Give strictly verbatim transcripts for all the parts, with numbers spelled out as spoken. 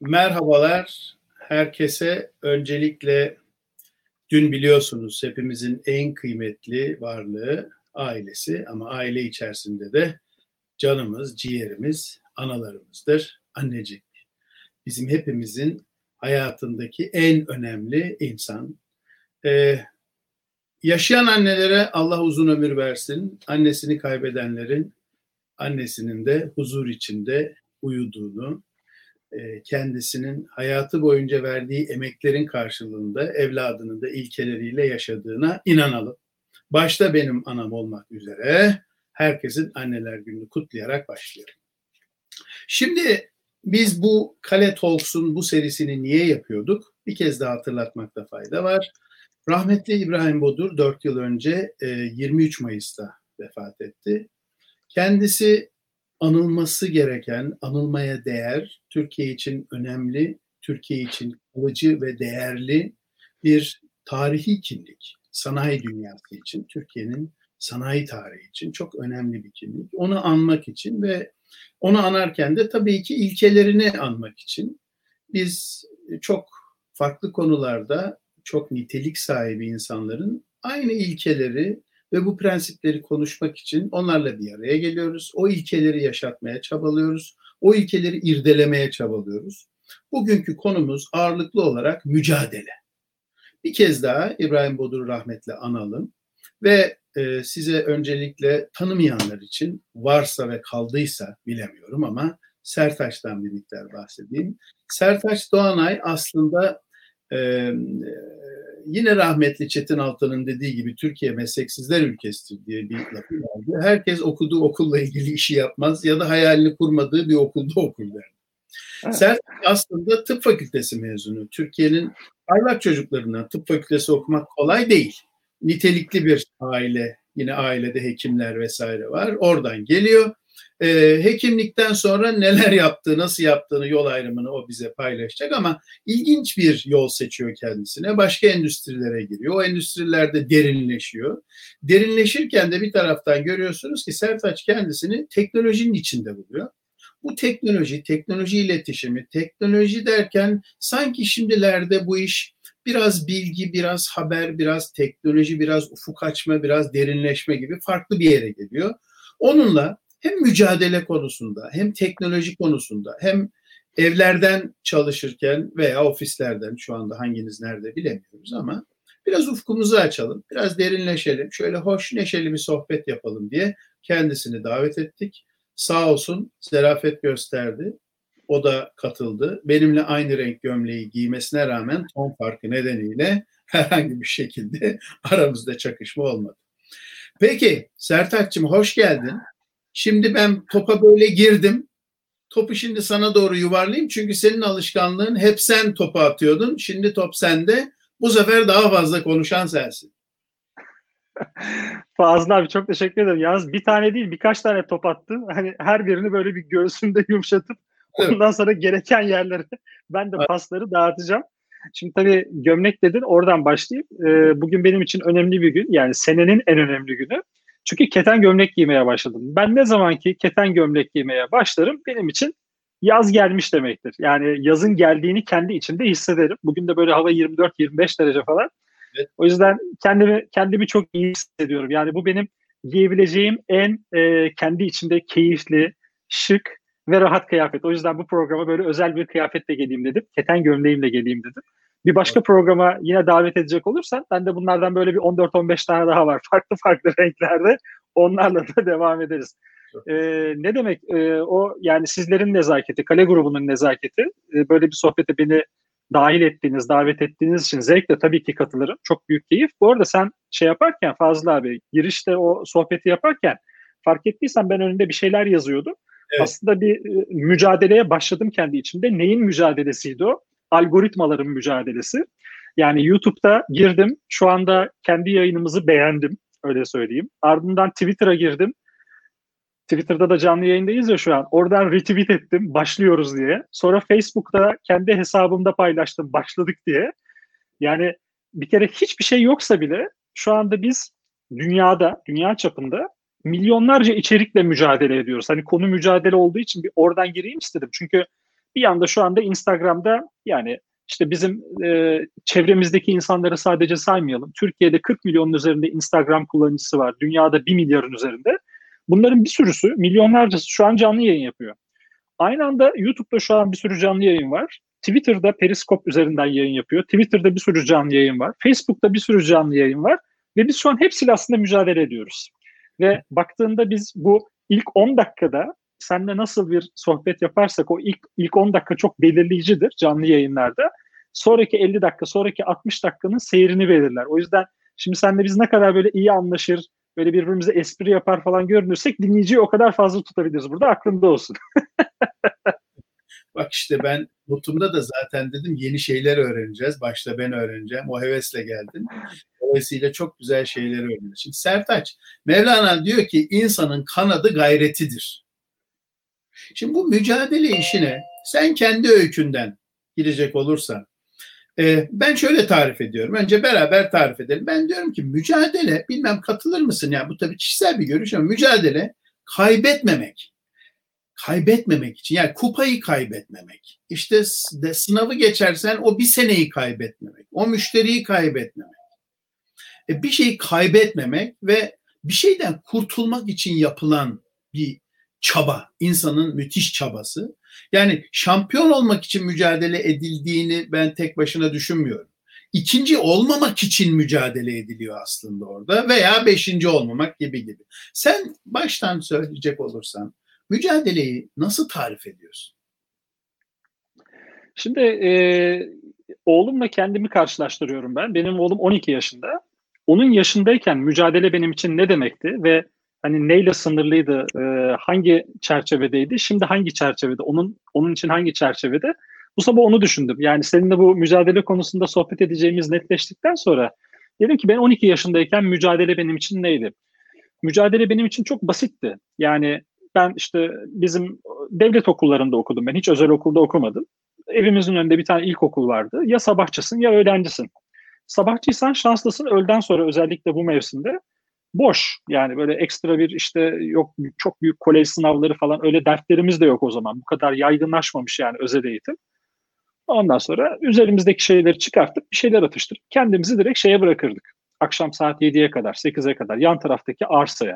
Merhabalar herkese. Öncelikle dün biliyorsunuz hepimizin en kıymetli varlığı ailesi ama aile içerisinde de canımız, ciğerimiz, analarımızdır. Annecik bizim hepimizin hayatındaki en önemli insan. Ee, yaşayan annelere Allah uzun ömür versin. Annesini kaybedenlerin annesinin de huzur içinde uyuduğunu, kendisinin hayatı boyunca verdiği emeklerin karşılığında evladının da ilkeleriyle yaşadığına inanalım. Başta benim anam olmak üzere herkesin anneler gününü kutlayarak başlayalım. Şimdi biz bu Kale Talks'un bu serisini niye yapıyorduk? Bir kez daha hatırlatmakta fayda var. Rahmetli İbrahim Bodur dört yıl önce yirmi üç Mayıs'ta vefat etti. Kendisi anılması gereken, anılmaya değer, Türkiye için önemli, Türkiye için kalıcı ve değerli bir tarihi kimlik. Sanayi dünyası için, Türkiye'nin sanayi tarihi için çok önemli bir kimlik. Onu anmak için ve onu anarken de tabii ki ilkelerini anmak için biz çok farklı konularda çok nitelik sahibi insanların aynı ilkeleri ve bu prensipleri konuşmak için onlarla bir araya geliyoruz. O ilkeleri yaşatmaya çabalıyoruz. O ilkeleri irdelemeye çabalıyoruz. Bugünkü konumuz ağırlıklı olarak mücadele. Bir kez daha İbrahim Bodur'u rahmetle analım. Ve e, size öncelikle tanımayanlar için varsa ve kaldıysa bilemiyorum ama Sertaç'tan bir miktar bahsedeyim. Sertaç Doğanay aslında e, yine rahmetli Çetin Altan'ın dediği gibi Türkiye mesleksizler ülkesidir diye bir lafı vardı. Herkes okuduğu okulla ilgili işi yapmaz ya da hayalini kurmadığı bir okulda okur derdi. Evet. Sertaç aslında tıp fakültesi mezunu. Türkiye'nin parlak çocuklarından tıp fakültesi okumak kolay değil. Nitelikli bir aile, yine ailede hekimler vesaire var. Oradan geliyor. Ee, hekimlikten sonra neler yaptığı, nasıl yaptığını, yol ayrımını o bize paylaşacak ama ilginç bir yol seçiyor kendisine. Başka endüstrilere giriyor. O endüstrilerde derinleşiyor. Derinleşirken de bir taraftan görüyorsunuz ki Sertaç kendisini teknolojinin içinde buluyor. Bu teknoloji, teknoloji iletişimi, teknoloji derken sanki şimdilerde bu iş biraz bilgi, biraz haber, biraz teknoloji, biraz ufuk açma, biraz derinleşme gibi farklı bir yere geliyor. Onunla hem mücadele konusunda, hem teknoloji konusunda, hem evlerden çalışırken veya ofislerden, şu anda hanginiz nerede bilemiyoruz ama biraz ufkumuzu açalım, biraz derinleşelim, şöyle hoş neşeli bir sohbet yapalım diye kendisini davet ettik. Sağ olsun zarafet gösterdi. O da katıldı. Benimle aynı renk gömleği giymesine rağmen ton farkı nedeniyle herhangi bir şekilde aramızda çakışma olmadı. Peki Sertaç'cığım hoş geldin. Şimdi ben topa böyle girdim. Topu şimdi sana doğru yuvarlayayım. Çünkü senin alışkanlığın hep sen topu atıyordun. Şimdi top sende. Bu sefer daha fazla konuşan sensin. Fazla abi çok teşekkür ederim. Yalnız bir tane değil birkaç tane top attı. Hani her birini böyle bir göğsünde yumuşatıp ondan evet. sonra gereken yerlere ben de pasları dağıtacağım. Şimdi tabii gömlek dedin oradan başlayayım. Ee, bugün benim için önemli bir gün. Yani senenin en önemli günü. Çünkü keten gömlek giymeye başladım. Ben ne zaman ki keten gömlek giymeye başlarım benim için yaz gelmiş demektir. Yani yazın geldiğini kendi içimde hissederim. Bugün de böyle hava yirmi dört yirmi beş derece falan. Evet. O yüzden kendimi kendimi çok iyi hissediyorum. Yani bu benim giyebileceğim en e, kendi içimde keyifli, şık ve rahat kıyafet. O yüzden bu programa böyle özel bir kıyafetle geleyim dedim. Keten gömleğimle geleyim dedim. Bir başka evet. programa yine davet edecek olursan ben de bunlardan böyle bir on dört on beş tane daha var. Farklı farklı renklerde. Onlarla da devam ederiz. E, ne demek e, o yani sizlerin nezaketi, Kale grubunun nezaketi e, böyle bir sohbete beni dahil ettiğiniz, davet ettiğiniz için zevkle tabii ki katılırım. Çok büyük keyif. Bu arada sen şey yaparken Fazıl abi, girişte o sohbeti yaparken fark ettiysen ben önünde bir şeyler yazıyordum. Evet. Aslında bir e, mücadeleye başladım kendi içimde. Neyin mücadelesiydi o? Algoritmaların mücadelesi. Yani YouTube'da girdim. Şu anda kendi yayınımızı beğendim. Öyle söyleyeyim. Ardından Twitter'a girdim. Twitter'da da canlı yayındayız ya şu an. Oradan retweet ettim başlıyoruz diye. Sonra Facebook'ta kendi hesabımda paylaştım başladık diye. Yani bir kere hiçbir şey yoksa bile şu anda biz dünyada, dünya çapında milyonlarca içerikle mücadele ediyoruz. Hani konu mücadele olduğu için bir oradan gireyim istedim. Çünkü bir yanda şu anda Instagram'da yani işte bizim e, çevremizdeki insanları sadece saymayalım. Türkiye'de kırk milyonun üzerinde Instagram kullanıcısı var. Dünyada bir milyarın üzerinde. Bunların bir sürüsü, milyonlarcası şu an canlı yayın yapıyor. Aynı anda YouTube'da şu an bir sürü canlı yayın var. Twitter'da Periscope üzerinden yayın yapıyor. Twitter'da bir sürü canlı yayın var. Facebook'ta bir sürü canlı yayın var. Ve biz şu an hepsiyle aslında mücadele ediyoruz. Ve baktığında biz bu ilk on dakikada seninle nasıl bir sohbet yaparsak o ilk ilk on dakika çok belirleyicidir canlı yayınlarda. Sonraki elli dakika, sonraki altmış dakikanın seyrini belirler. O yüzden şimdi seninle biz ne kadar böyle iyi anlaşır, böyle birbirimize espri yapar falan görünürsek dinleyiciyi o kadar fazla tutabiliriz burada. Aklında olsun. Bak işte ben notumda da zaten dedim yeni şeyler öğreneceğiz. Başta ben öğreneceğim. O hevesle geldim. Dolayısıyla çok güzel şeyleri öğreneceğiz. Şimdi Sertaç, Mevlana diyor ki insanın kanadı gayretidir. Şimdi bu mücadele işine sen kendi öykünden girecek olursan e, ben şöyle tarif ediyorum. Önce beraber tarif edelim. Ben diyorum ki mücadele, bilmem katılır mısın? Yani bu tabii kişisel bir görüş ama mücadele kaybetmemek. Kaybetmemek için, yani kupayı kaybetmemek, işte de sınavı geçersen o bir seneyi kaybetmemek, o müşteriyi kaybetmemek, e bir şeyi kaybetmemek ve bir şeyden kurtulmak için yapılan bir çaba, insanın müthiş çabası. Yani şampiyon olmak için mücadele edildiğini ben tek başına düşünmüyorum. İkinci olmamak için mücadele ediliyor aslında orada veya beşinci olmamak gibi gibi. Sen baştan söyleyecek olursan mücadeleyi nasıl tarif ediyorsun? Şimdi e, oğlumla kendimi karşılaştırıyorum ben. Benim oğlum on iki yaşında. Onun yaşındayken mücadele benim için ne demekti ve hani neyle sınırlıydı, e, hangi çerçevedeydi, şimdi hangi çerçevede, onun onun için hangi çerçevede? Bu sabah onu düşündüm. Yani seninle bu mücadele konusunda sohbet edeceğimiz netleştikten sonra dedim ki ben on iki yaşındayken mücadele benim için neydi? Mücadele benim için çok basitti. Yani ben işte bizim devlet okullarında okudum ben. Hiç özel okulda okumadım. Evimizin önünde bir tane ilkokul vardı. Ya sabahçısın ya öğlencisin. Sabahçıysan şanslısın. Öğleden sonra özellikle bu mevsimde boş. Yani böyle ekstra bir işte yok çok büyük kolej sınavları falan öyle dertlerimiz de yok o zaman. Bu kadar yaygınlaşmamış yani özel eğitim. Ondan sonra üzerimizdeki şeyleri çıkartıp bir şeyler atıştırıp kendimizi direkt şeye bırakırdık. Akşam saat yediye kadar, sekize kadar yan taraftaki arsaya.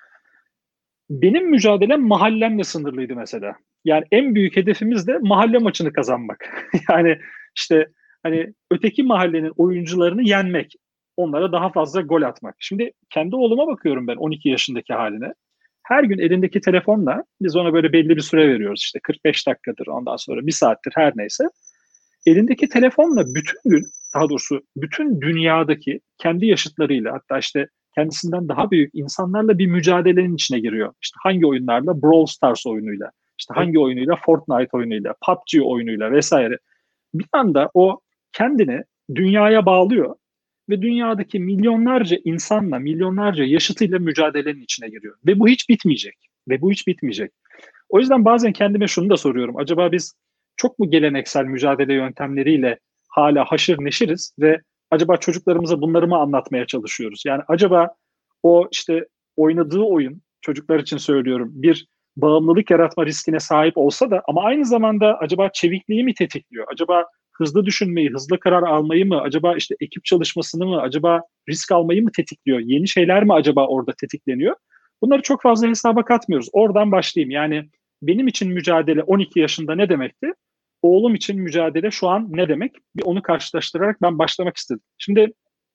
Benim mücadelem mahallemle sınırlıydı mesela. Yani en büyük hedefimiz de mahalle maçını kazanmak. Yani işte hani öteki mahallenin oyuncularını yenmek. Onlara daha fazla gol atmak. Şimdi kendi oğluma bakıyorum ben on iki yaşındaki haline. Her gün elindeki telefonla biz ona böyle belli bir süre veriyoruz. İşte kırk beş dakikadır ondan sonra bir saattir her neyse. Elindeki telefonla bütün gün daha doğrusu bütün dünyadaki kendi yaşıtlarıyla hatta işte kendisinden daha büyük insanlarla bir mücadelenin içine giriyor. İşte hangi oyunlarla? Brawl Stars oyunuyla, işte hangi oyunuyla? Fortnite oyunuyla, P U B G oyunuyla vesaire. Bir anda o kendini dünyaya bağlıyor ve dünyadaki milyonlarca insanla, milyonlarca yaşıtıyla mücadelenin içine giriyor. Ve bu hiç bitmeyecek. Ve bu hiç bitmeyecek. O yüzden bazen kendime şunu da soruyorum. Acaba biz çok mu geleneksel mücadele yöntemleriyle hala haşır neşiriz ve acaba çocuklarımıza bunları mı anlatmaya çalışıyoruz? Yani acaba o işte oynadığı oyun, çocuklar için söylüyorum, bir bağımlılık yaratma riskine sahip olsa da ama aynı zamanda acaba çevikliği mi tetikliyor? Acaba hızlı düşünmeyi, hızlı karar almayı mı, acaba işte ekip çalışmasını mı, acaba risk almayı mı tetikliyor? Yeni şeyler mi acaba orada tetikleniyor? Bunları çok fazla hesaba katmıyoruz. Oradan başlayayım. Yani benim için mücadele on iki yaşında ne demekti? Oğlum için mücadele şu an ne demek? Bir onu karşılaştırarak ben başlamak istedim. Şimdi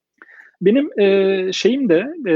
benim e, şeyim de e,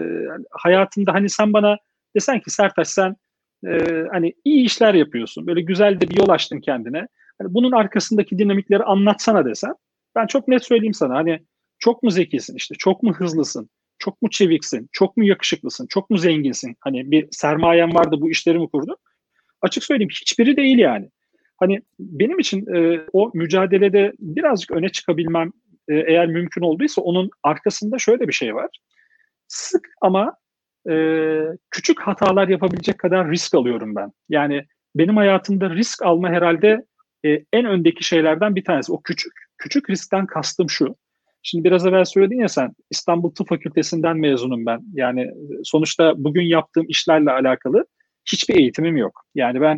hayatımda hani sen bana desen ki Sertaç sen e, hani iyi işler yapıyorsun. Böyle güzel de bir yol açtın kendine. Hani bunun arkasındaki dinamikleri anlatsana desen. Ben çok net söyleyeyim sana. Hani çok mu zekisin işte, çok mu hızlısın, çok mu çeviksin, çok mu yakışıklısın, çok mu zenginsin? Hani bir sermayen vardı bu işleri mi kurdun? Açık söyleyeyim hiçbiri değil yani. Hani benim için e, o mücadelede birazcık öne çıkabilmem e, eğer mümkün olduysa onun arkasında şöyle bir şey var. Sık ama e, küçük hatalar yapabilecek kadar risk alıyorum ben. Yani benim hayatımda risk alma herhalde e, en öndeki şeylerden bir tanesi. O küçük küçük riskten kastım şu. Şimdi biraz evvel söyledin ya sen İstanbul Tıp Fakültesinden mezunum ben. Yani sonuçta bugün yaptığım işlerle alakalı hiçbir eğitimim yok. Yani ben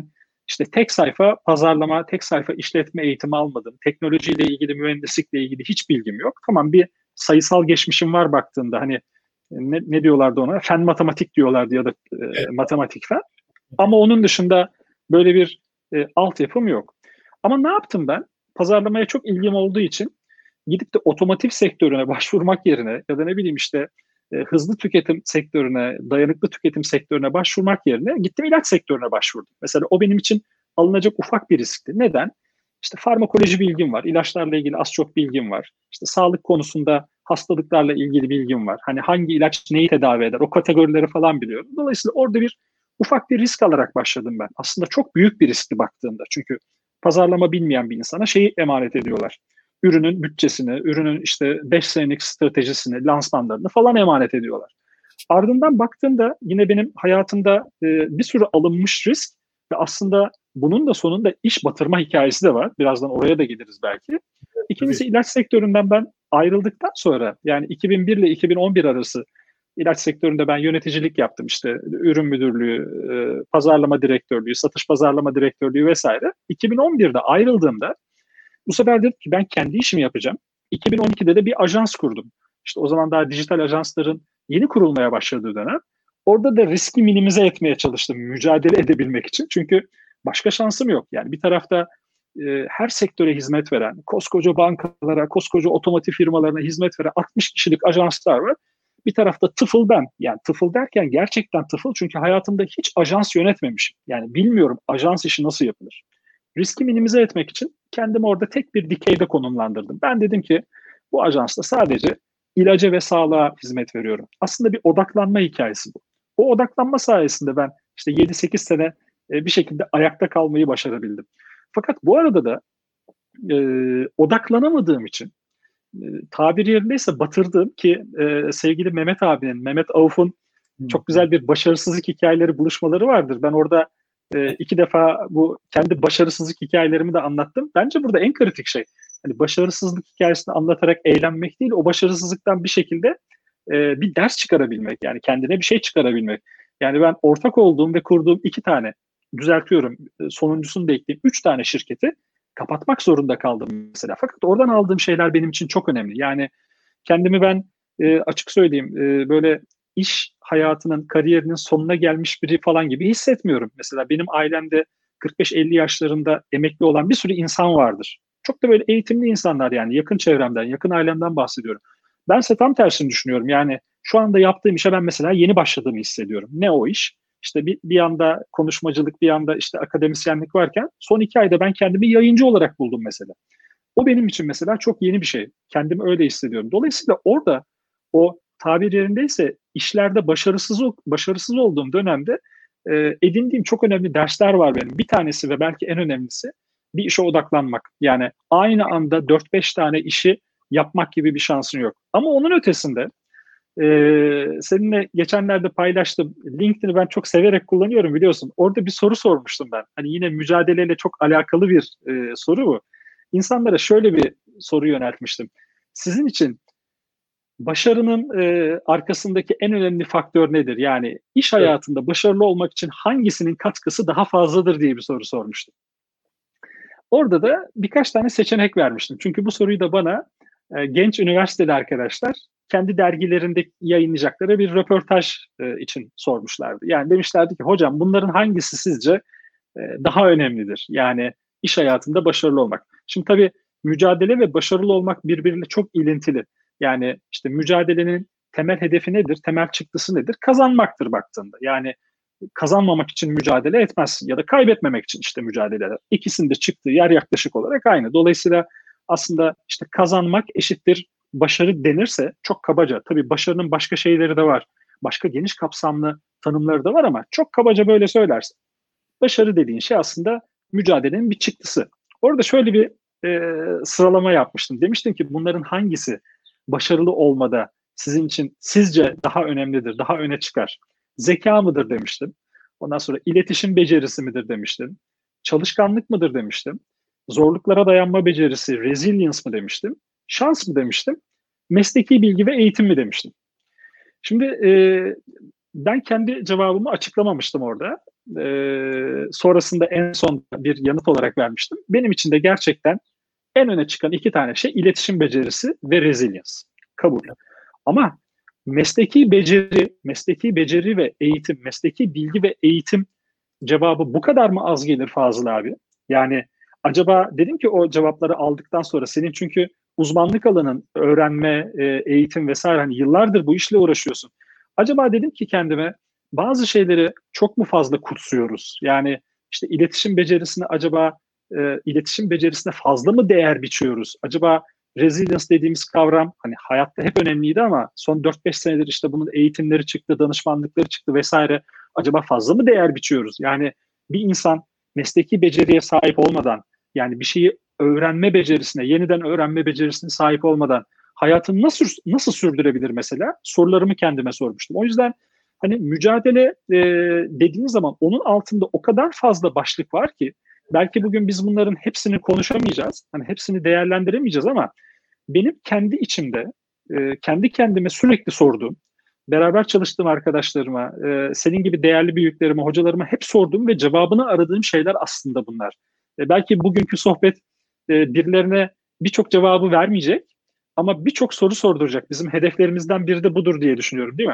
işte tek sayfa pazarlama, tek sayfa işletme eğitimi almadım. Teknolojiyle ilgili, mühendislikle ilgili hiç bilgim yok. Tamam, bir sayısal geçmişim var baktığında, hani ne, ne diyorlardı ona? Fen matematik diyorlardı ya da e, Evet. matematik fen. Ama onun dışında böyle bir e, altyapım yok. Ama ne yaptım ben? Pazarlamaya çok ilgim olduğu için gidip de otomotiv sektörüne başvurmak yerine ya da ne bileyim işte e, hızlı tüketim sektörüne, dayanıklı tüketim sektörüne başvurmak yerine gittim ilaç sektörüne başvurdum. Mesela o benim için alınacak ufak bir riskti. Neden? İşte farmakoloji bilgim var, ilaçlarla ilgili az çok bilgim var. İşte sağlık konusunda hastalıklarla ilgili bilgim var. Hani hangi ilaç neyi tedavi eder, o kategorileri falan biliyorum. Dolayısıyla orada bir ufak bir risk alarak başladım ben. Aslında çok büyük bir riskti baktığında. Çünkü pazarlama bilmeyen bir insana şeyi emanet ediyorlar. Ürünün bütçesini, ürünün işte beş senelik stratejisini, lansmanlarını falan emanet ediyorlar. Ardından baktığımda yine benim hayatımda e, bir sürü alınmış risk ve aslında bunun da sonunda iş batırma hikayesi de var. Birazdan oraya da geliriz belki. İkincisi, ilaç sektöründen ben ayrıldıktan sonra, yani iki bin bir ile iki bin on bir arası ilaç sektöründe ben yöneticilik yaptım. İşte ürün müdürlüğü, e, pazarlama direktörlüğü, satış pazarlama direktörlüğü vesaire. iki bin on birde ayrıldığımda bu sefer dedim ki ben kendi işimi yapacağım. iki bin on ikide de bir ajans kurdum. İşte o zaman daha dijital ajansların yeni kurulmaya başladığı dönem. Orada da riski minimize etmeye çalıştım mücadele edebilmek için. Çünkü başka şansım yok. Yani bir tarafta e, her sektöre hizmet veren, koskoca bankalara, koskoca otomotiv firmalarına hizmet veren altmış kişilik ajanslar var. Bir tarafta tıfıl ben. Yani tıfıl derken gerçekten tıfıl, çünkü hayatımda hiç ajans yönetmemişim. Yani bilmiyorum ajans işi nasıl yapılır. Riski minimize etmek için kendimi orada tek bir dikeyde konumlandırdım. Ben dedim ki bu ajansta sadece ilaca ve sağlığa hizmet veriyorum. Aslında bir odaklanma hikayesi bu. O odaklanma sayesinde ben işte yedi sekiz sene e, bir şekilde ayakta kalmayı başarabildim. Fakat bu arada da e, odaklanamadığım için, e, tabir yerindeyse batırdığım ki e, sevgili Mehmet abinin, Mehmet Avuf'un çok güzel bir başarısızlık hikayeleri buluşmaları vardır. Ben orada e, iki defa bu kendi başarısızlık hikayelerimi de anlattım. Bence burada en kritik şey, hani başarısızlık hikayesini anlatarak eğlenmek değil, o başarısızlıktan bir şekilde e, bir ders çıkarabilmek, yani kendine bir şey çıkarabilmek. Yani ben ortak olduğum ve kurduğum iki tane, düzeltiyorum, sonuncusunu da ekleyeyim, üç tane şirketi kapatmak zorunda kaldım mesela. Fakat oradan aldığım şeyler benim için çok önemli. Yani kendimi ben e, açık söyleyeyim e, böyle iş hayatının, kariyerinin sonuna gelmiş biri falan gibi hissetmiyorum. Mesela benim ailemde kırk beş elli yaşlarında emekli olan bir sürü insan vardır. Çok da böyle eğitimli insanlar, yani yakın çevremden, yakın ailemden bahsediyorum. Bense tam tersini düşünüyorum. Yani şu anda yaptığım işe ben mesela yeni başladığımı hissediyorum. Ne o iş? İşte bir, bir yanda konuşmacılık, bir yanda işte akademisyenlik varken son iki ayda ben kendimi yayıncı olarak buldum mesela. O benim için mesela çok yeni bir şey. Kendimi öyle hissediyorum. Dolayısıyla orada o tabir yerindeyse işlerde başarısız başarısız olduğum dönemde e, edindiğim çok önemli dersler var benim. Bir tanesi ve belki en önemlisi bir işe odaklanmak. Yani aynı anda dört beş tane işi yapmak gibi bir şansın yok. Ama onun ötesinde e, seninle geçenlerde paylaştım. LinkedIn'i ben çok severek kullanıyorum, biliyorsun. Orada bir soru sormuştum ben. Hani yine mücadeleyle çok alakalı bir e, soru bu. İnsanlara şöyle bir soru yöneltmiştim. Sizin için başarının e, arkasındaki en önemli faktör nedir? Yani iş hayatında başarılı olmak için hangisinin katkısı daha fazladır diye bir soru sormuştum. Orada da birkaç tane seçenek vermiştim. Çünkü bu soruyu da bana e, genç üniversiteli arkadaşlar kendi dergilerinde yayınlayacakları bir röportaj e, için sormuşlardı. Yani demişlerdi ki hocam bunların hangisi sizce e, daha önemlidir? Yani iş hayatında başarılı olmak. Şimdi tabii mücadele ve başarılı olmak birbiriyle çok ilintili. Yani işte mücadelenin temel hedefi nedir? Temel çıktısı nedir? Kazanmaktır baktığında. Yani kazanmamak için mücadele etmezsin ya da kaybetmemek için işte mücadele eder. İkisinin de çıktığı yer yaklaşık olarak aynı. Dolayısıyla aslında işte kazanmak eşittir başarı denirse çok kabaca. Tabii başarının başka şeyleri de var. Başka geniş kapsamlı tanımları da var ama çok kabaca böyle söylersin. Başarı dediğin şey aslında mücadelenin bir çıktısı. Orada şöyle bir e, sıralama yapmıştım. Demiştim ki bunların hangisi başarılı olmada sizin için sizce daha önemlidir, daha öne çıkar? Zeka mıdır demiştim. Ondan sonra iletişim becerisi midir demiştim. Çalışkanlık mıdır demiştim. Zorluklara dayanma becerisi, resilience mı demiştim. Şans mı demiştim. Mesleki bilgi ve eğitim mi demiştim. Şimdi e, ben kendi cevabımı açıklamamıştım orada. E, sonrasında en son bir yanıt olarak vermiştim. Benim için de gerçekten en öne çıkan iki tane şey iletişim becerisi ve resilience. Kabul. Ama mesleki beceri, mesleki beceri ve eğitim, mesleki bilgi ve eğitim cevabı bu kadar mı az gelir Fazıl abi? Yani acaba dedim ki o cevapları aldıktan sonra senin çünkü uzmanlık alanın öğrenme, eğitim vesaire hani yıllardır bu işle uğraşıyorsun. Acaba dedim ki kendime bazı şeyleri çok mu fazla kutsuyoruz? Yani işte iletişim becerisine acaba e, iletişim becerisine fazla mı değer biçiyoruz? Acaba resilience dediğimiz kavram hani hayatta hep önemliydi ama son dört beş senedir işte bunun eğitimleri çıktı, danışmanlıkları çıktı vesaire. Acaba fazla mı değer biçiyoruz? Yani bir insan mesleki beceriye sahip olmadan, yani bir şeyi öğrenme becerisine, yeniden öğrenme becerisine sahip olmadan hayatını nasıl nasıl sürdürebilir mesela? Sorularımı kendime sormuştum. O yüzden hani mücadele e, dediğiniz zaman onun altında o kadar fazla başlık var ki belki bugün biz bunların hepsini konuşamayacağız. Hani hepsini değerlendiremeyeceğiz ama benim kendi içimde, e, kendi kendime sürekli sorduğum, beraber çalıştığım arkadaşlarıma, e, senin gibi değerli büyüklerime, hocalarıma hep sorduğum ve cevabını aradığım şeyler aslında bunlar. E, belki bugünkü sohbet e, birilerine birçok cevabı vermeyecek ama birçok soru sorduracak. Bizim hedeflerimizden biri de budur diye düşünüyorum, değil mi?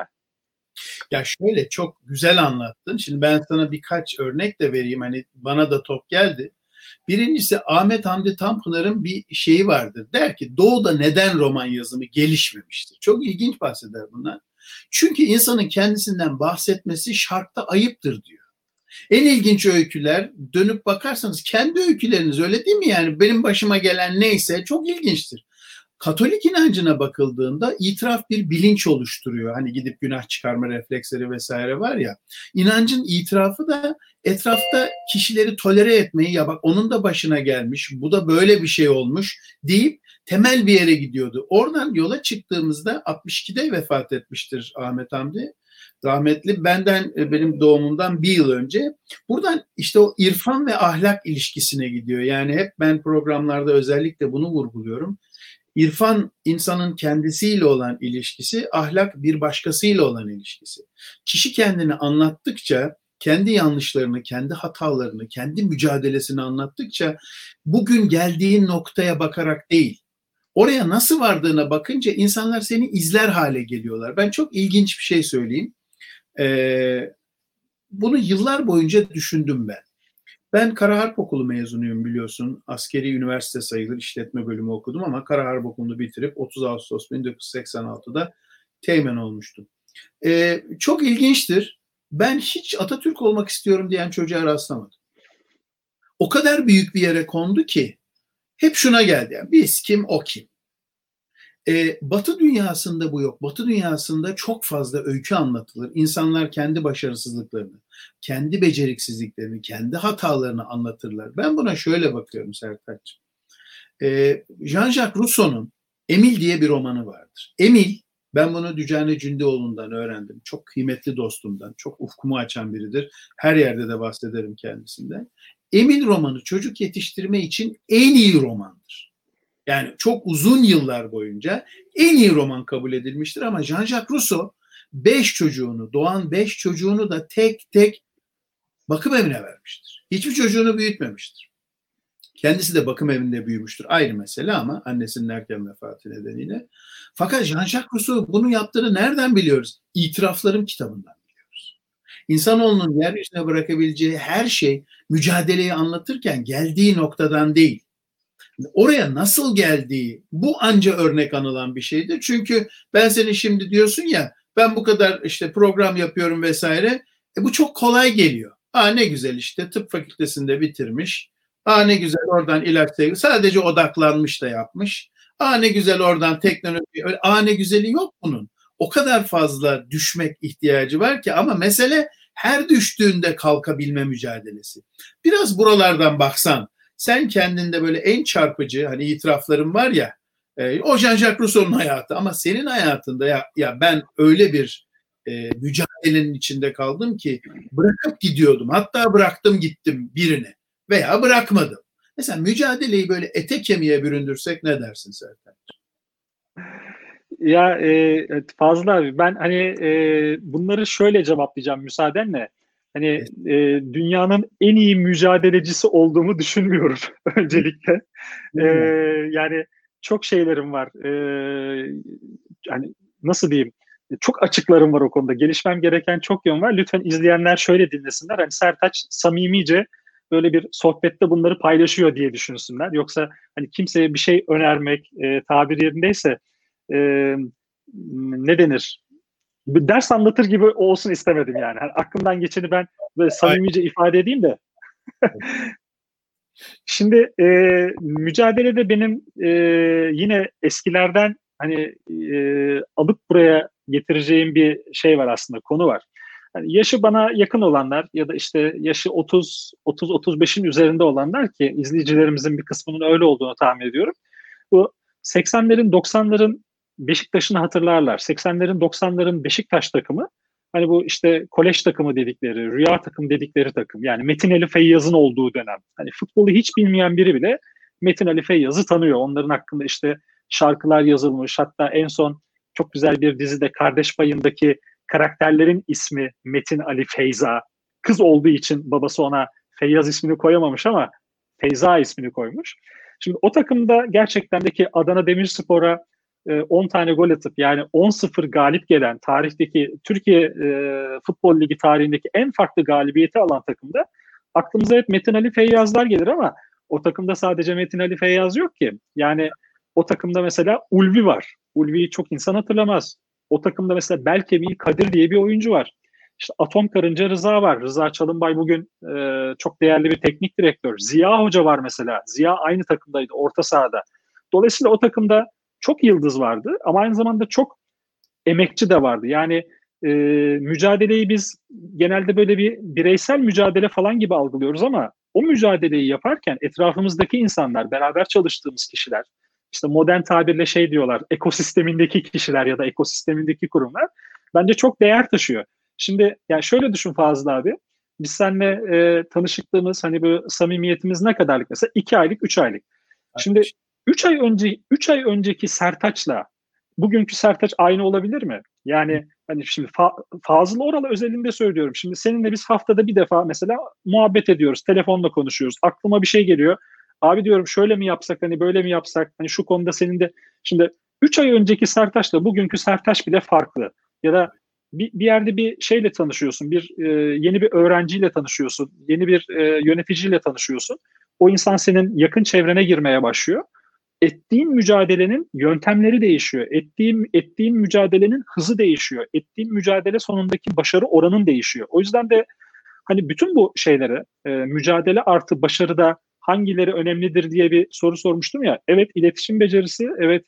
Ya şöyle çok güzel anlattın. Şimdi ben sana birkaç örnek de vereyim. Hani bana da top geldi. Birincisi Ahmet Hamdi Tanpınar'ın bir şeyi vardır. Der ki Doğu'da neden roman yazımı gelişmemiştir? Çok ilginç bahseder bunlar. Çünkü insanın kendisinden bahsetmesi şarkta ayıptır diyor. En ilginç öyküler dönüp bakarsanız kendi öyküleriniz, öyle değil mi? Yani benim başıma gelen neyse çok ilginçtir. Katolik inancına bakıldığında itiraf bir bilinç oluşturuyor. Hani gidip günah çıkarma refleksleri vesaire var ya. İnancın itirafı da etrafta kişileri tolere etmeyi, ya bak onun da başına gelmiş, bu da böyle bir şey olmuş deyip temel bir yere gidiyordu. Oradan yola çıktığımızda altmış ikide vefat etmiştir Ahmet Hamdi. Rahmetli, benden, benim doğumumdan bir yıl önce. Buradan işte o irfan ve ahlak ilişkisine gidiyor. Yani hep ben programlarda özellikle bunu vurguluyorum. İrfan insanın kendisiyle olan ilişkisi, ahlak bir başkasıyla olan ilişkisi. Kişi kendini anlattıkça, kendi yanlışlarını, kendi hatalarını, kendi mücadelesini anlattıkça bugün geldiğin noktaya bakarak değil, oraya nasıl vardığına bakınca insanlar seni izler hale geliyorlar. Ben çok ilginç bir şey söyleyeyim. Ee, bunu yıllar boyunca düşündüm ben. Ben Kara Harp Okulu mezunuyum biliyorsun. Askeri üniversite sayılır, işletme bölümü okudum ama Kara Harp Okulu'nu bitirip otuz Ağustos bin dokuz yüz seksen altıda teğmen olmuştum. Ee, çok ilginçtir. Ben hiç Atatürk olmak istiyorum diyen çocuğa rastlamadım. O kadar büyük bir yere kondu ki hep şuna geldi. Yani biz kim, o kim? Ee, Batı dünyasında bu yok. Batı dünyasında çok fazla öykü anlatılır. İnsanlar kendi başarısızlıklarını, kendi beceriksizliklerini, kendi hatalarını anlatırlar. Ben buna şöyle bakıyorum Sertaç'cığım. Ee, Jean-Jacques Rousseau'nun Emil diye bir romanı vardır. Emil, ben bunu Dücane Cündoğlu'ndan öğrendim. Çok kıymetli dostumdan, çok ufkumu açan biridir. Her yerde de bahsederim kendisinden. Emil romanı çocuk yetiştirme için en iyi romandır. Yani çok uzun yıllar boyunca en iyi roman kabul edilmiştir ama Jean-Jacques Rousseau beş çocuğunu, doğan beş çocuğunu da tek tek bakım evine vermiştir. Hiçbir çocuğunu büyütmemiştir. Kendisi de bakım evinde büyümüştür. Ayrı mesele ama annesinin erken vefatı nedeniyle. Fakat Jean-Jacques Rousseau bunu yaptığını nereden biliyoruz? İtiraflarım kitabından biliyoruz. İnsanoğlunun yeryüzüne bırakabileceği her şey mücadeleyi anlatırken geldiği noktadan değil. Oraya nasıl geldiği, bu anca örnek anılan bir şeydir. Çünkü ben senin şimdi diyorsun ya, ben bu kadar işte program yapıyorum vesaire. E bu çok kolay geliyor. Aa ne güzel işte tıp fakültesinde bitirmiş. Aa ne güzel oradan ilaç sevgi. Sadece odaklanmış da yapmış. Aa ne güzel oradan teknoloji. Aa ne güzeli yok bunun. O kadar fazla düşmek ihtiyacı var ki ama mesele her düştüğünde kalkabilme mücadelesi. Biraz buralardan baksan, sen kendinde böyle en çarpıcı hani itirafların var ya, e, o Jean-Jacques Rousseau'nun hayatı ama senin hayatında ya, ya ben öyle bir e, mücadelenin içinde kaldım ki bırakıp gidiyordum. Hatta bıraktım gittim birini veya bırakmadım. Mesela mücadeleyi böyle ete kemiğe büründürsek ne dersin Serkan? Ya e, Fazıl abi ben hani e, bunları şöyle cevaplayacağım müsaadenle. hani e, dünyanın en iyi mücadelecisi olduğumu düşünmüyorum öncelikle. E, yani çok şeylerim var. E, yani nasıl diyeyim? Çok açıklarım var o konuda. Gelişmem gereken çok yön var. Lütfen izleyenler şöyle dinlesinler. Hani Sertaç samimice böyle bir sohbette bunları paylaşıyor diye düşünsünler. Yoksa hani kimseye bir şey önermek e, tabir yerindeyse e, ne denir? Bir ders anlatır gibi olsun istemedim yani. Hani aklımdan geçeni ben böyle samimice ifade edeyim de. Şimdi e, mücadelede benim e, yine eskilerden hani e, alıp buraya getireceğim bir şey var aslında, konu var. Hani yaşı bana yakın olanlar ya da işte yaşı otuz otuz otuz beşin üzerinde olanlar, ki izleyicilerimizin bir kısmının öyle olduğunu tahmin ediyorum. Bu seksenlerin doksanların Beşiktaş'ını hatırlarlar. seksenlerin doksanların Beşiktaş takımı, hani bu işte kolej takımı dedikleri, rüya takım dedikleri takım. Yani Metin Ali Feyyaz'ın olduğu dönem. Hani futbolu hiç bilmeyen biri bile Metin Ali Feyyaz'ı tanıyor. Onların hakkında işte şarkılar yazılmış. Hatta en son çok güzel bir dizide Kardeş Payı'ndaki karakterlerin ismi Metin Ali Feyza. Kız olduğu için babası ona Feyyaz ismini koyamamış ama Feyza ismini koymuş. Şimdi o takımda gerçekten de ki Adana Demirspor'a on tane gol atıp yani on sıfır galip gelen, tarihteki Türkiye e, Futbol Ligi tarihindeki en farklı galibiyeti alan takımda aklımıza hep Metin Ali Feyyazlar gelir ama o takımda sadece Metin Ali Feyyaz yok ki. Yani o takımda mesela Ulvi var. Ulvi'yi çok insan hatırlamaz. O takımda mesela Belkemi'yi Kadir diye bir oyuncu var. İşte Atom Karınca Rıza var. Rıza Çalınbay bugün e, çok değerli bir teknik direktör. Ziya Hoca var mesela. Ziya aynı takımdaydı, orta sahada. Dolayısıyla o takımda çok yıldız vardı ama aynı zamanda çok emekçi de vardı. Yani e, mücadeleyi biz genelde böyle bir bireysel mücadele falan gibi algılıyoruz ama o mücadeleyi yaparken etrafımızdaki insanlar, beraber çalıştığımız kişiler, işte modern tabirle şey diyorlar, ekosistemindeki kişiler ya da ekosistemindeki kurumlar bence çok değer taşıyor. Şimdi yani şöyle düşün Fazıl abi, biz seninle e, tanışıklığımız, hani bu samimiyetimiz ne kadarlık mesela? iki aylık, üç aylık. Şimdi üç ay önce üç ay önceki Sertaç'la bugünkü Sertaç aynı olabilir mi? Yani hani şimdi Fa- Fazıl Oral özelinde söylüyorum. Şimdi seninle biz haftada bir defa mesela muhabbet ediyoruz, telefonla konuşuyoruz. Aklıma bir şey geliyor. Abi diyorum şöyle mi yapsak, hani böyle mi yapsak? Hani şu konuda senin de şimdi üç ay önceki Sertaç'la bugünkü Sertaç bile farklı. Ya da bir, bir yerde bir şeyle tanışıyorsun, bir e, yeni bir öğrenciyle tanışıyorsun, yeni bir e, yöneticiyle tanışıyorsun. O insan senin yakın çevrene girmeye başlıyor. Ettiğin mücadelenin yöntemleri değişiyor. Ettiğin ettiğin mücadelenin hızı değişiyor. Ettiğin mücadele sonundaki başarı oranın değişiyor. O yüzden de hani bütün bu şeylere e, mücadele artı başarıda hangileri önemlidir diye bir soru sormuştum ya. Evet, iletişim becerisi, evet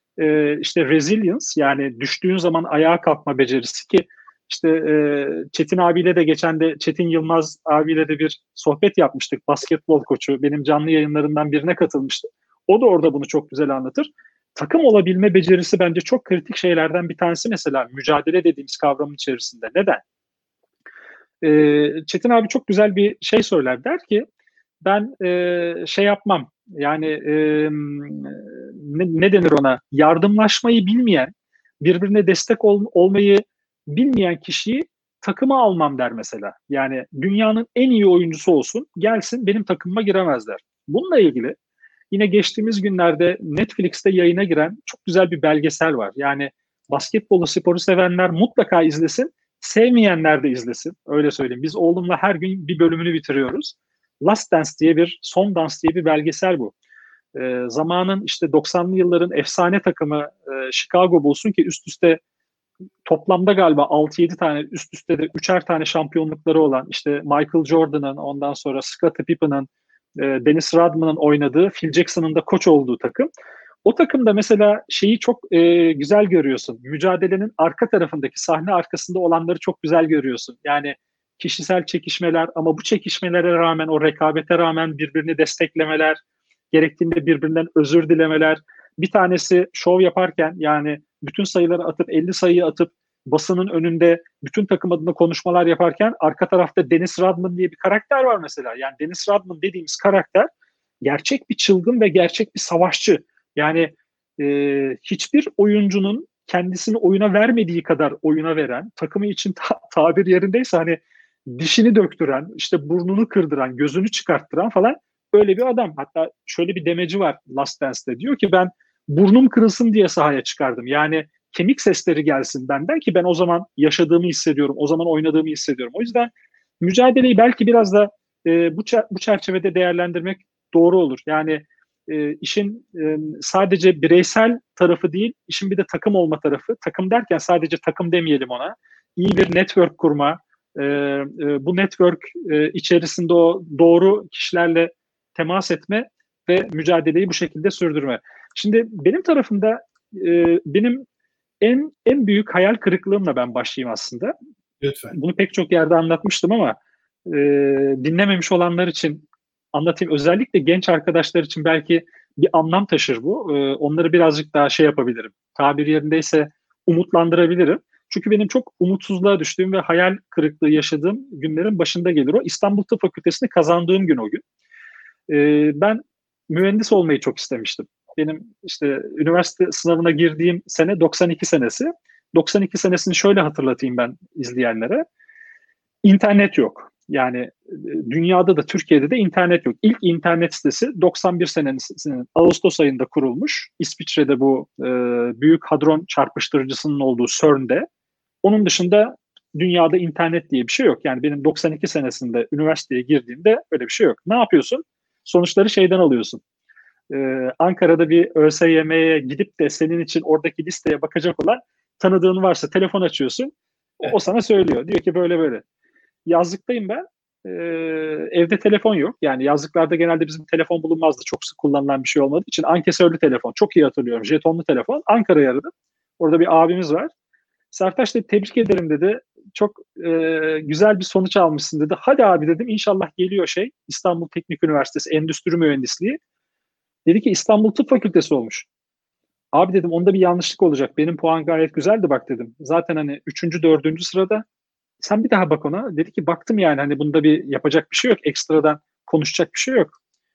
e, işte resilience, yani düştüğün zaman ayağa kalkma becerisi, ki işte e, Çetin abiyle de geçen de Çetin Yılmaz abiyle de bir sohbet yapmıştık. Basketbol koçu, benim canlı yayınlarımdan birine katılmıştı. O da orada bunu çok güzel anlatır. Takım olabilme becerisi bence çok kritik şeylerden bir tanesi, mesela mücadele dediğimiz kavramın içerisinde. Neden? Ee, Çetin abi çok güzel bir şey söyler, der ki ben e, şey yapmam yani e, ne, ne denir ona, yardımlaşmayı bilmeyen, birbirine destek ol, olmayı bilmeyen kişiyi takıma almam der mesela. Yani dünyanın en iyi oyuncusu olsun, gelsin benim takımıma giremez der. Bununla ilgili yine geçtiğimiz günlerde Netflix'te yayına giren çok güzel bir belgesel var. Yani basketbolu, sporu sevenler mutlaka izlesin. Sevmeyenler de izlesin. Öyle söyleyeyim. Biz oğlumla her gün bir bölümünü bitiriyoruz. Last Dance diye bir, Son Dans diye bir belgesel bu. Ee, zamanın işte doksanlı yılların efsane takımı e, Chicago Bulls'un, ki üst üste toplamda galiba altı yedi tane, üst üste de üçer tane şampiyonlukları olan, işte Michael Jordan'ın, ondan sonra Scottie Pippen'ın, e, Dennis Rodman'ın oynadığı, Phil Jackson'ın da koç olduğu takım. O takımda mesela şeyi çok e, güzel görüyorsun. Mücadelenin arka tarafındaki, sahne arkasında olanları çok güzel görüyorsun. Yani kişisel çekişmeler, ama bu çekişmelere rağmen, o rekabete rağmen birbirini desteklemeler, gerektiğinde birbirinden özür dilemeler. Bir tanesi şov yaparken, yani bütün sayıları atıp elli sayıyı atıp basının önünde bütün takım adına konuşmalar yaparken, arka tarafta Dennis Rodman diye bir karakter var mesela. Yani Dennis Rodman dediğimiz karakter gerçek bir çılgın ve gerçek bir savaşçı. Yani e, hiçbir oyuncunun kendisini oyuna vermediği kadar oyuna veren, takımı için ta- tabir yerindeyse hani dişini döktüren, işte burnunu kırdıran, gözünü çıkarttıran falan öyle bir adam. Hatta şöyle bir demeci var Last Dance'te. Diyor ki ben burnum kırılsın diye sahaya çıkardım. Yani kemik sesleri gelsin benden ki ben o zaman yaşadığımı hissediyorum. O zaman oynadığımı hissediyorum. O yüzden mücadeleyi belki biraz da e, bu, bu çerçevede değerlendirmek doğru olur. Yani e, işin e, sadece bireysel tarafı değil, işin bir de takım olma tarafı. Takım derken sadece takım demeyelim ona. İyi bir network kurma, e, e, bu network e, içerisinde o doğru kişilerle temas etme ve mücadeleyi bu şekilde sürdürme. Şimdi benim tarafımda e, benim en en büyük hayal kırıklığımla ben başlayayım aslında. Lütfen. Bunu pek çok yerde anlatmıştım ama e, dinlememiş olanlar için anlatayım. Özellikle genç arkadaşlar için belki bir anlam taşır bu. E, onları birazcık daha şey yapabilirim. Tabir yerindeyse umutlandırabilirim. Çünkü benim çok umutsuzluğa düştüğüm ve hayal kırıklığı yaşadığım günlerin başında gelir o. İstanbul Tıp Fakültesini kazandığım gün o gün. E, ben mühendis olmayı çok istemiştim. Benim işte üniversite sınavına girdiğim sene doksan iki senesi. doksan iki senesini şöyle hatırlatayım ben izleyenlere. İnternet yok. Yani dünyada da Türkiye'de de internet yok. İlk internet sitesi doksan bir senesinin Ağustos ayında kurulmuş. İsviçre'de bu e, büyük hadron çarpıştırıcısının olduğu CERN'de. Onun dışında dünyada internet diye bir şey yok. Yani benim doksan iki senesinde üniversiteye girdiğimde öyle bir şey yok. Ne yapıyorsun? Sonuçları şeyden alıyorsun. Ee, Ankara'da bir ÖSYM'ye gidip de senin için oradaki listeye bakacak olan tanıdığın varsa telefon açıyorsun. O, o sana söylüyor. Diyor ki böyle böyle. Yazlıktayım ben. Ee, evde telefon yok. Yani yazlıklarda genelde bizim telefon bulunmazdı. Çok sık kullanılan bir şey olmadığı için ankesörlü telefon. Çok iyi hatırlıyorum. Jetonlu telefon. Ankara'ya aradım. Orada bir abimiz var. Sertaç dedi tebrik ederim dedi. Çok e, güzel bir sonuç almışsın dedi. Hadi abi dedim inşallah geliyor şey. İstanbul Teknik Üniversitesi Endüstri Mühendisliği. Dedi ki İstanbul Tıp Fakültesi olmuş. Abi dedim onda bir yanlışlık olacak. Benim puan gayet güzeldi bak dedim. Zaten hani üçüncü, dördüncü sırada. Sen bir daha bak ona. Dedi ki baktım yani hani bunda bir yapacak bir şey yok. Ekstradan konuşacak bir şey yok.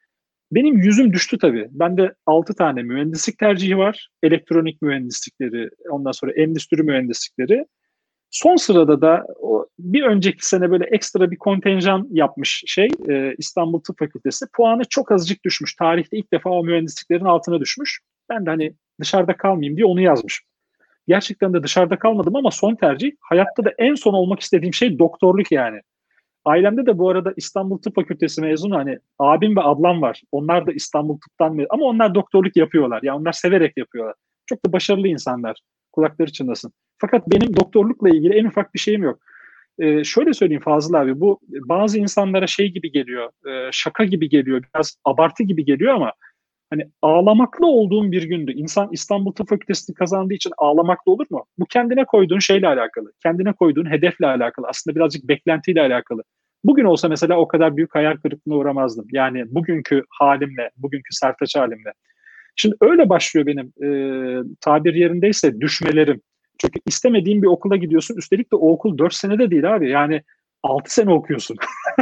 Benim yüzüm düştü tabii. Bende altı tane mühendislik tercihi var. Elektronik mühendislikleri, ondan sonra endüstri mühendislikleri. Son sırada da o bir önceki sene böyle ekstra bir kontenjan yapmış şey e, İstanbul Tıp Fakültesi. Puanı çok azıcık düşmüş. Tarihte ilk defa o mühendisliklerin altına düşmüş. Ben de hani dışarıda kalmayayım diye onu yazmışım. Gerçekten de dışarıda kalmadım ama son tercih. Hayatta da en son olmak istediğim şey doktorluk yani. Ailemde de bu arada İstanbul Tıp Fakültesi mezunu hani abim ve ablam var. Onlar da İstanbul Tıp'tan mezun ama onlar doktorluk yapıyorlar. Yani onlar severek yapıyorlar. Çok da başarılı insanlar. Kulakları çınlasın. Fakat benim doktorlukla ilgili en ufak bir şeyim yok. Ee, şöyle söyleyeyim Fazıl abi, bu bazı insanlara şey gibi geliyor, e, şaka gibi geliyor, biraz abartı gibi geliyor ama hani ağlamaklı olduğum bir gündü. İnsan İstanbul Tıp Fakültesini kazandığı için ağlamaklı olur mu? Bu kendine koyduğun şeyle alakalı, kendine koyduğun hedefle alakalı, aslında birazcık beklentiyle alakalı. Bugün olsa mesela o kadar büyük hayal kırıklığına uğramazdım. Yani bugünkü halimle, bugünkü Sertaç halimle. Şimdi öyle başlıyor benim e, tabir yerindeyse düşmelerim. Çünkü istemediğin bir okula gidiyorsun. Üstelik de o okul dört sene de değil abi. Yani altı sene okuyorsun.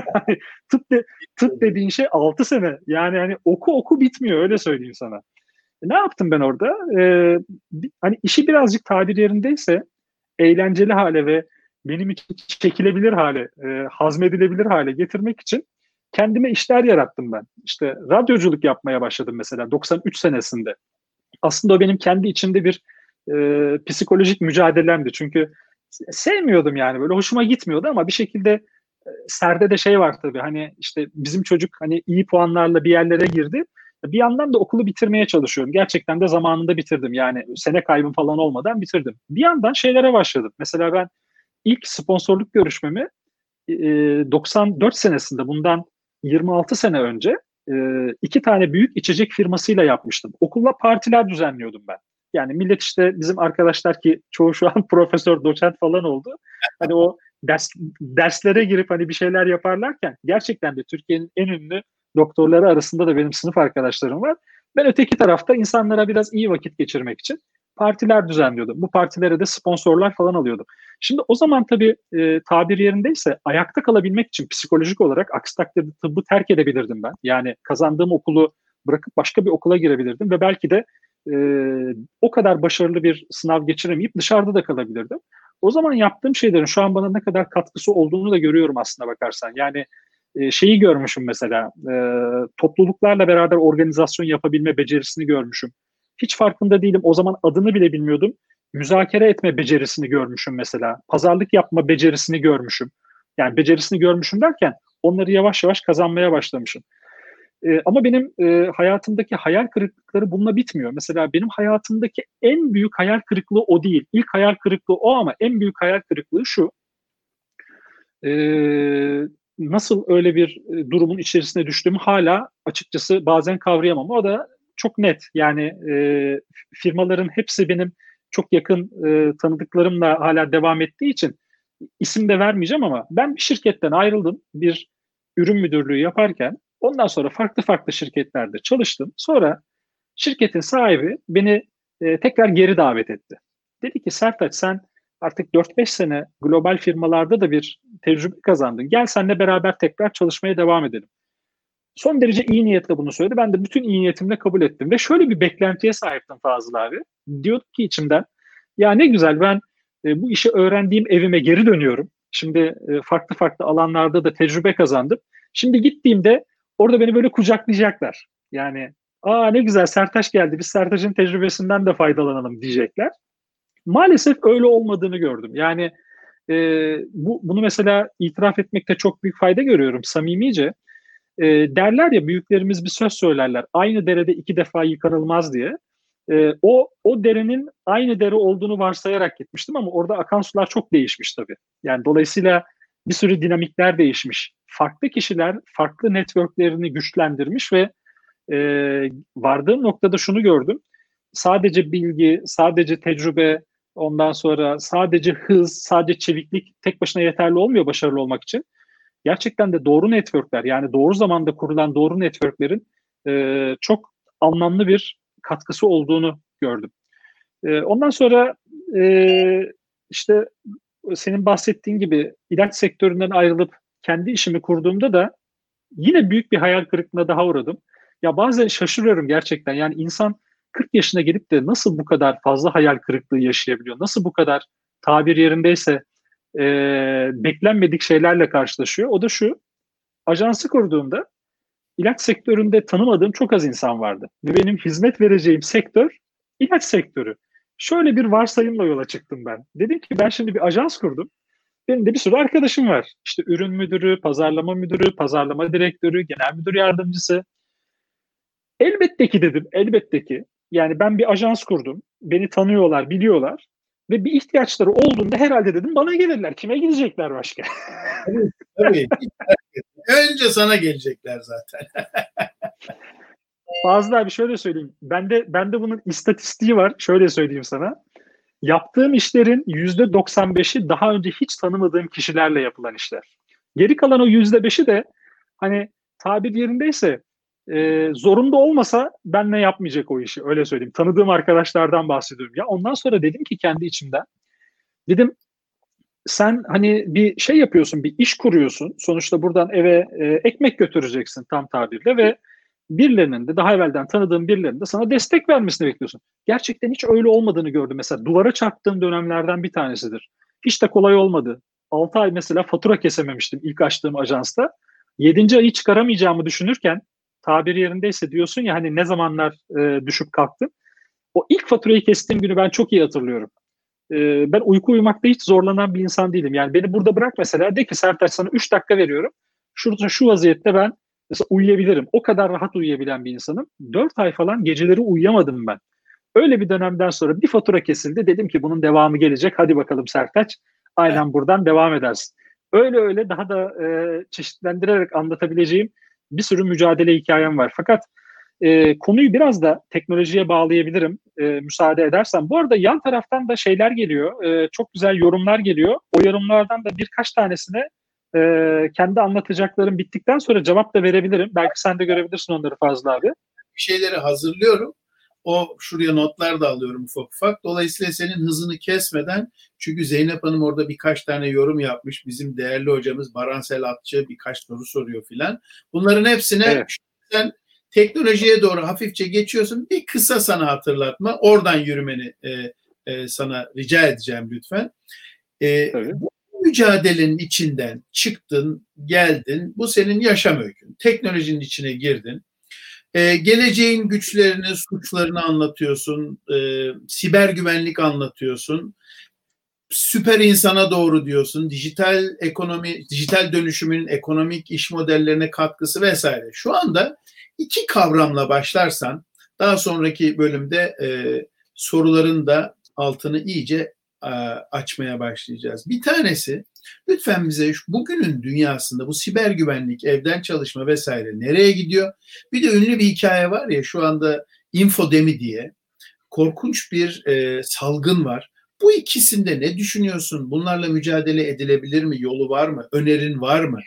tıp, de, tıp dediğin şey altı sene. Yani hani oku oku bitmiyor, öyle söyleyeyim sana. E, ne yaptım ben orada? Ee, hani işi birazcık tabir yerindeyse eğlenceli hale ve benim için çekilebilir hale, e, hazmedilebilir hale getirmek için kendime işler yarattım ben. İşte radyoculuk yapmaya başladım mesela doksan üç senesinde. Aslında o benim kendi içimde bir e, psikolojik mücadelemdi. Çünkü sevmiyordum yani, böyle hoşuma gitmiyordu ama bir şekilde e, serde de şey var tabii, hani işte bizim çocuk hani iyi puanlarla bir yerlere girdi. Bir yandan da okulu bitirmeye çalışıyorum. Gerçekten de zamanında bitirdim. Yani sene kaybım falan olmadan bitirdim. Bir yandan şeylere başladım. Mesela ben ilk sponsorluk görüşmemi e, doksan dört senesinde, bundan yirmi altı sene önce e, iki tane büyük içecek firmasıyla yapmıştım. Okulla partiler düzenliyordum ben. Yani millet işte bizim arkadaşlar ki çoğu şu an profesör, doçent falan oldu. Hani o ders, derslere girip hani bir şeyler yaparlarken gerçekten de Türkiye'nin en ünlü doktorları arasında da benim sınıf arkadaşlarım var. Ben öteki tarafta insanlara biraz iyi vakit geçirmek için partiler düzenliyordum. Bu partilere de sponsorlar falan alıyordum. Şimdi o zaman tabii e, tabir yerindeyse ayakta kalabilmek için psikolojik olarak aksi takdirde tıbbı terk edebilirdim ben. Yani kazandığım okulu bırakıp başka bir okula girebilirdim ve belki de e, o kadar başarılı bir sınav geçiremeyip dışarıda da kalabilirdim. O zaman yaptığım şeylerin şu an bana ne kadar katkısı olduğunu da görüyorum aslına bakarsan. Yani e, şeyi görmüşüm mesela, e, topluluklarla beraber organizasyon yapabilme becerisini görmüşüm. Hiç farkında değilim. O zaman adını bile bilmiyordum. Müzakere etme becerisini görmüşüm mesela. Pazarlık yapma becerisini görmüşüm. Yani becerisini görmüşüm derken onları yavaş yavaş kazanmaya başlamışım. E, ama benim e, hayatımdaki hayal kırıklıkları bununla bitmiyor. Mesela benim hayatımdaki en büyük hayal kırıklığı o değil. İlk hayal kırıklığı o ama en büyük hayal kırıklığı şu. E, nasıl öyle bir e, durumun içerisine düştüğümü hala açıkçası bazen kavrayamam. O da çok net. Yani e, firmaların hepsi benim çok yakın e, tanıdıklarımla hala devam ettiği için isim de vermeyeceğim ama ben bir şirketten ayrıldım. Bir ürün müdürlüğü yaparken ondan sonra farklı farklı şirketlerde çalıştım. Sonra şirketin sahibi beni e, tekrar geri davet etti. Dedi ki Sertaç sen artık dört beş sene global firmalarda da bir tecrübe kazandın. Gel seninle beraber tekrar çalışmaya devam edelim. Son derece iyi niyetle bunu söyledi. Ben de bütün iyi niyetimle kabul ettim. Ve şöyle bir beklentiye sahiptim Fazıl abi. Diyordum ki içimden ya ne güzel ben e, bu işi öğrendiğim evime geri dönüyorum. Şimdi e, farklı farklı alanlarda da tecrübe kazandım. Şimdi gittiğimde orada beni böyle kucaklayacaklar. Yani aa ne güzel Sertaç geldi biz Sertaç'ın tecrübesinden de faydalanalım diyecekler. Maalesef öyle olmadığını gördüm. Yani e, bu bunu mesela itiraf etmekte çok büyük fayda görüyorum samimice. E, derler ya büyüklerimiz bir söz söylerler. Aynı derede iki defa yıkanılmaz diye. E, o o derenin aynı dere olduğunu varsayarak gitmiştim ama orada akan sular çok değişmiş tabii. Yani dolayısıyla bir sürü dinamikler değişmiş. Farklı kişiler farklı networklerini güçlendirmiş ve e, vardığım noktada şunu gördüm. Sadece bilgi, sadece tecrübe, ondan sonra sadece hız, sadece çeviklik tek başına yeterli olmuyor başarılı olmak için. Gerçekten de doğru networkler yani doğru zamanda kurulan doğru networklerin e, çok anlamlı bir katkısı olduğunu gördüm. E, ondan sonra e, işte senin bahsettiğin gibi ilaç sektöründen ayrılıp kendi işimi kurduğumda da yine büyük bir hayal kırıklığına daha uğradım. Ya bazen şaşırıyorum gerçekten. Yani insan kırk yaşına gelip de nasıl bu kadar fazla hayal kırıklığı yaşayabiliyor? Nasıl bu kadar tabir yerindeyse e, beklenmedik şeylerle karşılaşıyor? O da şu, ajansı kurduğumda ilaç sektöründe tanımadığım çok az insan vardı. Ve benim hizmet vereceğim sektör ilaç sektörü. Şöyle bir varsayımla yola çıktım ben. Dedim ki ben şimdi bir ajans kurdum. Benim de bir sürü arkadaşım var. İşte ürün müdürü, pazarlama müdürü, pazarlama direktörü, genel müdür yardımcısı. Elbette ki dedim, elbette ki. Yani ben bir ajans kurdum. Beni tanıyorlar, biliyorlar. Ve bir ihtiyaçları olduğunda herhalde dedim bana gelirler. Kime gidecekler başka? Tabii, tabii. Önce sana gelecekler zaten. Fazla bir şöyle söyleyeyim. Bende, bende bunun istatistiği var. Şöyle söyleyeyim sana. Yaptığım işlerin yüzde doksan beşi daha önce hiç tanımadığım kişilerle yapılan işler. Geri kalan o yüzde beşi de hani tabir yerindeyse e, zorunda olmasa benle yapmayacak o işi. Öyle söyleyeyim. Tanıdığım arkadaşlardan bahsediyorum. Ya ondan sonra dedim ki kendi içimden. Dedim sen hani bir şey yapıyorsun, bir iş kuruyorsun. Sonuçta buradan eve e, ekmek götüreceksin tam tabirle ve birilerinin de daha evvelden tanıdığım birilerinin de sana destek vermesini bekliyorsun. Gerçekten hiç öyle olmadığını gördüm. Mesela duvara çarptığım dönemlerden bir tanesidir. Hiç de kolay olmadı. altı ay mesela fatura kesememiştim ilk açtığım ajansta. yedinci ayı çıkaramayacağımı düşünürken tabir yerindeyse diyorsun ya hani ne zamanlar e, düşüp kalktım. O ilk faturayı kestiğim günü ben çok iyi hatırlıyorum. E, ben uyku uyumakta hiç zorlanan bir insan değilim. Yani beni burada bırak mesela de ki Sertaç sana üç dakika veriyorum. Şurada şu vaziyette ben mesela uyuyabilirim. O kadar rahat uyuyabilen bir insanım. dört ay falan geceleri uyuyamadım ben. Öyle bir dönemden sonra bir fatura kesildi. Dedim ki bunun devamı gelecek. Hadi bakalım Sertaç. Aynen buradan devam edersin. Öyle öyle daha da e, çeşitlendirerek anlatabileceğim bir sürü mücadele hikayem var. Fakat e, konuyu biraz da teknolojiye bağlayabilirim e, müsaade edersen. Bu arada yan taraftan da şeyler geliyor. E, çok güzel yorumlar geliyor. O yorumlardan da birkaç tanesine e, kendi anlatacaklarım bittikten sonra cevap da verebilirim. Belki sen de görebilirsin onları Fazla abi. Bir şeyleri hazırlıyorum. O şuraya notlar da alıyorum ufak ufak. Dolayısıyla senin hızını kesmeden, çünkü Zeynep Hanım orada birkaç tane yorum yapmış. Bizim değerli hocamız Baransel Atçı birkaç soru soruyor filan. Bunların hepsine evet. sen Teknolojiye doğru hafifçe geçiyorsun. Bir kısa sana hatırlatma. Oradan yürümeni e, e, sana rica edeceğim lütfen. E, bu mücadelenin içinden çıktın, geldin. Bu senin yaşam öykün. Teknolojinin içine girdin. E, geleceğin güçlerini, suçlarını anlatıyorsun. E, siber güvenlik anlatıyorsun. Süper insana doğru diyorsun. Dijital ekonomi, dijital dönüşümün ekonomik iş modellerine katkısı vesaire. Şu anda iki kavramla başlarsan daha sonraki bölümde e, soruların da altını iyice e, açmaya başlayacağız. Bir tanesi, lütfen bize şu, bugünün dünyasında bu siber güvenlik, evden çalışma vesaire nereye gidiyor? Bir de ünlü bir hikaye var ya, şu anda infodemi diye korkunç bir e, salgın var. Bu ikisinde ne düşünüyorsun? Bunlarla mücadele edilebilir mi? Yolu var mı? Önerin var mı?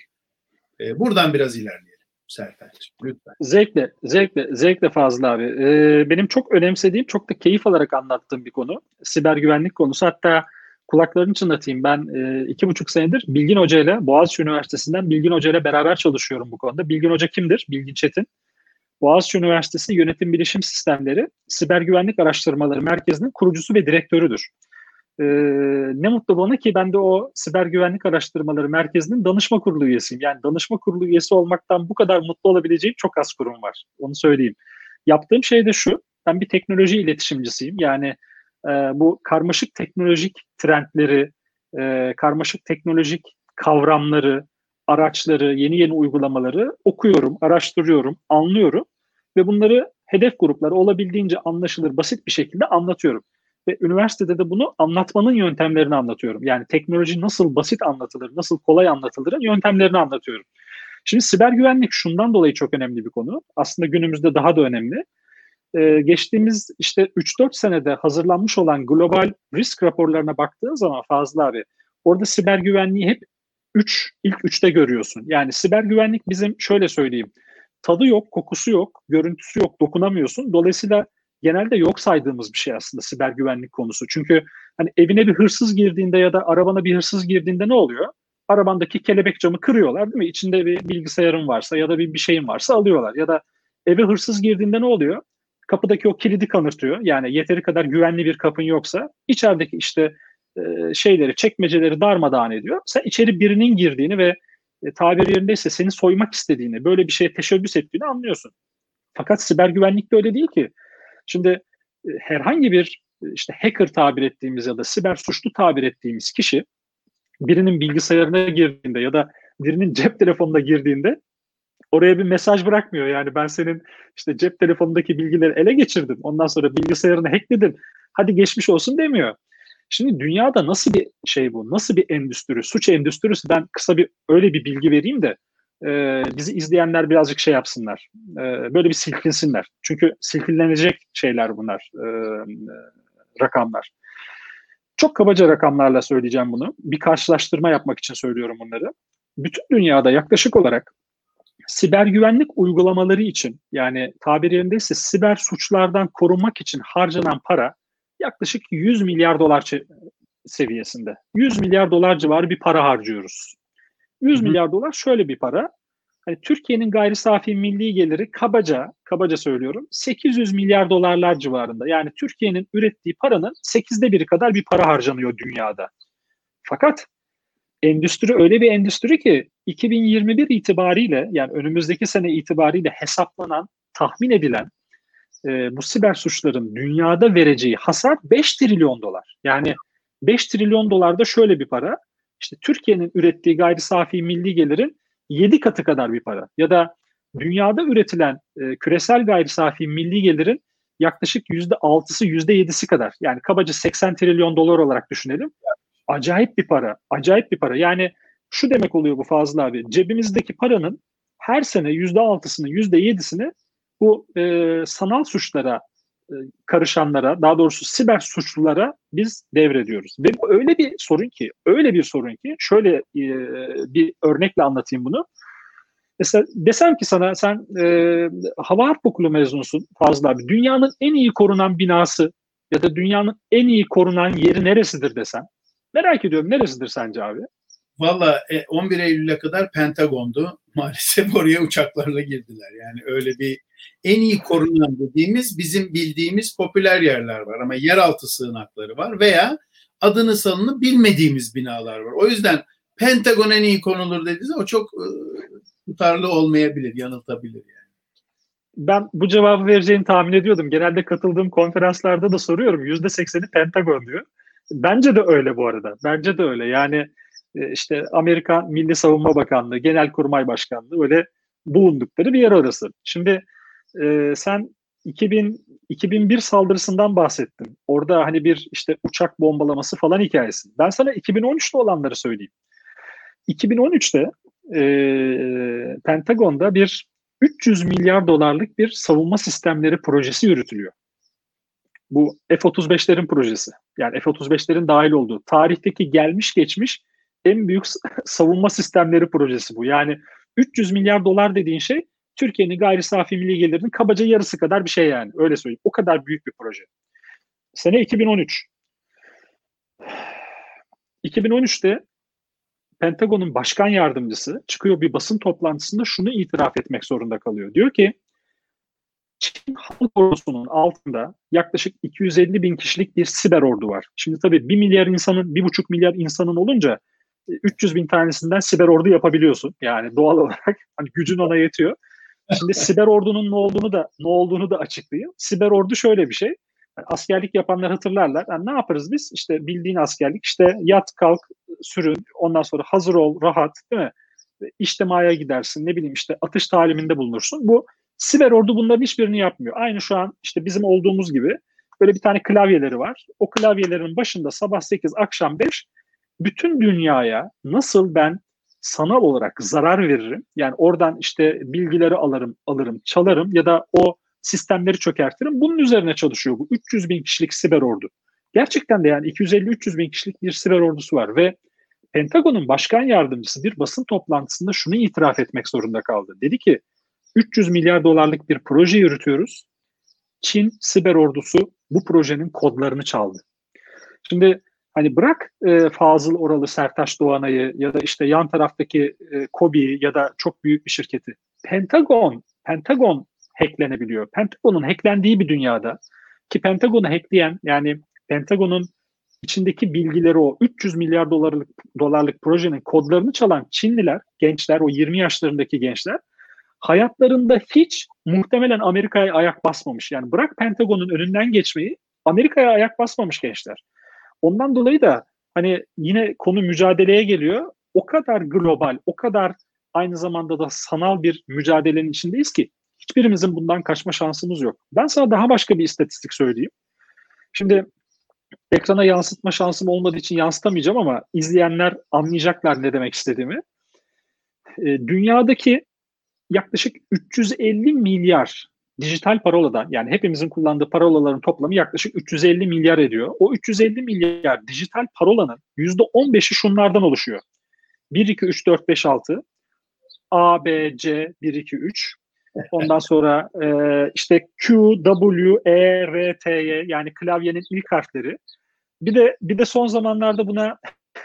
E, buradan biraz ilerleyelim Sertaç'cığım, lütfen. Zevkle, zevkle, zevkle Fazıl abi. Ee, benim çok önemsediğim, çok da keyif alarak anlattığım bir konu. Siber güvenlik konusu. Hatta kulaklarını çınlatayım. Ben e, iki buçuk senedir Bilgin Hoca ile, Boğaziçi Üniversitesi'nden Bilgin Hoca ile beraber çalışıyorum bu konuda. Bilgin Hoca kimdir? Bilgin Çetin. Boğaziçi Üniversitesi Yönetim Bilişim Sistemleri Siber Güvenlik Araştırmaları Merkezi'nin kurucusu ve direktörüdür. Ee, ne mutlu bana ki ben de o Siber Güvenlik Araştırmaları Merkezi'nin danışma kurulu üyesiyim. Yani danışma kurulu üyesi olmaktan bu kadar mutlu olabileceğim çok az kurum var. Onu söyleyeyim. Yaptığım şey de şu. Ben bir teknoloji iletişimcisiyim. Yani e, bu karmaşık teknolojik trendleri, e, karmaşık teknolojik kavramları, araçları, yeni yeni uygulamaları okuyorum, araştırıyorum, anlıyorum ve bunları hedef gruplara olabildiğince anlaşılır, basit bir şekilde anlatıyorum. Ve üniversitede de bunu anlatmanın yöntemlerini anlatıyorum. Yani teknoloji nasıl basit anlatılır, nasıl kolay anlatılırın yöntemlerini anlatıyorum. Şimdi siber güvenlik şundan dolayı çok önemli bir konu. Aslında günümüzde daha da önemli. Ee, geçtiğimiz işte üç dört senede hazırlanmış olan global risk raporlarına baktığın zaman Fazıl abi, orada siber güvenliği hep üç, ilk üçte görüyorsun. Yani siber güvenlik bizim, şöyle söyleyeyim, tadı yok, kokusu yok, görüntüsü yok, dokunamıyorsun. Dolayısıyla genelde yok saydığımız bir şey aslında siber güvenlik konusu. Çünkü hani evine bir hırsız girdiğinde ya da arabana bir hırsız girdiğinde ne oluyor? Arabandaki kelebek camı kırıyorlar, değil mi? İçinde bir bilgisayarın varsa ya da bir bir şeyin varsa alıyorlar. Ya da eve hırsız girdiğinde ne oluyor? Kapıdaki o kilidi kanırtıyor. Yani yeteri kadar güvenli bir kapın yoksa içerideki işte e, şeyleri, çekmeceleri darmadağın ediyor. Sen içeri birinin girdiğini ve e, tabiri yerindeyse seni soymak istediğini, böyle bir şeye teşebbüs ettiğini anlıyorsun. Fakat siber güvenlik de öyle değil ki. Şimdi e, herhangi bir e, işte hacker tabir ettiğimiz ya da siber suçlu tabir ettiğimiz kişi birinin bilgisayarına girdiğinde ya da birinin cep telefonuna girdiğinde oraya bir mesaj bırakmıyor. Yani ben senin işte cep telefonundaki bilgileri ele geçirdim. Ondan sonra bilgisayarını hackledim. Hadi geçmiş olsun demiyor. Şimdi dünyada nasıl bir şey bu? Nasıl bir endüstri? Suç endüstrisi. Ben kısa bir öyle bir bilgi vereyim de e, bizi izleyenler birazcık şey yapsınlar. E, böyle bir silkinsinler. Çünkü silkinlenecek şeyler bunlar. E, rakamlar. Çok kabaca rakamlarla söyleyeceğim bunu. Bir karşılaştırma yapmak için söylüyorum bunları. Bütün dünyada yaklaşık olarak siber güvenlik uygulamaları için, yani tabir yerindeyse siber suçlardan korunmak için harcanan para yaklaşık yüz milyar dolar seviyesinde. yüz milyar dolar civarı bir para harcıyoruz. yüz Hı-hı. milyar dolar şöyle bir para. Hani Türkiye'nin gayri safi milli geliri kabaca, kabaca söylüyorum, sekiz yüz milyar dolarlar civarında. Yani Türkiye'nin ürettiği paranın sekizde biri kadar bir para harcanıyor dünyada. Fakat endüstri öyle bir endüstri ki iki bin yirmi bir itibariyle, yani önümüzdeki sene itibariyle hesaplanan, tahmin edilen e, bu siber suçların dünyada vereceği hasar beş trilyon dolar. Yani beş trilyon dolar da şöyle bir para. İşte Türkiye'nin ürettiği gayri safi milli gelirin yedi katı kadar bir para. Ya da dünyada üretilen e, küresel gayri safi milli gelirin yaklaşık yüzde altısı, yüzde yedisi kadar. Yani kabaca seksen trilyon dolar olarak düşünelim. Acayip bir para, acayip bir para. Yani şu demek oluyor bu Fazıl abi, cebimizdeki paranın her sene yüzde altısını, yüzde yedisini bu e, sanal suçlara e, karışanlara, daha doğrusu siber suçlulara biz devrediyoruz. Ve bu öyle bir sorun ki, öyle bir sorun ki, şöyle e, bir örnekle anlatayım bunu. Mesela desem ki sana, sen e, hava harp okulu mezunusun Fazıl abi, dünyanın en iyi korunan binası ya da dünyanın en iyi korunan yeri neresidir desem, merak ediyorum, neresidir sence abi? Valla on bir Eylül'e kadar Pentagon'du. Maalesef oraya uçaklarla girdiler. Yani öyle bir En iyi korunan dediğimiz bizim bildiğimiz popüler yerler var ama yeraltı sığınakları var veya adını sanını bilmediğimiz binalar var. O yüzden Pentagon en iyi konulur dediğinizde o çok e, tutarlı olmayabilir, yanıltabilir yani. Ben bu cevabı vereceğini tahmin ediyordum. Genelde katıldığım konferanslarda da soruyorum. yüzde sekseni Pentagon diyor. Bence de öyle bu arada. Bence de öyle. Yani işte Amerikan Milli Savunma Bakanlığı, Genelkurmay Başkanlığı öyle bulundukları bir yer orası. Şimdi e, sen iki bin, iki bin bir saldırısından bahsettin. Orada hani bir işte uçak bombalaması falan hikayesi. Ben sana iki bin on üçte olanları söyleyeyim. iki bin on üçte e, Pentagon'da bir üç yüz milyar dolarlık bir savunma sistemleri projesi yürütülüyor. Bu F otuz beşlerin projesi. Yani F otuz beşlerin dahil olduğu tarihteki gelmiş geçmiş en büyük savunma sistemleri projesi bu. Yani üç yüz milyar dolar dediğin şey Türkiye'nin gayri safi milli gelirinin kabaca yarısı kadar bir şey yani. Öyle söyleyeyim. O kadar büyük bir proje. Sene iki bin on üç. iki bin on üçte Pentagon'un başkan yardımcısı çıkıyor bir basın toplantısında şunu itiraf etmek zorunda kalıyor. Diyor ki Çin Halk Ordusu'nun altında yaklaşık iki yüz elli bin kişilik bir siber ordu var. Şimdi tabii bir milyar insanın, bir buçuk milyar insanın olunca üç yüz bin tanesinden siber ordu yapabiliyorsun. Yani doğal olarak hani gücün ona yetiyor. Şimdi siber ordunun ne olduğunu da ne olduğunu da açıklayayım. Siber ordu şöyle bir şey. Yani askerlik yapanlar hatırlarlar. Yani ne yaparız biz? İşte bildiğin askerlik işte yat kalk sürün ondan sonra hazır ol rahat değil mi? İçtimaya gidersin ne bileyim işte atış taliminde bulunursun. Bu siber ordu bunların hiçbirini yapmıyor. Aynı şu an işte bizim olduğumuz gibi böyle bir tane klavyeleri var. O klavyelerin başında sabah sekiz akşam beş bütün dünyaya nasıl ben sanal olarak zarar veririm. Yani oradan işte bilgileri alırım, alırım, çalarım ya da o sistemleri çökertirim. Bunun üzerine çalışıyor bu üç yüz bin kişilik siber ordu. Gerçekten de yani iki yüz elli üç yüz bin kişilik bir siber ordusu var ve Pentagon'un başkan yardımcısı bir basın toplantısında şunu itiraf etmek zorunda kaldı. Dedi ki üç yüz milyar dolarlık bir proje yürütüyoruz. Çin siber ordusu bu projenin kodlarını çaldı. Şimdi hani bırak e, Fazıl Oralı, Sertaç Doğanay'ı ya da işte yan taraftaki e, KOBİ'yi ya da çok büyük bir şirketi. Pentagon, Pentagon hacklenebiliyor. Pentagon'un hacklendiği bir dünyada ki Pentagon'u hackleyen yani Pentagon'un içindeki bilgileri o üç yüz milyar dolarlık dolarlık projenin kodlarını çalan Çinliler, gençler, o yirmi yaşlarındaki gençler hayatlarında hiç muhtemelen Amerika'ya ayak basmamış. Yani bırak Pentagon'un önünden geçmeyi, Amerika'ya ayak basmamış gençler. Ondan dolayı da hani yine konu mücadeleye geliyor. O kadar global, o kadar aynı zamanda da sanal bir mücadelenin içindeyiz ki hiçbirimizin bundan kaçma şansımız yok. Ben sana daha başka bir istatistik söyleyeyim. Şimdi ekrana yansıtma şansım olmadığı için yansıtamayacağım ama izleyenler anlayacaklar ne demek istediğimi. E, dünyadaki yaklaşık üç yüz elli milyar dijital paroladan yani hepimizin kullandığı parolaların toplamı yaklaşık üç yüz elli milyar ediyor. O üç yüz elli milyar dijital parolanın yüzde on beşi şunlardan oluşuyor. bir, iki, üç, dört, beş, altı A, B, C, bir, iki, üç ondan sonra e, işte Q, W, E, R, T, Y yani klavyenin ilk harfleri. Bir de bir de son zamanlarda buna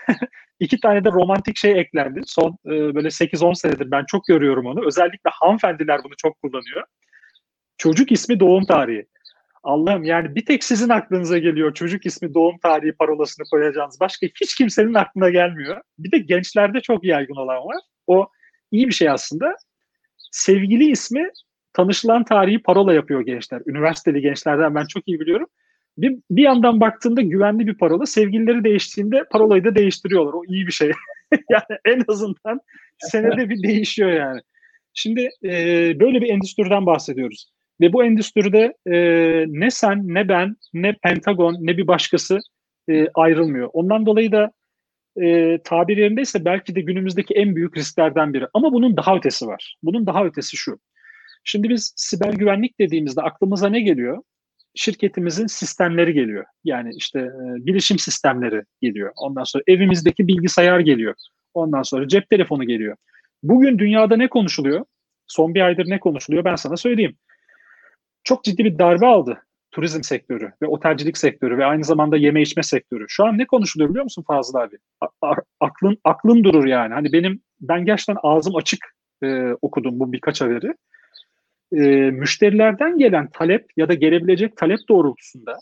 iki tane de romantik şey eklendi. Son e, böyle sekiz on senedir ben çok görüyorum onu. Özellikle hanımefendiler bunu çok kullanıyor. Çocuk ismi doğum tarihi. Allah'ım yani bir tek sizin aklınıza geliyor çocuk ismi doğum tarihi parolasını koyacağınız. Başka hiç kimsenin aklına gelmiyor. Bir de gençlerde çok yaygın olan var. O iyi bir şey aslında. Sevgili ismi tanışılan tarihi parola yapıyor gençler. Üniversiteli gençlerden ben çok iyi biliyorum. Bir, bir yandan baktığında güvenli bir parola. Sevgilileri değiştiğinde parolayı da değiştiriyorlar. O iyi bir şey. Yani en azından senede bir değişiyor yani. Şimdi e, böyle bir endüstriden bahsediyoruz. Ve bu endüstride e, ne sen, ne ben, ne Pentagon, ne bir başkası e, ayrılmıyor. Ondan dolayı da e, tabir yerindeyse belki de günümüzdeki en büyük risklerden biri. Ama bunun daha ötesi var. Bunun daha ötesi şu. Şimdi biz siber güvenlik dediğimizde aklımıza ne geliyor? Şirketimizin sistemleri geliyor. Yani işte e, bilişim sistemleri geliyor. Ondan sonra evimizdeki bilgisayar geliyor. Ondan sonra cep telefonu geliyor. Bugün dünyada ne konuşuluyor? Son bir aydır ne konuşuluyor? Ben sana söyleyeyim. Çok ciddi bir darbe aldı turizm sektörü ve otelcilik sektörü ve aynı zamanda yeme içme sektörü. Şu an ne konuşuluyor biliyor musun Fazıl abi? A- a- aklın aklın durur yani. Hani benim ben gerçekten ağzım açık e, okudum bu birkaç haberi. e, müşterilerden gelen talep ya da gelebilecek talep doğrultusunda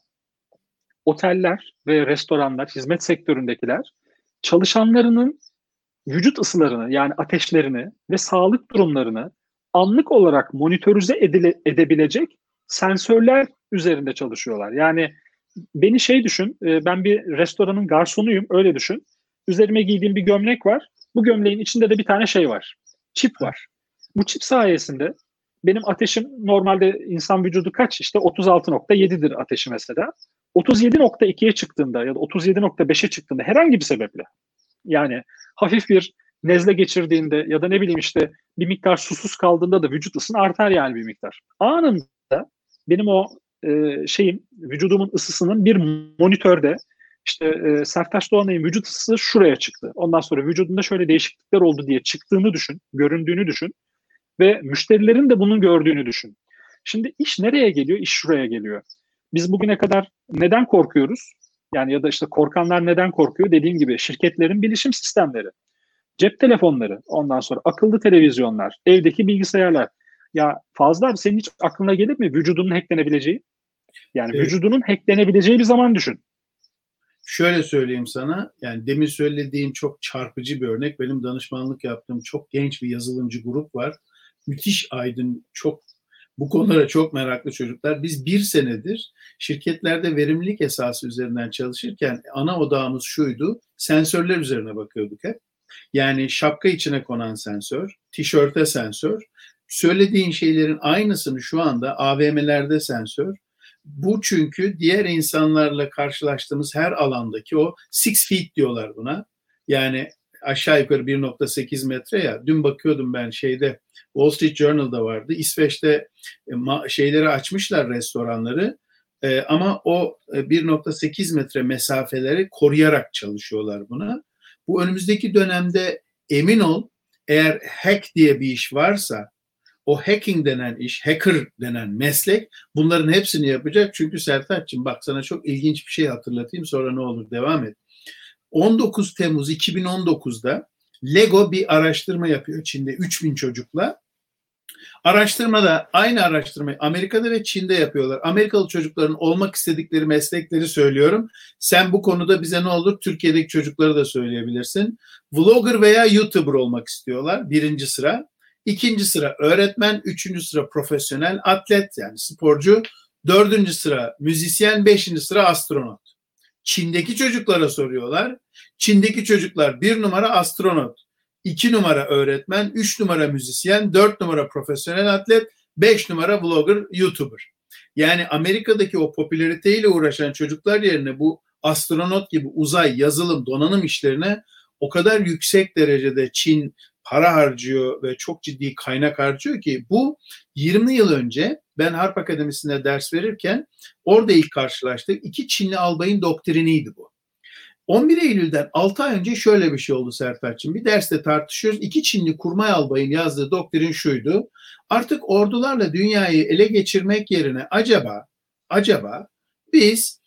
oteller ve restoranlar, hizmet sektöründekiler çalışanlarının vücut ısılarını yani ateşlerini ve sağlık durumlarını anlık olarak monitörize edile, edebilecek sensörler üzerinde çalışıyorlar. Yani beni şey düşün, ben bir restoranın garsonuyum, öyle düşün. Üzerime giydiğim bir gömlek var. Bu gömleğin içinde de bir tane şey var. Çip var. Bu çip sayesinde benim ateşim normalde insan vücudu kaç? İşte otuz altı nokta yedidir ateşi mesela. otuz yedi nokta ikiye çıktığında ya da otuz yedi nokta beşe çıktığında herhangi bir sebeple yani hafif bir nezle geçirdiğinde ya da ne bileyim işte bir miktar susuz kaldığında da vücut ısın artar yani bir miktar. Anında benim o e, şeyim vücudumun ısısının bir monitörde işte e, Sertaç Doğanay'ın vücut ısısı şuraya çıktı. Ondan sonra vücudunda şöyle değişiklikler oldu diye çıktığını düşün, göründüğünü düşün ve müşterilerin de bunun gördüğünü düşün. Şimdi iş nereye geliyor? İş şuraya geliyor. Biz bugüne kadar neden korkuyoruz? Yani ya da işte korkanlar neden korkuyor? Dediğim gibi şirketlerin bilişim sistemleri, cep telefonları, ondan sonra akıllı televizyonlar, evdeki bilgisayarlar. Ya Fazla abi senin hiç aklına gelir mi vücudunun hacklenebileceği? Yani evet. Vücudunun hacklenebileceği bir zaman düşün. Şöyle söyleyeyim sana, yani demin söylediğim çok çarpıcı bir örnek. Benim danışmanlık yaptığım çok genç bir yazılımcı grup var. Müthiş aydın, çok bu konulara çok meraklı çocuklar. Biz bir senedir şirketlerde verimlilik esası üzerinden çalışırken ana odağımız şuydu, sensörler üzerine bakıyorduk hep. Yani şapka içine konan sensör, tişörte sensör, söylediğin şeylerin aynısını şu anda A V M'lerde sensör. Bu çünkü diğer insanlarla karşılaştığımız her alandaki o six feet diyorlar buna. Yani aşağı yukarı bir nokta sekiz metre ya. Dün bakıyordum ben şeyde, Wall Street Journal'da vardı. İsveç'te şeyleri açmışlar, restoranları. Ee, ama o bir nokta sekiz metre mesafeleri koruyarak çalışıyorlar buna. Bu önümüzdeki dönemde emin ol, eğer hack diye bir iş varsa, o hacking denen iş, hacker denen meslek bunların hepsini yapacak. Çünkü Sertaç'cığım bak sana çok ilginç bir şey hatırlatayım, sonra ne olur devam et. on dokuz Temmuz iki bin on dokuzda Lego bir araştırma yapıyor Çin'de üç bin çocukla. Araştırmada aynı araştırmayı Amerika'da ve Çin'de yapıyorlar. Amerikalı çocukların olmak istedikleri meslekleri söylüyorum. Sen bu konuda bize ne olur Türkiye'deki çocukları da söyleyebilirsin. Vlogger veya YouTuber olmak istiyorlar birinci sıra. İkinci sıra öğretmen, üçüncü sıra profesyonel atlet yani sporcu, dördüncü sıra müzisyen, beşinci sıra astronot. Çin'deki çocuklara soruyorlar. Çin'deki çocuklar bir numara astronot, iki numara öğretmen, üç numara müzisyen, dört numara profesyonel atlet, beş numara vlogger, YouTuber. Yani Amerika'daki o popülariteyle uğraşan çocuklar yerine bu astronot gibi uzay, yazılım, donanım işlerine o kadar yüksek derecede Çin para harcıyor ve çok ciddi kaynak harcıyor ki bu yirmi yıl önce ben Harp Akademisi'nde ders verirken orada ilk karşılaştık. İki Çinli albayın doktriniydi bu. on bir Eylül'den altı ay önce şöyle bir şey oldu Sertaç'cığım. Bir derste tartışıyoruz. İki Çinli kurmay albayın yazdığı doktrin şuydu. Artık ordularla dünyayı ele geçirmek yerine acaba acaba biz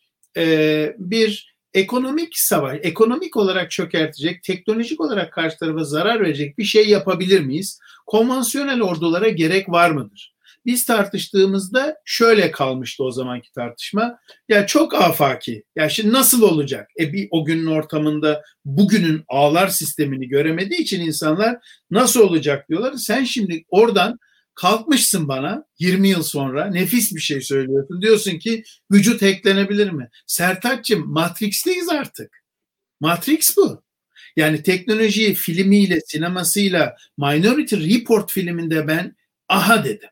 e, bir ekonomik savaş, ekonomik olarak çökertecek, teknolojik olarak karşı tarafa zarar verecek bir şey yapabilir miyiz? Konvansiyonel ordulara gerek var mıdır? Biz tartıştığımızda şöyle kalmıştı o zamanki tartışma. Ya çok afaki. Ya şimdi nasıl olacak? E bir o günün ortamında bugünün ağlar sistemini göremediği için insanlar nasıl olacak diyorlar. Sen şimdi oradan kalkmışsın bana yirmi yıl sonra nefis bir şey söylüyorsun. Diyorsun ki vücut hacklenebilir mi? Sertaç'cığım Matrix'teyiz artık. Matrix bu. Yani teknolojiyi filmiyle, sinemasıyla Minority Report filminde ben aha dedim.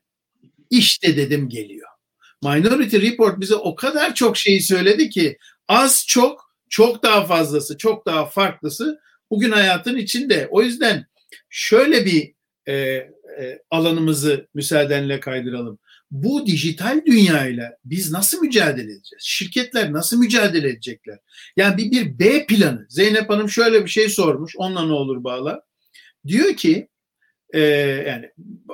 İşte dedim geliyor. Minority Report bize o kadar çok şeyi söyledi ki az çok, çok daha fazlası, çok daha farklısı bugün hayatın içinde. O yüzden şöyle bir e, e, alanımızı müsaadenle kaydıralım. Bu dijital dünyayla biz nasıl mücadele edeceğiz? Şirketler nasıl mücadele edecekler? Yani bir, bir B planı. Zeynep Hanım şöyle bir şey sormuş. Onunla ne olur bağla. Diyor ki e, yani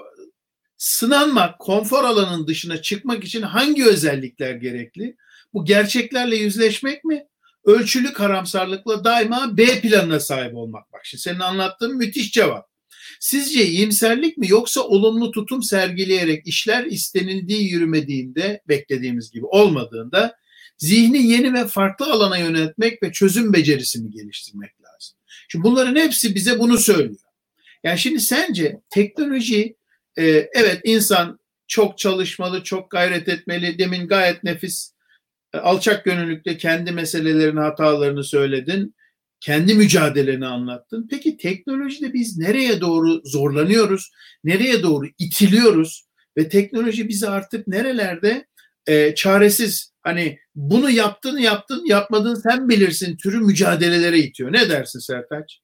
sınanmak, konfor alanının dışına çıkmak için hangi özellikler gerekli? Bu gerçeklerle yüzleşmek mi? Ölçülü karamsarlıkla daima B planına sahip olmak. Bak şimdi senin anlattığın müthiş cevap. Sizce iyimserlik mi yoksa olumlu tutum sergileyerek işler istenildiği yürümediğinde, beklediğimiz gibi olmadığında zihni yeni ve farklı alana yöneltmek ve çözüm becerisini geliştirmek lazım. Şimdi bunların hepsi bize bunu söylüyor. Yani şimdi sence teknoloji, e, evet insan çok çalışmalı, çok gayret etmeli. Demin gayet nefis, e, alçak gönüllükle kendi meselelerini, hatalarını söyledin. Kendi mücadeleni anlattın. Peki teknolojide biz nereye doğru zorlanıyoruz? Nereye doğru itiliyoruz? Ve teknoloji bizi artık nerelerde e, çaresiz, hani bunu yaptın yaptın yapmadın sen bilirsin türü mücadelelere itiyor. Ne dersin Sertaç?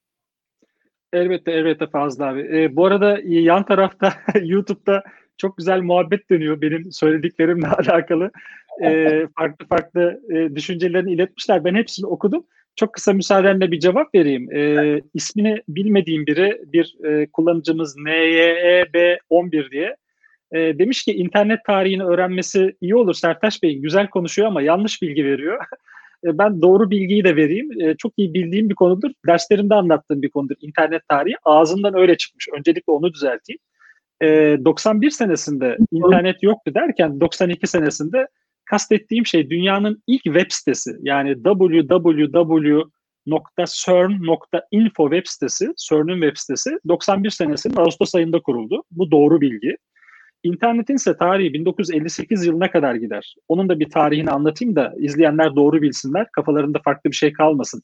Elbette elbette Fazıl abi. E, bu arada yan tarafta YouTube'da çok güzel muhabbet dönüyor benim söylediklerimle alakalı. E, farklı farklı e, düşüncelerini iletmişler. Ben hepsini okudum. Çok kısa müsaadenle bir cevap vereyim. E, ismini bilmediğim biri, bir e, kullanıcımız N Y E B on bir diye e, demiş ki internet tarihini öğrenmesi iyi olur Sertaç Bey. Güzel konuşuyor ama yanlış bilgi veriyor. E, ben doğru bilgiyi de vereyim. E, çok iyi bildiğim bir konudur. Derslerimde anlattığım bir konudur. İnternet tarihi ağzından öyle çıkmış. Öncelikle onu düzelteyim. E, doksan bir senesinde internet yoktu derken doksan iki senesinde kastettiğim şey dünyanın ilk web sitesi, yani double-u double-u double-u nokta cern nokta info web sitesi, CERN'ün web sitesi doksan bir senesinin Ağustos ayında kuruldu. Bu doğru bilgi. İnternetin ise tarihi bin dokuz yüz elli sekiz yılına kadar gider. Onun da bir tarihini anlatayım da izleyenler doğru bilsinler, kafalarında farklı bir şey kalmasın.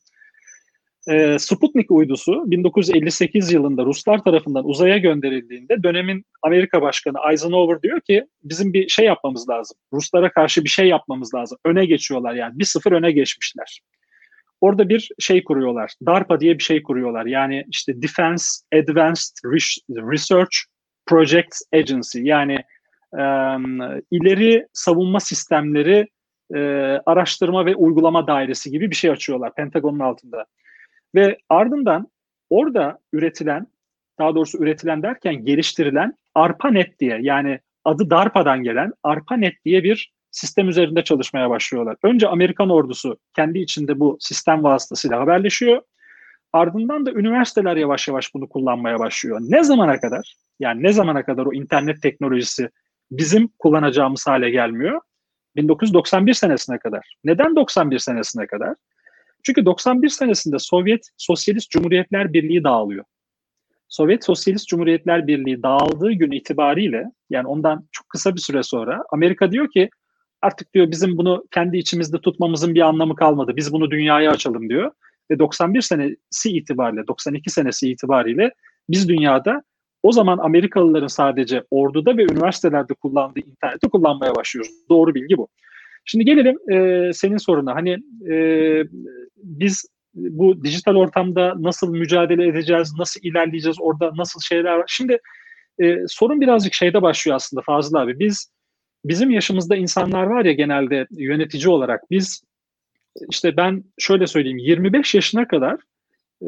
E, Sputnik uydusu bin dokuz yüz elli sekiz yılında Ruslar tarafından uzaya gönderildiğinde dönemin Amerika Başkanı Eisenhower diyor ki bizim bir şey yapmamız lazım. Ruslara karşı bir şey yapmamız lazım. Öne geçiyorlar yani. bir sıfır öne geçmişler. Orada bir şey kuruyorlar. DARPA diye bir şey kuruyorlar. Yani işte Defense Advanced Research Projects Agency. Yani e, ileri savunma sistemleri e, araştırma ve uygulama dairesi gibi bir şey açıyorlar Pentagon'un altında. Ve ardından orada üretilen, daha doğrusu üretilen derken geliştirilen ARPANET diye, yani adı DARPA'dan gelen ARPANET diye bir sistem üzerinde çalışmaya başlıyorlar. Önce Amerikan ordusu kendi içinde bu sistem vasıtasıyla haberleşiyor. Ardından da üniversiteler yavaş yavaş bunu kullanmaya başlıyor. Ne zamana kadar? Yani ne zamana kadar o internet teknolojisi bizim kullanacağımız hale gelmiyor? bin dokuz yüz doksan bir senesine kadar. Neden doksan bir senesine kadar? Çünkü doksan bir senesinde Sovyet Sosyalist Cumhuriyetler Birliği dağılıyor. Sovyet Sosyalist Cumhuriyetler Birliği dağıldığı gün itibariyle, yani ondan çok kısa bir süre sonra Amerika diyor ki artık diyor bizim bunu kendi içimizde tutmamızın bir anlamı kalmadı. Biz bunu dünyaya açalım diyor. Ve doksan bir senesi itibariyle, doksan iki senesi itibariyle biz dünyada o zaman Amerikalıların sadece orduda ve üniversitelerde kullandığı interneti kullanmaya başlıyoruz. Doğru bilgi bu. Şimdi gelelim e, senin soruna. Hani e, biz bu dijital ortamda nasıl mücadele edeceğiz, nasıl ilerleyeceğiz, orada nasıl şeyler var. Şimdi e, sorun birazcık şeyde başlıyor aslında Fazıl abi. Biz bizim yaşımızda insanlar var ya, genelde yönetici olarak biz işte ben şöyle söyleyeyim, yirmi beş yaşına kadar e,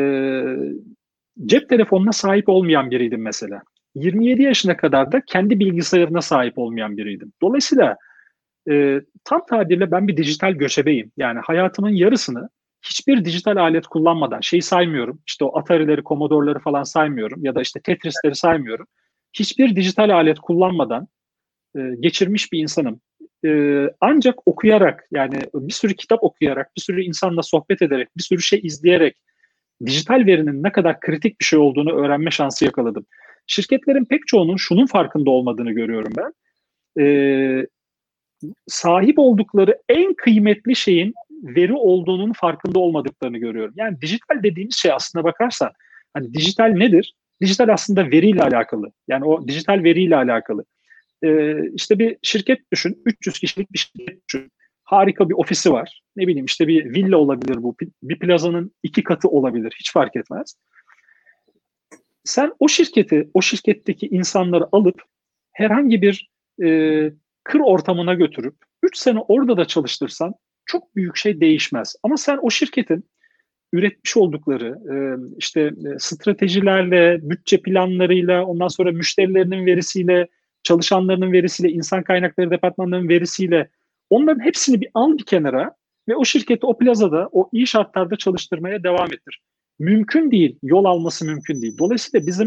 cep telefonuna sahip olmayan biriydim mesela. yirmi yedi yaşına kadar da kendi bilgisayarına sahip olmayan biriydim. Dolayısıyla e, tam tabirle ben bir dijital göçebeyim. Yani hayatımın yarısını hiçbir dijital alet kullanmadan, şeyi saymıyorum, işte o Atari'leri, Commodore'ları falan saymıyorum ya da işte Tetris'leri saymıyorum. Hiçbir dijital alet kullanmadan e, geçirmiş bir insanım. E, ancak okuyarak, yani bir sürü kitap okuyarak, bir sürü insanla sohbet ederek, bir sürü şey izleyerek dijital verinin ne kadar kritik bir şey olduğunu öğrenme şansı yakaladım. Şirketlerin pek çoğunun şunun farkında olmadığını görüyorum ben. E, sahip oldukları en kıymetli şeyin veri olduğunun farkında olmadıklarını görüyorum. Yani dijital dediğimiz şey aslına bakarsan, hani dijital nedir? Dijital aslında veriyle alakalı. Yani o dijital veriyle alakalı. Ee, işte bir şirket düşün, üç yüz kişilik bir şirket düşün. Harika bir ofisi var. Ne bileyim işte bir villa olabilir bu. Bir plazanın iki katı olabilir. Hiç fark etmez. Sen o şirketi, o şirketteki insanları alıp herhangi bir e, kır ortamına götürüp üç sene orada da çalıştırsan çok büyük şey değişmez. Ama sen o şirketin üretmiş oldukları e, işte e, stratejilerle, bütçe planlarıyla, ondan sonra müşterilerinin verisiyle, çalışanlarının verisiyle, insan kaynakları departmanlarının verisiyle onların hepsini bir al bir kenara ve o şirketi o plazada, o iyi şartlarda çalıştırmaya devam ettir. Mümkün değil, yol alması mümkün değil. Dolayısıyla bizim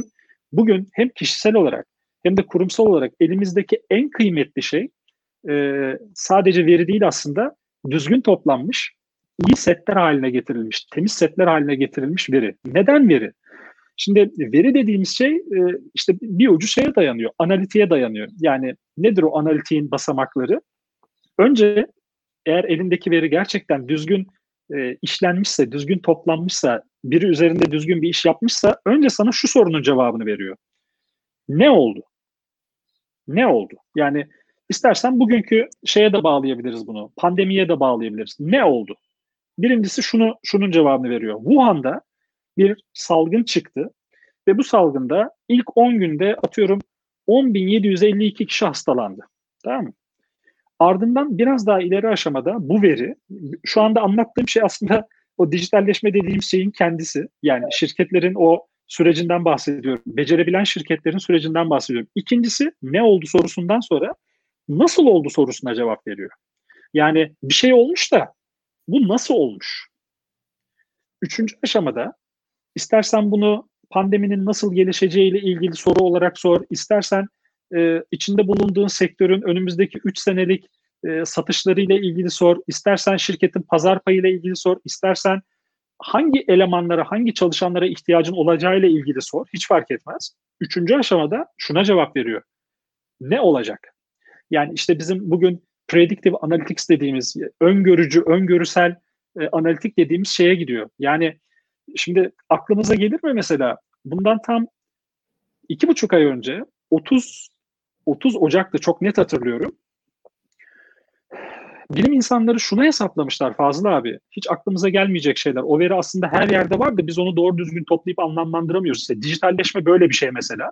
bugün hem kişisel olarak hem de kurumsal olarak elimizdeki en kıymetli şey e, sadece veri değil aslında, düzgün toplanmış, iyi setler haline getirilmiş, temiz setler haline getirilmiş veri. Neden veri? Şimdi veri dediğimiz şey e, işte bir ucu şeye dayanıyor, analitiğe dayanıyor. Yani nedir o analitiğin basamakları? Önce eğer elindeki veri gerçekten düzgün e, işlenmişse, düzgün toplanmışsa, biri üzerinde düzgün bir iş yapmışsa önce sana şu sorunun cevabını veriyor. Ne oldu? Ne oldu? Yani istersen bugünkü şeye de bağlayabiliriz bunu. Pandemiye de bağlayabiliriz. Ne oldu? Birincisi şunu şunun cevabını veriyor. Wuhan'da bir salgın çıktı ve bu salgında ilk on günde atıyorum on bin yedi yüz elli iki kişi hastalandı. Tamam mı? Ardından biraz daha ileri aşamada bu veri, şu anda anlattığım şey aslında o dijitalleşme dediğim şeyin kendisi. Yani şirketlerin o sürecinden bahsediyorum. Becerebilen şirketlerin sürecinden bahsediyorum. İkincisi ne oldu sorusundan sonra nasıl oldu sorusuna cevap veriyor. Yani bir şey olmuş da bu nasıl olmuş? Üçüncü aşamada istersen bunu pandeminin nasıl gelişeceğiyle ilgili soru olarak sor, istersen e, içinde bulunduğun sektörün önümüzdeki üç senelik e, satışlarıyla ilgili sor, istersen şirketin pazar payıyla ilgili sor, istersen hangi elemanlara, hangi çalışanlara ihtiyacın olacağıyla ilgili sor, hiç fark etmez. Üçüncü aşamada şuna cevap veriyor. Ne olacak? Yani işte bizim bugün predictive analytics dediğimiz, öngörücü, öngörüsel e, analitik dediğimiz şeye gidiyor. Yani şimdi aklımıza gelir mi mesela bundan tam iki buçuk ay önce otuz otuz Ocak'ta çok net hatırlıyorum. Bilim insanları şunu hesaplamışlar Fazıl abi. Hiç aklımıza gelmeyecek şeyler. O veri aslında her yerde var da biz onu doğru düzgün toplayıp anlamlandıramıyoruz. İşte dijitalleşme böyle bir şey mesela.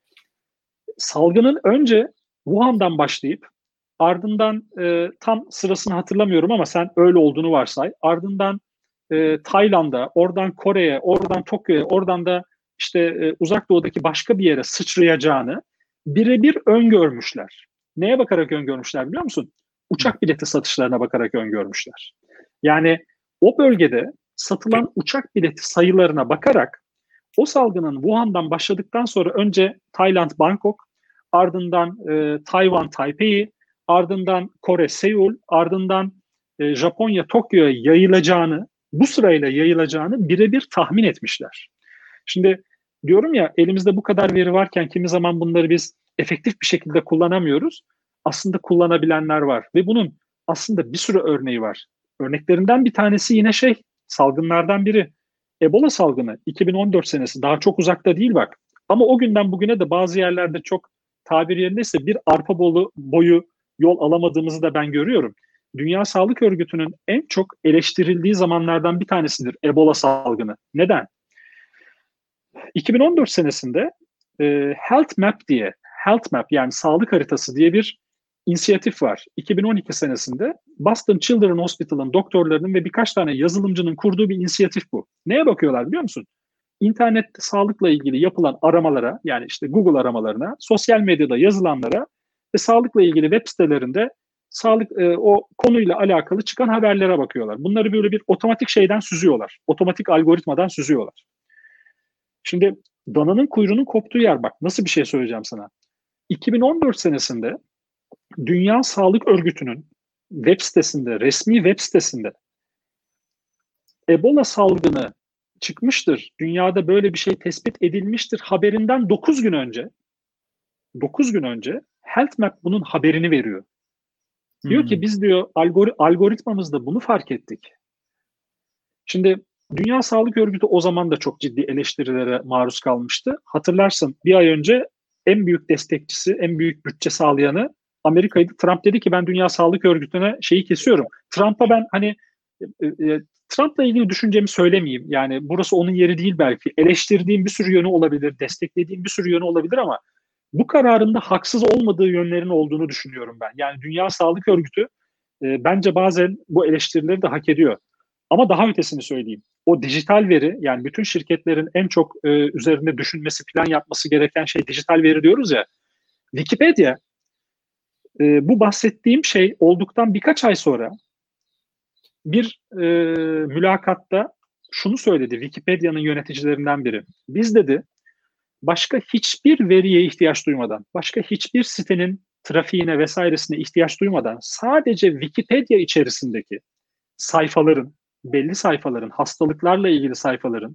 Salgının önce Wuhan'dan başlayıp ardından e, tam sırasını hatırlamıyorum ama sen öyle olduğunu varsay. Ardından e, Tayland'a, oradan Kore'ye, oradan Tokyo'ya, oradan da işte e, Uzak Doğu'daki başka bir yere sıçrayacağını birebir öngörmüşler. Neye bakarak öngörmüşler biliyor musun? Uçak bileti satışlarına bakarak öngörmüşler. Yani o bölgede satılan uçak bileti sayılarına bakarak o salgının Wuhan'dan başladıktan sonra önce Tayland, Bangkok, ardından e, Tayvan, Taipei, ardından Kore, Seul, ardından e, Japonya, Tokyo'ya yayılacağını, bu sırayla yayılacağını birebir tahmin etmişler. Şimdi diyorum ya elimizde bu kadar veri varken kimi zaman bunları biz efektif bir şekilde kullanamıyoruz. Aslında kullanabilenler var ve bunun aslında bir sürü örneği var. Örneklerinden bir tanesi yine şey, salgınlardan biri. Ebola salgını iki bin on dört senesi, daha çok uzakta değil bak. Ama o günden bugüne de bazı yerlerde çok tabir yerindeyse bir arpa bolu boyu yol alamadığımızı da ben görüyorum. Dünya Sağlık Örgütü'nün en çok eleştirildiği zamanlardan bir tanesidir Ebola salgını. Neden? iki bin on dört senesinde e, Health Map diye, Health Map yani sağlık haritası diye bir inisiyatif var. iki bin on iki senesinde Boston Children's Hospital'ın doktorlarının ve birkaç tane yazılımcının kurduğu bir inisiyatif bu. Neye bakıyorlar biliyor musun? İnternette sağlıkla ilgili yapılan aramalara, yani işte Google aramalarına, sosyal medyada yazılanlara ve sağlıkla ilgili web sitelerinde sağlık e, o konuyla alakalı çıkan haberlere bakıyorlar. Bunları böyle bir otomatik şeyden süzüyorlar. Otomatik algoritmadan süzüyorlar. Şimdi dananın kuyruğunun koptuğu yer bak. Nasıl bir şey söyleyeceğim sana. iki bin on dört senesinde Dünya Sağlık Örgütü'nün web sitesinde, resmi web sitesinde Ebola salgını çıkmıştır, dünyada böyle bir şey tespit edilmiştir haberinden dokuz gün önce dokuz gün önce Health Map bunun haberini veriyor. Hmm. Diyor ki biz diyor algori- algoritmamızda bunu fark ettik. Şimdi Dünya Sağlık Örgütü o zaman da çok ciddi eleştirilere maruz kalmıştı. Hatırlarsın bir ay önce en büyük destekçisi, en büyük bütçe sağlayanı Amerika'ydı. Trump dedi ki ben Dünya Sağlık Örgütü'ne şeyi kesiyorum. Trump'a ben hani e, e, Trump'la ilgili düşüncemi söylemeyeyim. Yani burası onun yeri değil belki. Eleştirdiğim bir sürü yönü olabilir, desteklediğim bir sürü yönü olabilir ama bu kararında haksız olmadığı yönlerin olduğunu düşünüyorum ben. Yani Dünya Sağlık Örgütü e, bence bazen bu eleştirileri de hak ediyor. Ama daha ötesini söyleyeyim. O dijital veri, yani bütün şirketlerin en çok e, üzerinde düşünmesi, plan yapması gereken şey dijital veri diyoruz ya. Wikipedia e, bu bahsettiğim şey olduktan birkaç ay sonra bir e, mülakatta şunu söyledi Wikipedia'nın yöneticilerinden biri. Biz dedi başka hiçbir veriye ihtiyaç duymadan, başka hiçbir sitenin trafiğine vesairesine ihtiyaç duymadan sadece Wikipedia içerisindeki sayfaların, belli sayfaların, hastalıklarla ilgili sayfaların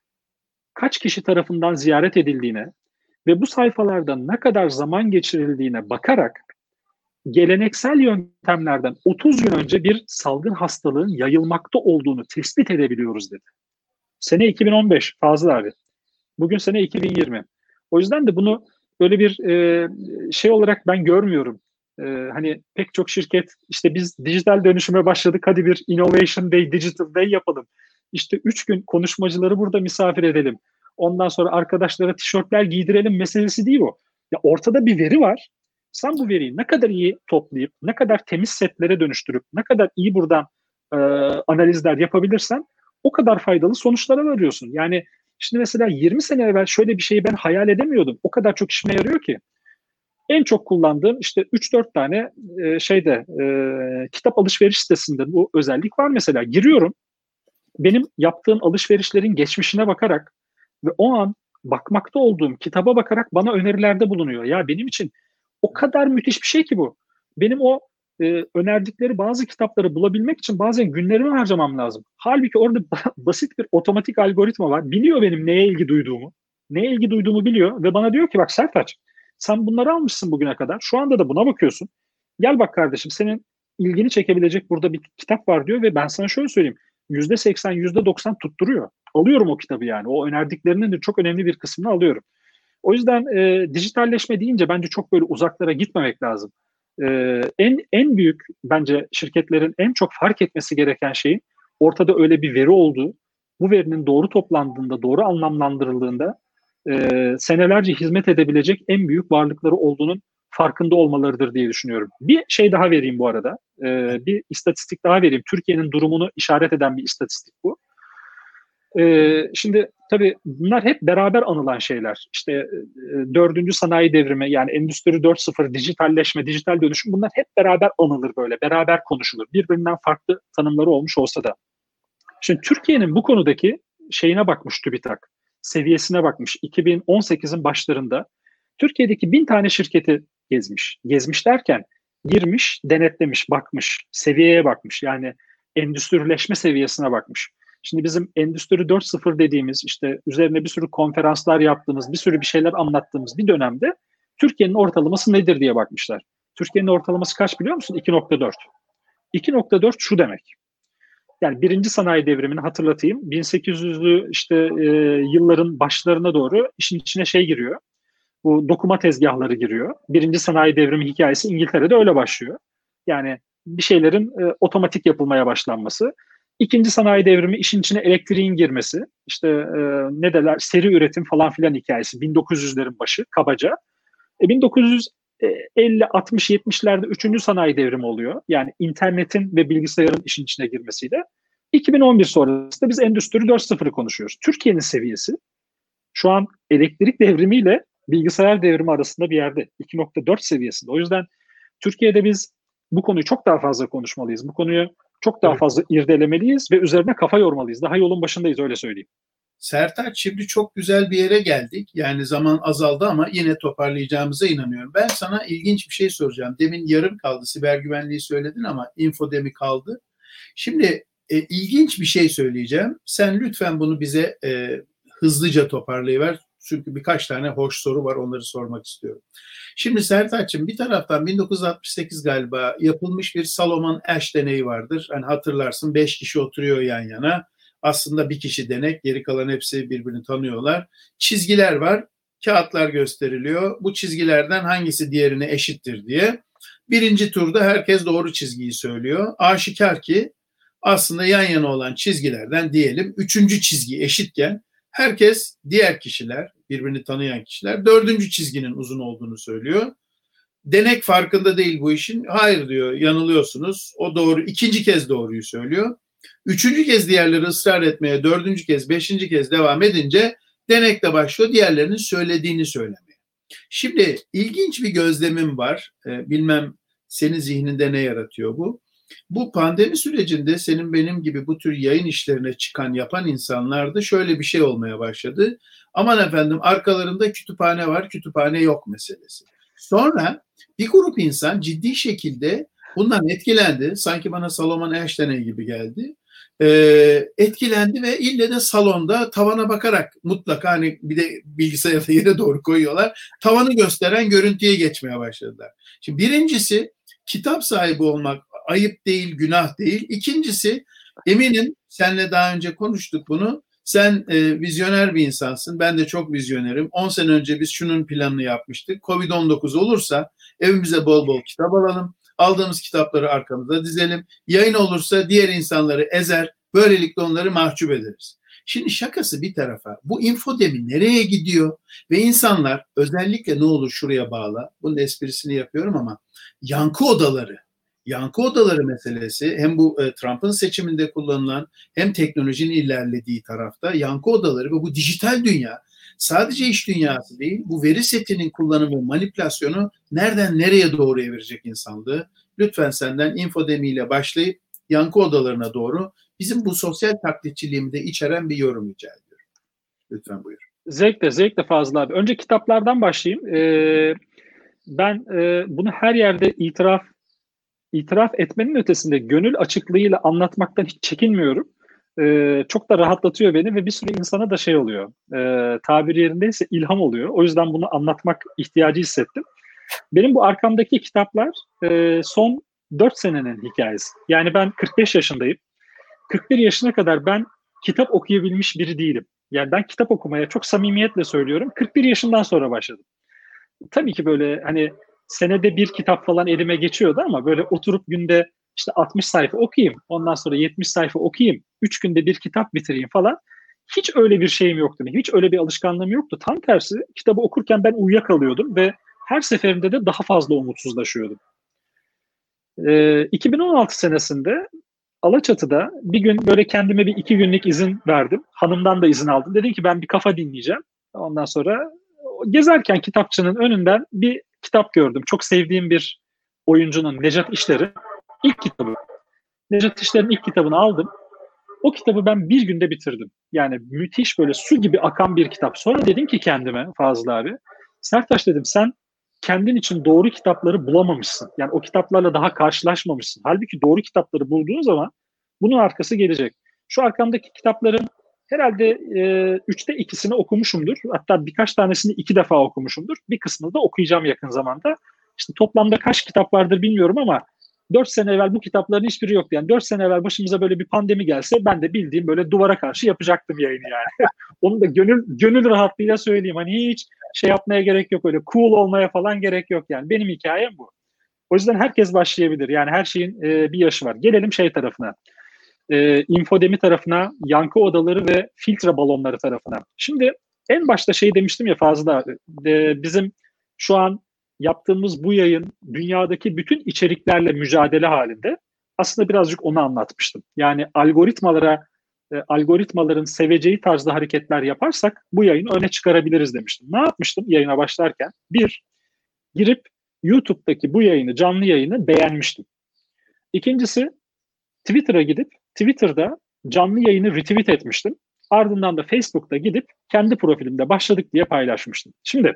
kaç kişi tarafından ziyaret edildiğine ve bu sayfalarda ne kadar zaman geçirildiğine bakarak geleneksel yöntemlerden otuz gün önce bir salgın hastalığın yayılmakta olduğunu tespit edebiliyoruz dedi. Sene iki bin on beş Fazıl abi. Bugün sene iki bin yirmi. O yüzden de bunu böyle bir e, şey olarak ben görmüyorum. E, hani pek çok şirket işte biz dijital dönüşüme başladık, hadi bir Innovation Day, Digital Day yapalım. İşte üç gün konuşmacıları burada misafir edelim. Ondan sonra arkadaşlara tişörtler giydirelim meselesi değil o. Ya ortada bir veri var. Sen bu veriyi ne kadar iyi toplayıp, ne kadar temiz setlere dönüştürüp, ne kadar iyi buradan e, analizler yapabilirsen o kadar faydalı sonuçlara varıyorsun. Yani şimdi mesela yirmi sene evvel şöyle bir şeyi ben hayal edemiyordum. O kadar çok işime yarıyor ki. En çok kullandığım işte üç dört tane e, şeyde e, kitap alışveriş sitesinde bu özellik var mesela. Giriyorum. Benim yaptığım alışverişlerin geçmişine bakarak ve o an bakmakta olduğum kitaba bakarak bana önerilerde bulunuyor. Ya benim için o kadar müthiş bir şey ki bu. Benim o e, önerdikleri bazı kitapları bulabilmek için bazen günlerimi harcamam lazım. Halbuki orada basit bir otomatik algoritma var. Biliyor benim neye ilgi duyduğumu. Neye ilgi duyduğumu biliyor ve bana diyor ki bak Sertaç, sen bunları almışsın bugüne kadar. Şu anda da buna bakıyorsun. Gel bak kardeşim, senin ilgini çekebilecek burada bir kitap var diyor ve ben sana şöyle söyleyeyim. yüzde seksen, yüzde doksan tutturuyor. Alıyorum o kitabı yani. O önerdiklerinin de çok önemli bir kısmını alıyorum. O yüzden e, dijitalleşme deyince bence çok böyle uzaklara gitmemek lazım. E, en en büyük bence şirketlerin en çok fark etmesi gereken şeyin ortada öyle bir veri olduğu, bu verinin doğru toplandığında, doğru anlamlandırıldığında e, senelerce hizmet edebilecek en büyük varlıkları olduğunun farkında olmalarıdır diye düşünüyorum. Bir şey daha vereyim bu arada. E, bir istatistik daha vereyim. Türkiye'nin durumunu işaret eden bir istatistik bu. Ee, şimdi tabii bunlar hep beraber anılan şeyler. İşte e, dördüncü sanayi devrimi, yani endüstri dört nokta sıfır, dijitalleşme, dijital dönüşüm, bunlar hep beraber anılır, böyle beraber konuşulur. Birbirinden farklı tanımları olmuş olsa da. Şimdi Türkiye'nin bu konudaki şeyine bakmış TÜBİTAK, seviyesine bakmış. iki bin on sekizin başlarında Türkiye'deki bin tane şirketi gezmiş. Gezmiş derken girmiş, denetlemiş, bakmış, seviyeye bakmış. Yani endüstrileşme seviyesine bakmış. Şimdi bizim endüstri dört nokta sıfır dediğimiz, işte üzerine bir sürü konferanslar yaptığımız, bir sürü bir şeyler anlattığımız bir dönemde Türkiye'nin ortalaması nedir diye bakmışlar. Türkiye'nin ortalaması kaç biliyor musun? iki nokta dört. iki nokta dört şu demek. Yani birinci sanayi devrimini hatırlatayım. bin sekiz yüzlü işte e, yılların başlarına doğru işin içine şey giriyor. Bu dokuma tezgahları giriyor. Birinci sanayi devrimi hikayesi İngiltere'de öyle başlıyor. Yani bir şeylerin e, otomatik yapılmaya başlanması. İkinci sanayi devrimi işin içine elektriğin girmesi. İşte e, ne derler, seri üretim falan filan hikayesi. bin dokuz yüzlerin başı kabaca. E, bin dokuz yüz elli, altmış, yetmişlerde üçüncü sanayi devrimi oluyor. Yani internetin ve bilgisayarın işin içine girmesiyle. iki bin on bir sonrasında biz endüstri dört nokta sıfırı konuşuyoruz. Türkiye'nin seviyesi şu an elektrik devrimiyle bilgisayar devrimi arasında bir yerde. iki nokta dört seviyesinde. O yüzden Türkiye'de biz bu konuyu çok daha fazla konuşmalıyız. Bu konuyu çok daha fazla irdelemeliyiz ve üzerine kafa yormalıyız. Daha yolun başındayız, öyle söyleyeyim. Sertaç, şimdi çok güzel bir yere geldik. Yani zaman azaldı ama yine toparlayacağımıza inanıyorum. Ben sana ilginç bir şey soracağım. Demin yarım kaldı. Siber güvenliği söyledin ama infodemi kaldı. Şimdi e, ilginç bir şey söyleyeceğim. Sen lütfen bunu bize e, hızlıca toparlayıver. Çünkü birkaç tane hoş soru var, onları sormak istiyorum. Şimdi Sertaç'ım, bir taraftan bin dokuz yüz altmış sekiz galiba yapılmış bir Salomon Asch deneyi vardır. Hani hatırlarsın, beş kişi oturuyor yan yana. Aslında bir kişi denek, geri kalan hepsi birbirini tanıyorlar. Çizgiler var, kağıtlar gösteriliyor. Bu çizgilerden hangisi diğerine eşittir diye. Birinci turda herkes doğru çizgiyi söylüyor. Aşikar ki aslında yan yana olan çizgilerden diyelim üçüncü çizgi eşitken herkes, diğer kişiler, birbirini tanıyan kişiler dördüncü çizginin uzun olduğunu söylüyor. Denek farkında değil bu işin. Hayır diyor, yanılıyorsunuz. O doğru, ikinci kez doğruyu söylüyor. Üçüncü kez diğerleri ısrar etmeye, dördüncü kez, beşinci kez devam edince denek de başlıyor diğerlerinin söylediğini söylemeye. Şimdi ilginç bir gözlemim var. Bilmem senin zihninde ne yaratıyor bu. Bu pandemi sürecinde senin benim gibi bu tür yayın işlerine çıkan, yapan insanlarda şöyle bir şey olmaya başladı. Aman efendim arkalarında kütüphane var, kütüphane yok meselesi. Sonra bir grup insan ciddi şekilde bundan etkilendi. Sanki bana Salomon Ash gibi geldi. Ee, etkilendi ve ille de salonda tavana bakarak mutlaka hani bir de bilgisayarı yere doğru koyuyorlar. Tavanı gösteren görüntüye geçmeye başladılar. Şimdi birincisi kitap sahibi olmak ayıp değil, günah değil. İkincisi eminim seninle daha önce konuştuk bunu. Sen e, vizyoner bir insansın. Ben de çok vizyonerim. on sene önce biz şunun planını yapmıştık. covid on dokuz olursa evimize bol bol kitap alalım. Aldığımız kitapları arkamıza dizelim. Yayın olursa diğer insanları ezer. Böylelikle onları mahcup ederiz. Şimdi şakası bir tarafa. Bu infodemi nereye gidiyor? Ve insanlar özellikle ne olur şuraya bağla. Bunun esprisini yapıyorum ama yankı odaları. Yankı odaları meselesi hem bu e, Trump'ın seçiminde kullanılan hem teknolojinin ilerlediği tarafta yankı odaları ve bu dijital dünya sadece iş dünyası değil, bu veri setinin kullanımı, manipülasyonu nereden nereye doğru evirecek insanlığı? Lütfen senden infodemiyle başlayıp yankı odalarına doğru bizim bu sosyal taklitçiliğimde içeren bir yorum rica ediyorum. Lütfen buyur. Zevkle, zevkle Fazıl abi. Önce kitaplardan başlayayım. Ee, ben e, bunu her yerde itiraf itiraf etmenin ötesinde gönül açıklığıyla anlatmaktan hiç çekinmiyorum. Ee, çok da rahatlatıyor beni ve bir sürü insana da şey oluyor. E, tabiri yerindeyse ilham oluyor. O yüzden bunu anlatmak ihtiyacı hissettim. Benim bu arkamdaki kitaplar e, son dört senenin hikayesi. Yani ben kırk beş yaşındayım. kırk bir yaşına kadar ben kitap okuyabilmiş biri değilim. Yani ben kitap okumaya çok samimiyetle söylüyorum. kırk bir yaşından sonra başladım. Tabii ki böyle hani senede bir kitap falan elime geçiyordu ama böyle oturup günde işte altmış sayfa okuyayım, ondan sonra yetmiş sayfa okuyayım, üç günde bir kitap bitireyim falan. Hiç öyle bir şeyim yoktu. Hiç öyle bir alışkanlığım yoktu. Tam tersi kitabı okurken ben uyuyakalıyordum ve her seferinde de daha fazla umutsuzlaşıyordum. Ee, iki bin on altı senesinde Alaçatı'da bir gün böyle kendime bir iki günlük izin verdim. Hanımdan da izin aldım. Dedim ki ben bir kafa dinleyeceğim. Ondan sonra gezerken kitapçının önünden bir kitap gördüm. Çok sevdiğim bir oyuncunun, Nejat İşler'in ilk kitabı. Nejat İşler'in ilk kitabını aldım. O kitabı ben bir günde bitirdim. Yani müthiş böyle su gibi akan bir kitap. Sonra dedim ki kendime Fazıl abi, Sertaç dedim sen kendin için doğru kitapları bulamamışsın. Yani o kitaplarla daha karşılaşmamışsın. Halbuki doğru kitapları bulduğun zaman bunun arkası gelecek. Şu arkamdaki kitapların herhalde e, üçte ikisini okumuşumdur. Hatta birkaç tanesini iki defa okumuşumdur. Bir kısmını da okuyacağım yakın zamanda. İşte toplamda kaç kitap vardır bilmiyorum ama dört sene evvel bu kitapların hiçbiri yoktu. Yani dört sene evvel başımıza böyle bir pandemi gelse ben de bildiğim böyle duvara karşı yapacaktım yayını yani. Onu da gönül gönül rahatlığıyla söyleyeyim. Hani hiç şey yapmaya gerek yok, öyle cool olmaya falan gerek yok yani. Benim hikayem bu. O yüzden herkes başlayabilir. Yani her şeyin e, bir yaşı var. Gelelim şey tarafına. E, infodemi tarafına, yankı odaları ve filtre balonları tarafına. Şimdi en başta şey demiştim ya Fazıl abi. E, bizim şu an yaptığımız bu yayın dünyadaki bütün içeriklerle mücadele halinde. Aslında birazcık onu anlatmıştım. Yani algoritmalara, e, algoritmaların seveceği tarzda hareketler yaparsak bu yayını öne çıkarabiliriz demiştim. Ne yapmıştım yayına başlarken? Bir, girip YouTube'daki bu yayını, canlı yayını beğenmiştim. İkincisi, Twitter'a gidip Twitter'da canlı yayını retweet etmiştim. Ardından da Facebook'ta gidip kendi profilimde başladık diye paylaşmıştım. Şimdi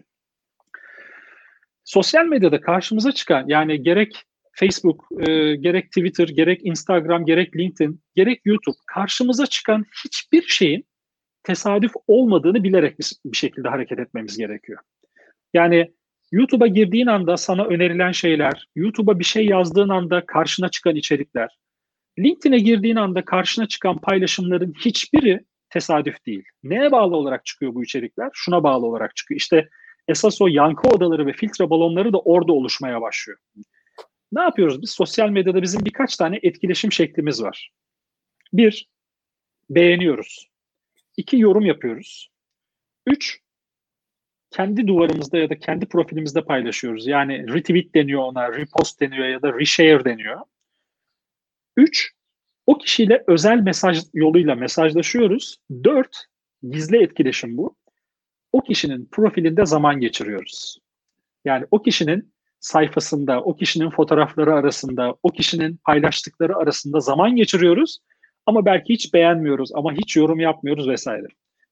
sosyal medyada karşımıza çıkan yani gerek Facebook, e, gerek Twitter, gerek Instagram, gerek LinkedIn, gerek YouTube karşımıza çıkan hiçbir şeyin tesadüf olmadığını bilerek bir şekilde hareket etmemiz gerekiyor. Yani YouTube'a girdiğin anda sana önerilen şeyler, YouTube'a bir şey yazdığın anda karşına çıkan içerikler, LinkedIn'e girdiğin anda karşına çıkan paylaşımların hiçbiri tesadüf değil. Neye bağlı olarak çıkıyor bu içerikler? Şuna bağlı olarak çıkıyor. İşte esas o yankı odaları ve filtre balonları da orada oluşmaya başlıyor. Ne yapıyoruz biz? Sosyal medyada bizim birkaç tane etkileşim şeklimiz var. Bir, beğeniyoruz. İki, yorum yapıyoruz. Üç, kendi duvarımızda ya da kendi profilimizde paylaşıyoruz. Yani retweet deniyor ona, repost deniyor ya da reshare deniyor. Üç, o kişiyle özel mesaj yoluyla mesajlaşıyoruz. Dört, gizli etkileşim bu. O kişinin profilinde zaman geçiriyoruz. Yani o kişinin sayfasında, o kişinin fotoğrafları arasında, o kişinin paylaştıkları arasında zaman geçiriyoruz. Ama belki hiç beğenmiyoruz, ama hiç yorum yapmıyoruz vesaire.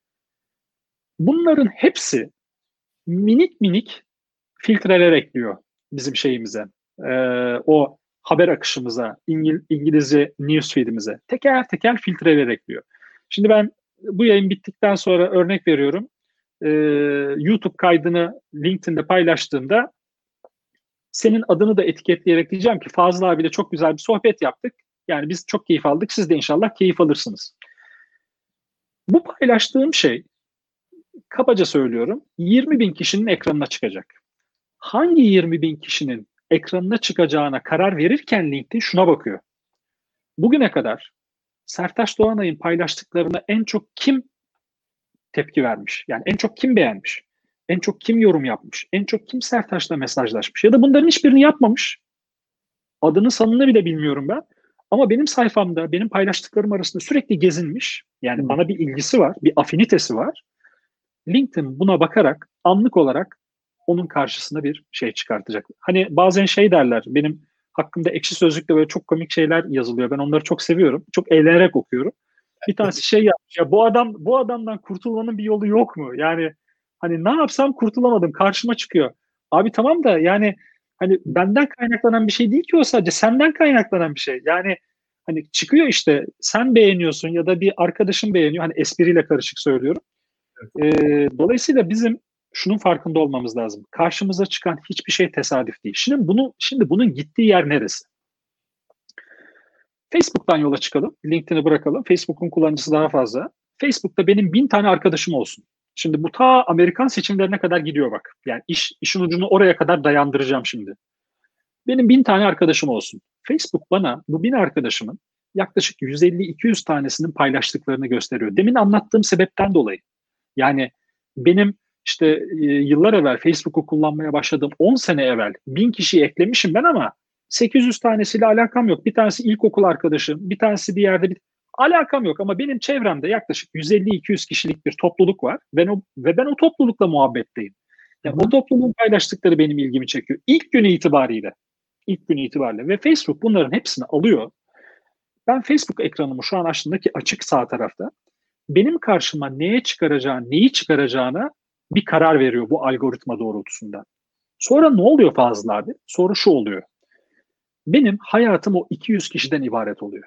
Bunların hepsi minik minik filtreler ekliyor bizim şeyimize. Ee, o haber akışımıza, İngil- İngilizce newsfeed'imize teker teker filtreler ekliyor. Şimdi ben bu yayın bittikten sonra örnek veriyorum. Ee, YouTube kaydını LinkedIn'de paylaştığımda senin adını da etiketleyerek diyeceğim ki Fazıl abiyle çok güzel bir sohbet yaptık. Yani biz çok keyif aldık. Siz de inşallah keyif alırsınız. Bu paylaştığım şey, kabaca söylüyorum, yirmi bin kişinin ekranına çıkacak. Hangi yirmi bin kişinin ekranına çıkacağına karar verirken LinkedIn şuna bakıyor. Bugüne kadar Sertaç Doğanay'ın paylaştıklarına en çok kim tepki vermiş? Yani en çok kim beğenmiş? En çok kim yorum yapmış? En çok kim Sertaç'la mesajlaşmış? Ya da bunların hiçbirini yapmamış. Adını sanını bile bilmiyorum ben. Ama benim sayfamda, benim paylaştıklarım arasında sürekli gezinmiş. Yani hmm. bana bir ilgisi var, bir afinitesi var. LinkedIn buna bakarak anlık olarak onun karşısına bir şey çıkartacak. Hani bazen şey derler, benim hakkımda Ekşi Sözlük'te böyle çok komik şeyler yazılıyor. Ben onları çok seviyorum. Çok eğlenerek okuyorum. Bir tanesi şey yapmış ya, bu adam bu adamdan kurtulmanın bir yolu yok mu? Yani hani ne yapsam kurtulamadım, karşıma çıkıyor. Abi tamam da yani hani benden kaynaklanan bir şey değil ki o, sadece senden kaynaklanan bir şey. Yani hani çıkıyor işte, sen beğeniyorsun ya da bir arkadaşın beğeniyor. Hani espriyle karışık söylüyorum. Evet. Ee, dolayısıyla bizim şunun farkında olmamız lazım. Karşımıza çıkan hiçbir şey tesadüf değil. Şimdi bunu şimdi bunun gittiği yer neresi? Facebook'tan yola çıkalım. LinkedIn'i bırakalım. Facebook'un kullanıcısı daha fazla. Facebook'ta benim bin tane arkadaşım olsun. Şimdi bu ta Amerikan seçimlerine kadar gidiyor bak. Yani iş, işin ucunu oraya kadar dayandıracağım şimdi. Benim bin tane arkadaşım olsun. Facebook bana bu bin arkadaşımın yaklaşık yüz elli iki yüz tanesinin paylaştıklarını gösteriyor. Demin anlattığım sebepten dolayı. Yani benim işte e, yıllar evvel Facebook'u kullanmaya başladığım on sene evvel bin kişiyi eklemişim ben ama sekiz yüz tanesiyle alakam yok. Bir tanesi ilkokul arkadaşım, bir tanesi bir yerde bir alakam yok ama benim çevremde yaklaşık yüz elli iki yüz kişilik bir topluluk var. Ben o ve ben o toplulukla muhabbetteyim. Yani o topluluğun paylaştıkları benim ilgimi çekiyor. İlk günü itibariyle. İlk günü itibariyle ve Facebook bunların hepsini alıyor. Ben Facebook ekranımı şu an açtığımdaki açık sağ tarafta. Benim karşıma neye çıkaracağını, neyi çıkaracağına bir karar veriyor bu algoritma doğrultusunda. Sonra ne oluyor Fazıl abi? Sonra şu oluyor. Benim hayatım o iki yüz kişiden ibaret oluyor.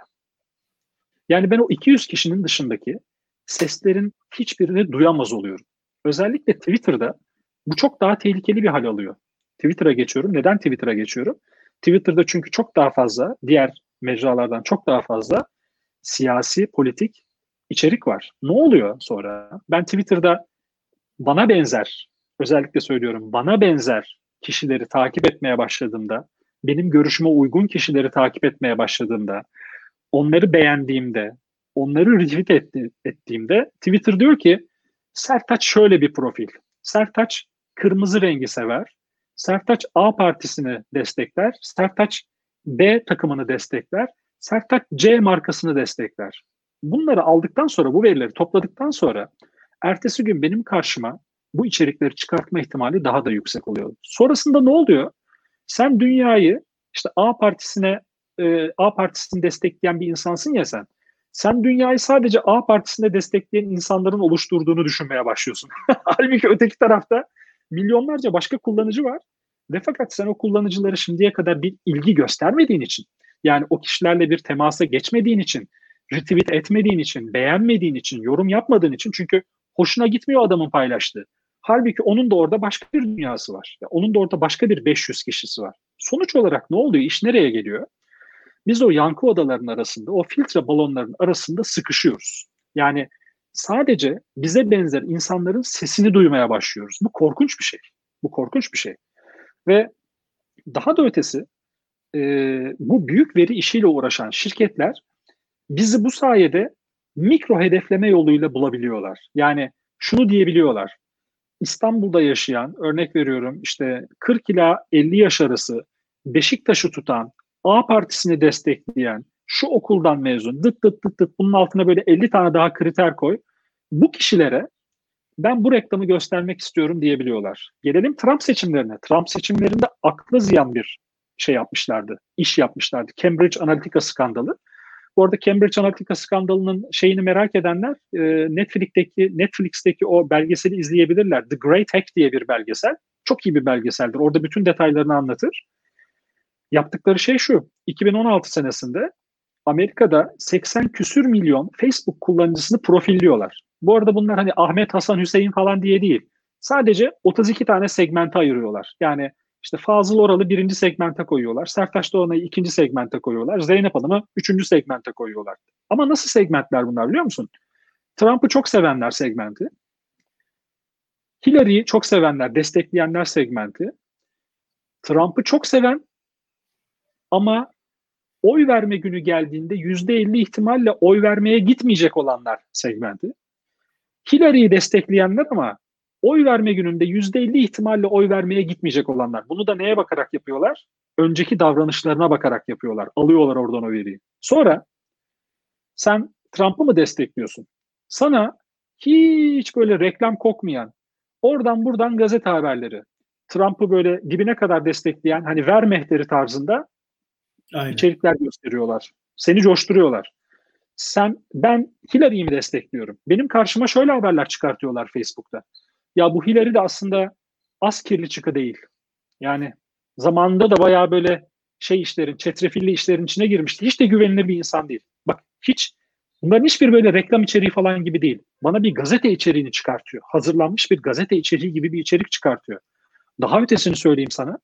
Yani ben o iki yüz kişinin dışındaki seslerin hiçbirini duyamaz oluyorum. Özellikle Twitter'da bu çok daha tehlikeli bir hal alıyor. Twitter'a geçiyorum. Neden Twitter'a geçiyorum? Twitter'da çünkü çok daha fazla, diğer mecralardan çok daha fazla siyasi, politik içerik var. Ne oluyor sonra? Ben Twitter'da bana benzer, özellikle söylüyorum, bana benzer kişileri takip etmeye başladığımda, benim görüşüme uygun kişileri takip etmeye başladığımda, onları beğendiğimde, onları retweet etti, ettiğimde Twitter diyor ki Sertaç şöyle bir profil. Sertaç kırmızı rengi sever. Sertaç A partisini destekler. Sertaç B takımını destekler. Sertaç C markasını destekler. Bunları aldıktan sonra, bu verileri topladıktan sonra ertesi gün benim karşıma bu içerikleri çıkartma ihtimali daha da yüksek oluyor. Sonrasında ne oluyor? Sen dünyayı işte A partisine e, A partisini destekleyen bir insansın ya sen. Sen dünyayı sadece A partisine destekleyen insanların oluşturduğunu düşünmeye başlıyorsun. Halbuki öteki tarafta milyonlarca başka kullanıcı var. Ve fakat sen o kullanıcılara şimdiye kadar bir ilgi göstermediğin için, yani o kişilerle bir temasa geçmediğin için, retweet etmediğin için, beğenmediğin için, yorum yapmadığın için, çünkü hoşuna gitmiyor adamın paylaştığı. Halbuki onun da orada başka bir dünyası var. Onun da orada başka bir beş yüz kişisi var. Sonuç olarak ne oluyor? İş nereye geliyor? Biz o yankı odalarının arasında, o filtre balonlarının arasında sıkışıyoruz. Yani sadece bize benzer insanların sesini duymaya başlıyoruz. Bu korkunç bir şey. Bu korkunç bir şey. Ve daha da ötesi, e, bu büyük veri işiyle uğraşan şirketler bizi bu sayede mikro hedefleme yoluyla bulabiliyorlar. Yani şunu diyebiliyorlar. İstanbul'da yaşayan, örnek veriyorum işte kırk ila elli yaş arası Beşiktaş'ı tutan, A partisini destekleyen, şu okuldan mezun, dıt dıt dıt dıt bunun altına böyle elli tane daha kriter koy. Bu kişilere ben bu reklamı göstermek istiyorum diyebiliyorlar. Gelelim Trump seçimlerine. Trump seçimlerinde aklı ziyan bir şey yapmışlardı, iş yapmışlardı. Cambridge Analytica skandalı. Bu arada Cambridge Analytica skandalının şeyini merak edenler Netflix'teki Netflix'teki o belgeseli izleyebilirler. The Great Hack diye bir belgesel. Çok iyi bir belgeseldir. Orada bütün detaylarını anlatır. Yaptıkları şey şu. iki bin on altı senesinde Amerika'da seksen küsür milyon Facebook kullanıcısını profilliyorlar. Bu arada bunlar hani Ahmet, Hasan, Hüseyin falan diye değil. Sadece otuz iki tane segmente ayırıyorlar. Yani işte Fazıl Oral'ı birinci segmente koyuyorlar. Sertaç Doğanay'ı ikinci segmente koyuyorlar. Zeynep Hanım'ı üçüncü segmente koyuyorlar. Ama nasıl segmentler bunlar biliyor musun? Trump'ı çok sevenler segmenti. Hillary'yi çok sevenler, destekleyenler segmenti. Trump'ı çok seven ama oy verme günü geldiğinde yüzde elli ihtimalle oy vermeye gitmeyecek olanlar segmenti. Hillary'yi destekleyenler ama oy verme gününde yüzde elli ihtimalle oy vermeye gitmeyecek olanlar. Bunu da neye bakarak yapıyorlar? Önceki davranışlarına bakarak yapıyorlar. Alıyorlar oradan o veriyi. Sonra sen Trump'ı mı destekliyorsun? Sana hiç böyle reklam kokmayan, oradan buradan gazete haberleri, Trump'ı böyle dibine kadar destekleyen, hani ver mehteri tarzında Aynen. içerikler gösteriyorlar. Seni coşturuyorlar. Sen, ben Hillary'yi mi destekliyorum? Benim karşıma şöyle haberler çıkartıyorlar Facebook'ta. Ya bu Hillary de aslında az kirli çıkı değil. Yani zamanında da bayağı böyle şey işlerin, çetrefilli işlerin içine girmişti. Hiç de güvenilir bir insan değil. Bak hiç, bunların hiçbir böyle reklam içeriği falan gibi değil. Bana bir gazete içeriğini çıkartıyor. Hazırlanmış bir gazete içeriği gibi bir içerik çıkartıyor. Daha ötesini söyleyeyim sana.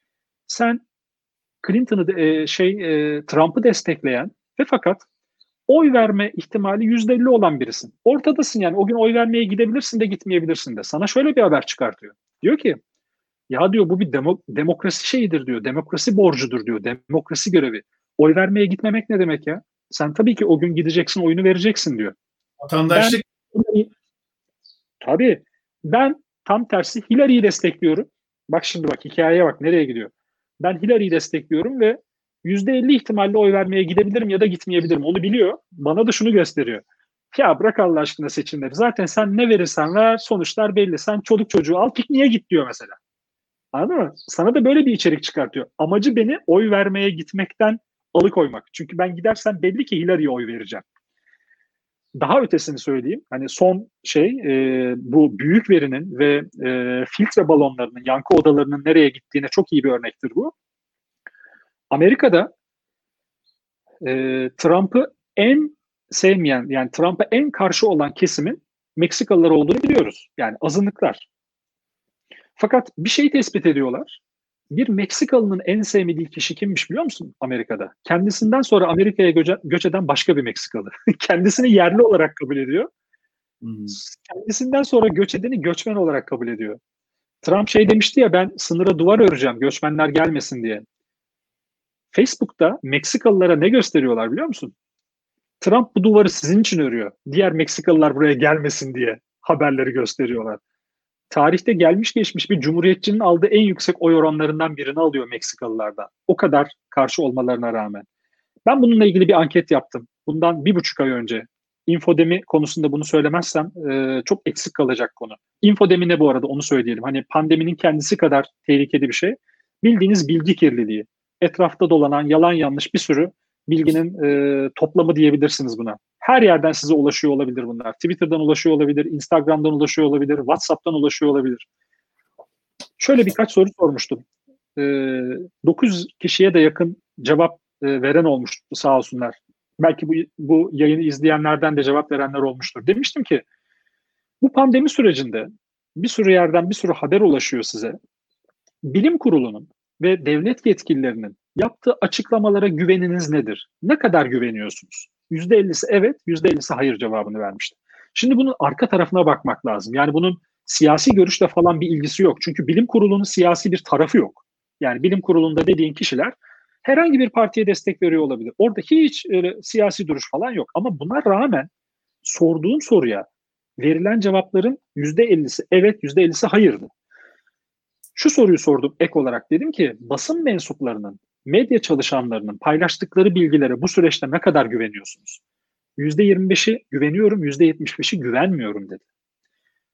Sen Clinton'ı e, şey e, Trump'ı destekleyen ve fakat oy verme ihtimali yüzde elli olan birisin. Ortadasın yani. O gün oy vermeye gidebilirsin de gitmeyebilirsin de. Sana şöyle bir haber çıkartıyor. Diyor ki ya diyor bu bir demo, demokrasi şeyidir diyor. Demokrasi borcudur diyor. Demokrasi görevi. Oy vermeye gitmemek ne demek ya? Sen tabii ki o gün gideceksin, oyunu vereceksin diyor. Vatandaşlık. Ben, tabii. Ben tam tersi Hillary'yi destekliyorum. Bak şimdi bak hikayeye bak nereye gidiyor. Ben Hillary'yi destekliyorum ve yüzde elli ihtimalle oy vermeye gidebilirim ya da gitmeyebilirim. Onu biliyor. Bana da şunu gösteriyor. Ya bırak Allah aşkına seçimleri. Zaten sen ne verirsen ver sonuçlar belli. Sen çoluk çocuğu al pikniğe git diyor mesela. Anladın mı? Sana da böyle bir içerik çıkartıyor. Amacı beni oy vermeye gitmekten alıkoymak. Çünkü ben gidersem belli ki Hillary'ye oy vereceğim. Daha ötesini söyleyeyim. Hani son şey e, bu büyük verinin ve e, filtre balonlarının, yankı odalarının nereye gittiğine çok iyi bir örnektir bu. Amerika'da e, Trump'ı en sevmeyen, yani Trump'a en karşı olan kesimin Meksikalılar olduğunu biliyoruz. Yani azınlıklar. Fakat bir şey tespit ediyorlar. Bir Meksikalı'nın en sevmediği kişi kimmiş biliyor musun Amerika'da? Kendisinden sonra Amerika'ya göç, göç eden başka bir Meksikalı. Kendisini yerli olarak kabul ediyor. Hmm. Kendisinden sonra göç edeni göçmen olarak kabul ediyor. Trump şey demişti ya ben sınıra duvar öreceğim göçmenler gelmesin diye. Facebook'ta Meksikalılara ne gösteriyorlar biliyor musun? Trump bu duvarı sizin için örüyor. Diğer Meksikalılar buraya gelmesin diye haberleri gösteriyorlar. Tarihte gelmiş geçmiş bir cumhuriyetçinin aldığı en yüksek oy oranlarından birini alıyor Meksikalılardan. O kadar karşı olmalarına rağmen. Ben bununla ilgili bir anket yaptım. Bundan bir buçuk ay önce. İnfodemi konusunda bunu söylemezsem e, çok eksik kalacak konu. İnfodemi ne bu arada onu söyleyelim. Hani pandeminin kendisi kadar tehlikeli bir şey. Bildiğiniz bilgi kirliliği. Etrafta dolanan yalan yanlış bir sürü bilginin e, toplamı diyebilirsiniz buna. Her yerden size ulaşıyor olabilir bunlar. Twitter'dan ulaşıyor olabilir, Instagram'dan ulaşıyor olabilir, WhatsApp'tan ulaşıyor olabilir. Şöyle birkaç soru sormuştum. E, dokuz kişiye de yakın cevap e, veren olmuştu sağ olsunlar. Belki bu, bu yayını izleyenlerden de cevap verenler olmuştur. Demiştim ki bu pandemi sürecinde bir sürü yerden bir sürü haber ulaşıyor size. Bilim kurulunun ve devlet yetkililerinin yaptığı açıklamalara güveniniz nedir? Ne kadar güveniyorsunuz? yüzde ellisi evet, yüzde ellisi hayır cevabını vermişti. Şimdi bunun arka tarafına bakmak lazım. Yani bunun siyasi görüşle falan bir ilgisi yok. Çünkü bilim kurulunun siyasi bir tarafı yok. Yani bilim kurulunda dediğin kişiler herhangi bir partiye destek veriyor olabilir. Orada hiç öyle siyasi duruş falan yok. Ama buna rağmen sorduğum soruya verilen cevapların yüzde ellisi evet, yüzde ellisi hayırdı. Şu soruyu sordum ek olarak, dedim ki basın mensuplarının, medya çalışanlarının paylaştıkları bilgilere bu süreçte ne kadar güveniyorsunuz? yüzde yirmi beşi güveniyorum, yüzde yetmiş beşi güvenmiyorum dedi.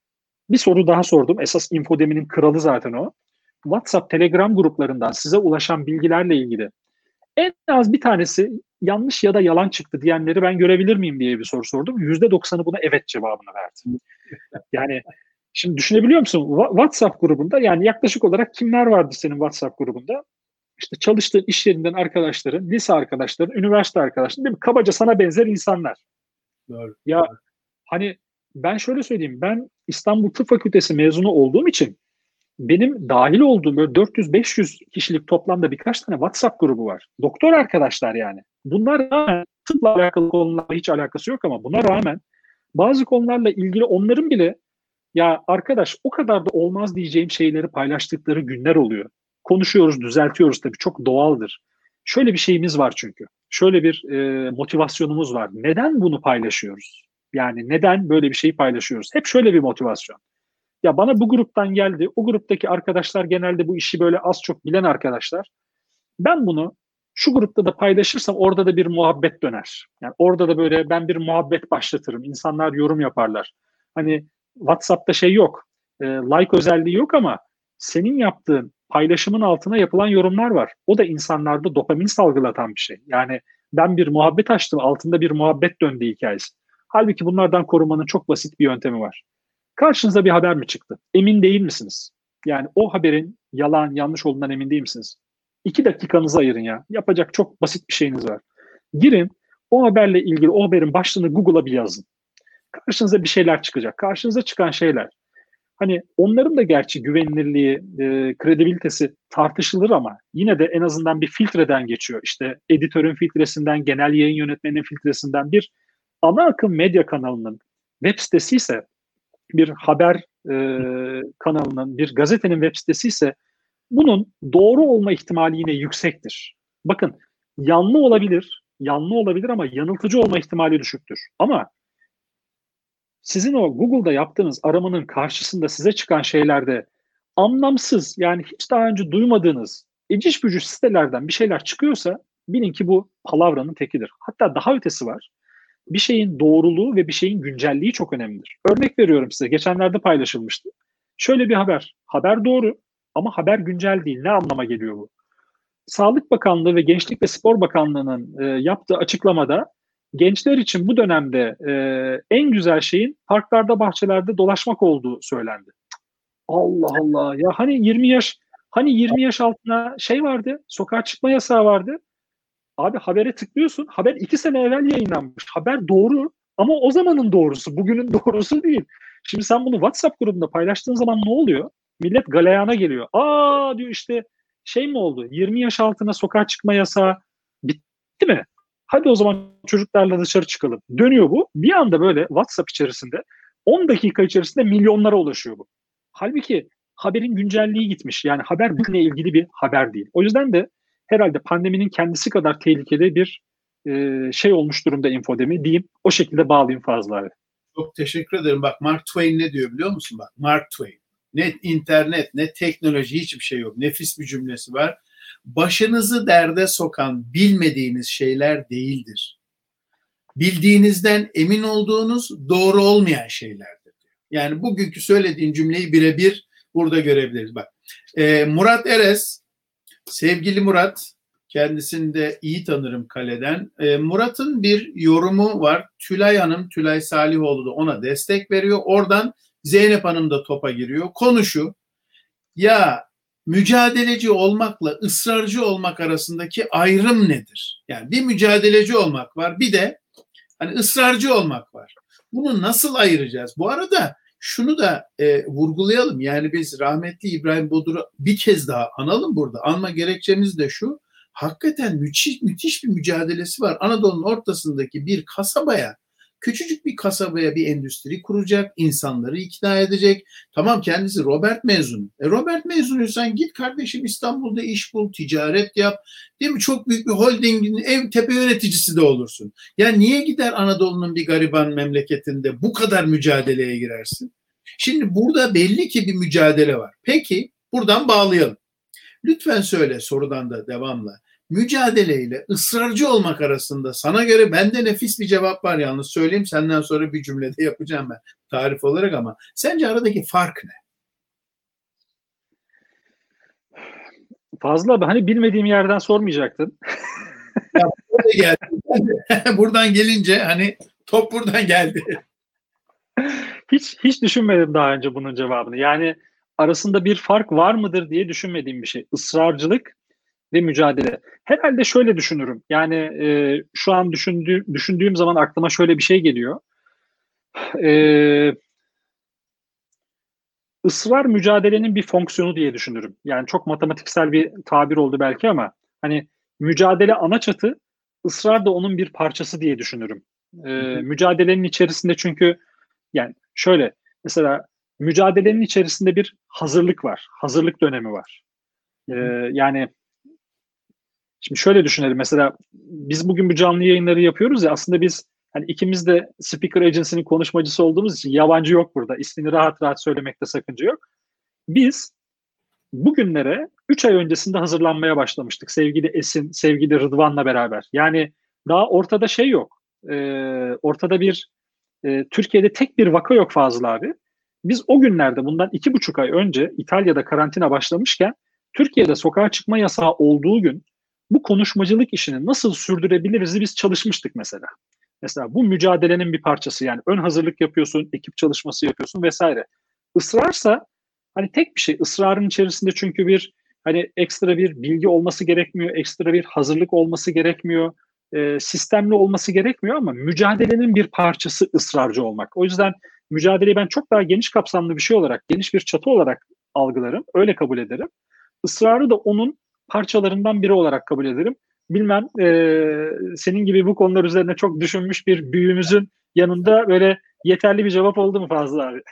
bir soru daha sordum. Esas infodeminin kralı zaten o. WhatsApp, Telegram gruplarından size ulaşan bilgilerle ilgili en az bir tanesi yanlış ya da yalan çıktı diyenleri ben görebilir miyim diye bir soru sordum. yüzde doksanı buna evet cevabını verdi. Yani şimdi düşünebiliyor musun? WhatsApp grubunda yani yaklaşık olarak kimler vardı senin WhatsApp grubunda? İşte çalıştığın iş yerinden arkadaşların, lise arkadaşların, üniversite arkadaşların, değil mi? Kabaca sana benzer insanlar. Doğru. Ya hani ben şöyle söyleyeyim, ben İstanbul Tıp Fakültesi mezunu olduğum için benim dahil olduğum böyle dört yüz beş yüz kişilik toplamda birkaç tane WhatsApp grubu var. Doktor arkadaşlar yani. Bunlar rağmen tıpla alakalı konularla hiç alakası yok ama buna rağmen bazı konularla ilgili onların bile ya arkadaş o kadar da olmaz diyeceğim şeyleri paylaştıkları günler oluyor. Konuşuyoruz, düzeltiyoruz tabii çok doğaldır. Şöyle bir şeyimiz var çünkü. Şöyle bir e, motivasyonumuz var. Neden bunu paylaşıyoruz? Yani neden böyle bir şeyi paylaşıyoruz? Hep şöyle bir motivasyon. Ya bana bu gruptan geldi. O gruptaki arkadaşlar genelde bu işi böyle az çok bilen arkadaşlar. Ben bunu şu grupta da paylaşırsam orada da bir muhabbet döner. Yani orada da böyle ben bir muhabbet başlatırım. İnsanlar yorum yaparlar. Hani WhatsApp'ta şey yok. E, like özelliği yok ama senin yaptığın paylaşımın altına yapılan yorumlar var. O da insanlarda dopamin salgılatan bir şey. Yani ben bir muhabbet açtım, altında bir muhabbet döndü hikayesi. Halbuki bunlardan korumanın çok basit bir yöntemi var. Karşınıza bir haber mi çıktı? Emin değil misiniz? Yani o haberin yalan, yanlış olduğundan emin değil misiniz? İki dakikanızı ayırın ya. Yapacak çok basit bir şeyiniz var. Girin, o haberle ilgili o haberin başlığını Google'a bir yazın. Karşınıza bir şeyler çıkacak. Karşınıza çıkan şeyler. Hani onların da gerçi güvenilirliği, e, kredibilitesi tartışılır ama yine de en azından bir filtreden geçiyor. İşte editörün filtresinden, genel yayın yönetmeninin filtresinden bir ana akım medya kanalının web sitesi ise bir haber e, kanalının, bir gazetenin web sitesi ise bunun doğru olma ihtimali yine yüksektir. Bakın yanlı olabilir, yanlı olabilir ama yanıltıcı olma ihtimali düşüktür. Ama sizin o Google'da yaptığınız aramanın karşısında size çıkan şeylerde anlamsız yani hiç daha önce duymadığınız eciş bücüş sitelerden bir şeyler çıkıyorsa bilin ki bu palavranın tekidir. Hatta daha ötesi var. Bir şeyin doğruluğu ve bir şeyin güncelliği çok önemlidir. Örnek veriyorum size. Geçenlerde paylaşılmıştı. Şöyle bir haber. Haber doğru ama haber güncel değil. Ne anlama geliyor bu? Sağlık Bakanlığı ve Gençlik ve Spor Bakanlığı'nın e, yaptığı açıklamada gençler için bu dönemde e, en güzel şeyin parklarda, bahçelerde dolaşmak olduğu söylendi. Allah Allah. Ya hani yirmi yaş hani yirmi yaş altına şey vardı. Sokağa çıkma yasağı vardı. Abi habere tıklıyorsun. Haber iki sene evvel yayınlanmış. Haber doğru ama o zamanın doğrusu. Bugünün doğrusu değil. Şimdi sen bunu WhatsApp grubunda paylaştığın zaman ne oluyor? Millet galeyana geliyor. Aa diyor işte şey mi oldu? yirmi yaş altına sokağa çıkma yasağı bitti mi? Hadi o zaman çocuklarla dışarı çıkalım. Dönüyor bu. Bir anda böyle WhatsApp içerisinde on dakika içerisinde milyonlara ulaşıyor bu. Halbuki haberin güncelliği gitmiş. Yani haber bununla ilgili bir haber değil. O yüzden de herhalde pandeminin kendisi kadar tehlikeli bir e, şey olmuş durumda infodemi diyeyim. O şekilde bağlayayım Fazıl abi. Çok teşekkür ederim. Bak Mark Twain ne diyor biliyor musun? Bak Mark Twain. Ne internet, ne teknoloji hiçbir şey yok. Nefis bir cümlesi var. Başınızı derde sokan bilmediğiniz şeyler değildir. Bildiğinizden emin olduğunuz doğru olmayan şeylerdir. Yani bugünkü söylediğin cümleyi birebir burada görebiliriz. Bak e, Murat Erez, sevgili Murat, kendisini de iyi tanırım kaleden. E, Murat'ın bir yorumu var. Tülay Hanım, Tülay Salihoğlu da ona destek veriyor. Oradan Zeynep Hanım da topa giriyor. Konu şu, ya mücadeleci olmakla ısrarcı olmak arasındaki ayrım nedir? Yani bir mücadeleci olmak var, bir de hani ısrarcı olmak var. Bunu nasıl ayıracağız? Bu arada şunu da e, vurgulayalım. Yani biz rahmetli İbrahim Bodur'u bir kez daha analım burada. Anma gerekçemiz de şu. Hakikaten müthiş, müthiş bir mücadelesi var. Anadolu'nun ortasındaki bir kasabaya, küçücük bir kasabaya bir endüstri kuracak, insanları ikna edecek. Tamam kendisi Robert mezunu. E Robert mezunuysan git kardeşim İstanbul'da iş bul, ticaret yap. Değil mi? Çok büyük bir holdingin ev tepe yöneticisi de olursun. Ya niye gider Anadolu'nun bir gariban memleketinde bu kadar mücadeleye girersin? Şimdi burada belli ki bir mücadele var. Peki buradan bağlayalım. Lütfen söyle sorudan da devamla. mücadeleyle ısrarcı olmak arasında sana göre bende nefis bir cevap var, yalnız söyleyeyim, senden sonra bir cümlede yapacağım ben tarif olarak, ama sence aradaki fark ne? Fazla hani bilmediğim yerden sormayacaktın. Ya, geldi. Buradan gelince hani top buradan geldi. Hiç hiç düşünmedim daha önce bunun cevabını. Yani arasında bir fark var mıdır diye düşünmediğim bir şey. Israrcılık ve mücadele. Herhalde şöyle düşünürüm. Yani e, şu an düşündüğüm, düşündüğüm zaman aklıma şöyle bir şey geliyor. E, ısrar mücadelenin bir fonksiyonu diye düşünürüm. Yani çok matematiksel bir tabir oldu belki ama hani mücadele ana çatı, ısrar da onun bir parçası diye düşünürüm. E, mücadelenin içerisinde çünkü yani şöyle mesela mücadelenin içerisinde bir hazırlık var. Hazırlık dönemi var. E, yani şimdi şöyle düşünelim, mesela biz bugün bu canlı yayınları yapıyoruz ya, aslında biz hani ikimiz de Speaker Agency'nin konuşmacısı olduğumuz için yabancı yok burada. İsmini rahat rahat söylemekte sakınca yok. Biz bugünlere üç ay öncesinde hazırlanmaya başlamıştık. Sevgili Esin, sevgili Rıdvan'la beraber. Yani daha ortada şey yok. Ee, ortada bir e, Türkiye'de tek bir vaka yok Fazıl abi. Biz o günlerde bundan iki buçuk ay önce İtalya'da karantina başlamışken Türkiye'de sokağa çıkma yasağı olduğu gün bu konuşmacılık işini nasıl sürdürebiliriz biz çalışmıştık mesela. Mesela bu mücadelenin bir parçası, yani ön hazırlık yapıyorsun, ekip çalışması yapıyorsun vesaire. Israrsa hani tek bir şey, ısrarın içerisinde çünkü bir hani ekstra bir bilgi olması gerekmiyor, ekstra bir hazırlık olması gerekmiyor, e, sistemli olması gerekmiyor ama mücadelenin bir parçası ısrarcı olmak. O yüzden mücadeleyi ben çok daha geniş kapsamlı bir şey olarak, geniş bir çatı olarak algılarım, öyle kabul ederim. Israrı da onun parçalarından biri olarak kabul ederim. Bilmem e, senin gibi bu konular üzerine çok düşünmüş bir büyüğümüzün yanında böyle yeterli bir cevap oldu mu Fazıl abi?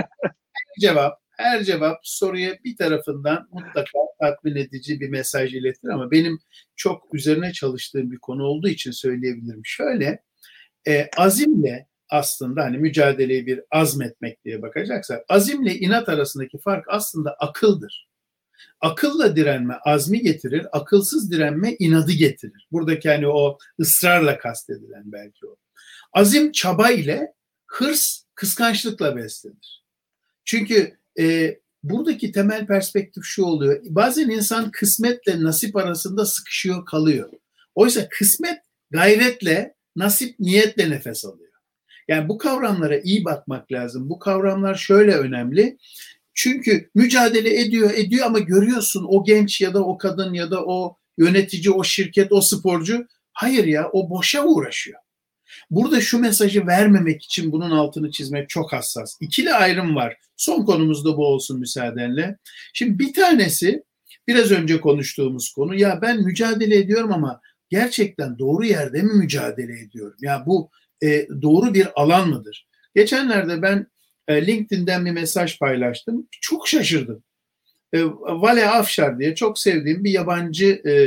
Cevap, her cevap soruya bir tarafından mutlaka tatmin edici bir mesaj iletir, ama benim çok üzerine çalıştığım bir konu olduğu için söyleyebilirim. Şöyle, e, azimle aslında hani mücadeleyi bir azmetmek diye bakacaksak, azimle inat arasındaki fark aslında akıldır. Akılla direnme azmi getirir, akılsız direnme inadı getirir. Buradaki hani o ısrarla kastedilen belki o. Azim çaba ile, hırs kıskançlıkla beslenir. Çünkü e, buradaki temel perspektif şu oluyor. Bazen insan kısmetle nasip arasında sıkışıyor kalıyor. Oysa kısmet gayretle, nasip niyetle nefes alıyor. Yani bu kavramlara iyi bakmak lazım. Bu kavramlar şöyle önemli. Çünkü mücadele ediyor ediyor ama görüyorsun o genç ya da o kadın ya da o yönetici, o şirket, o sporcu, hayır ya, o boşa uğraşıyor. Burada şu mesajı vermemek için bunun altını çizmek çok hassas. İkili ayrım var. Son konumuz da bu olsun müsaadenle. Şimdi bir tanesi biraz önce konuştuğumuz konu, ya ben mücadele ediyorum ama gerçekten doğru yerde mi mücadele ediyorum? Ya bu e, doğru bir alan mıdır? Geçenlerde ben e, LinkedIn'den bir mesaj paylaştım. Çok şaşırdım. E, Vale Afşar diye çok sevdiğim bir yabancı e,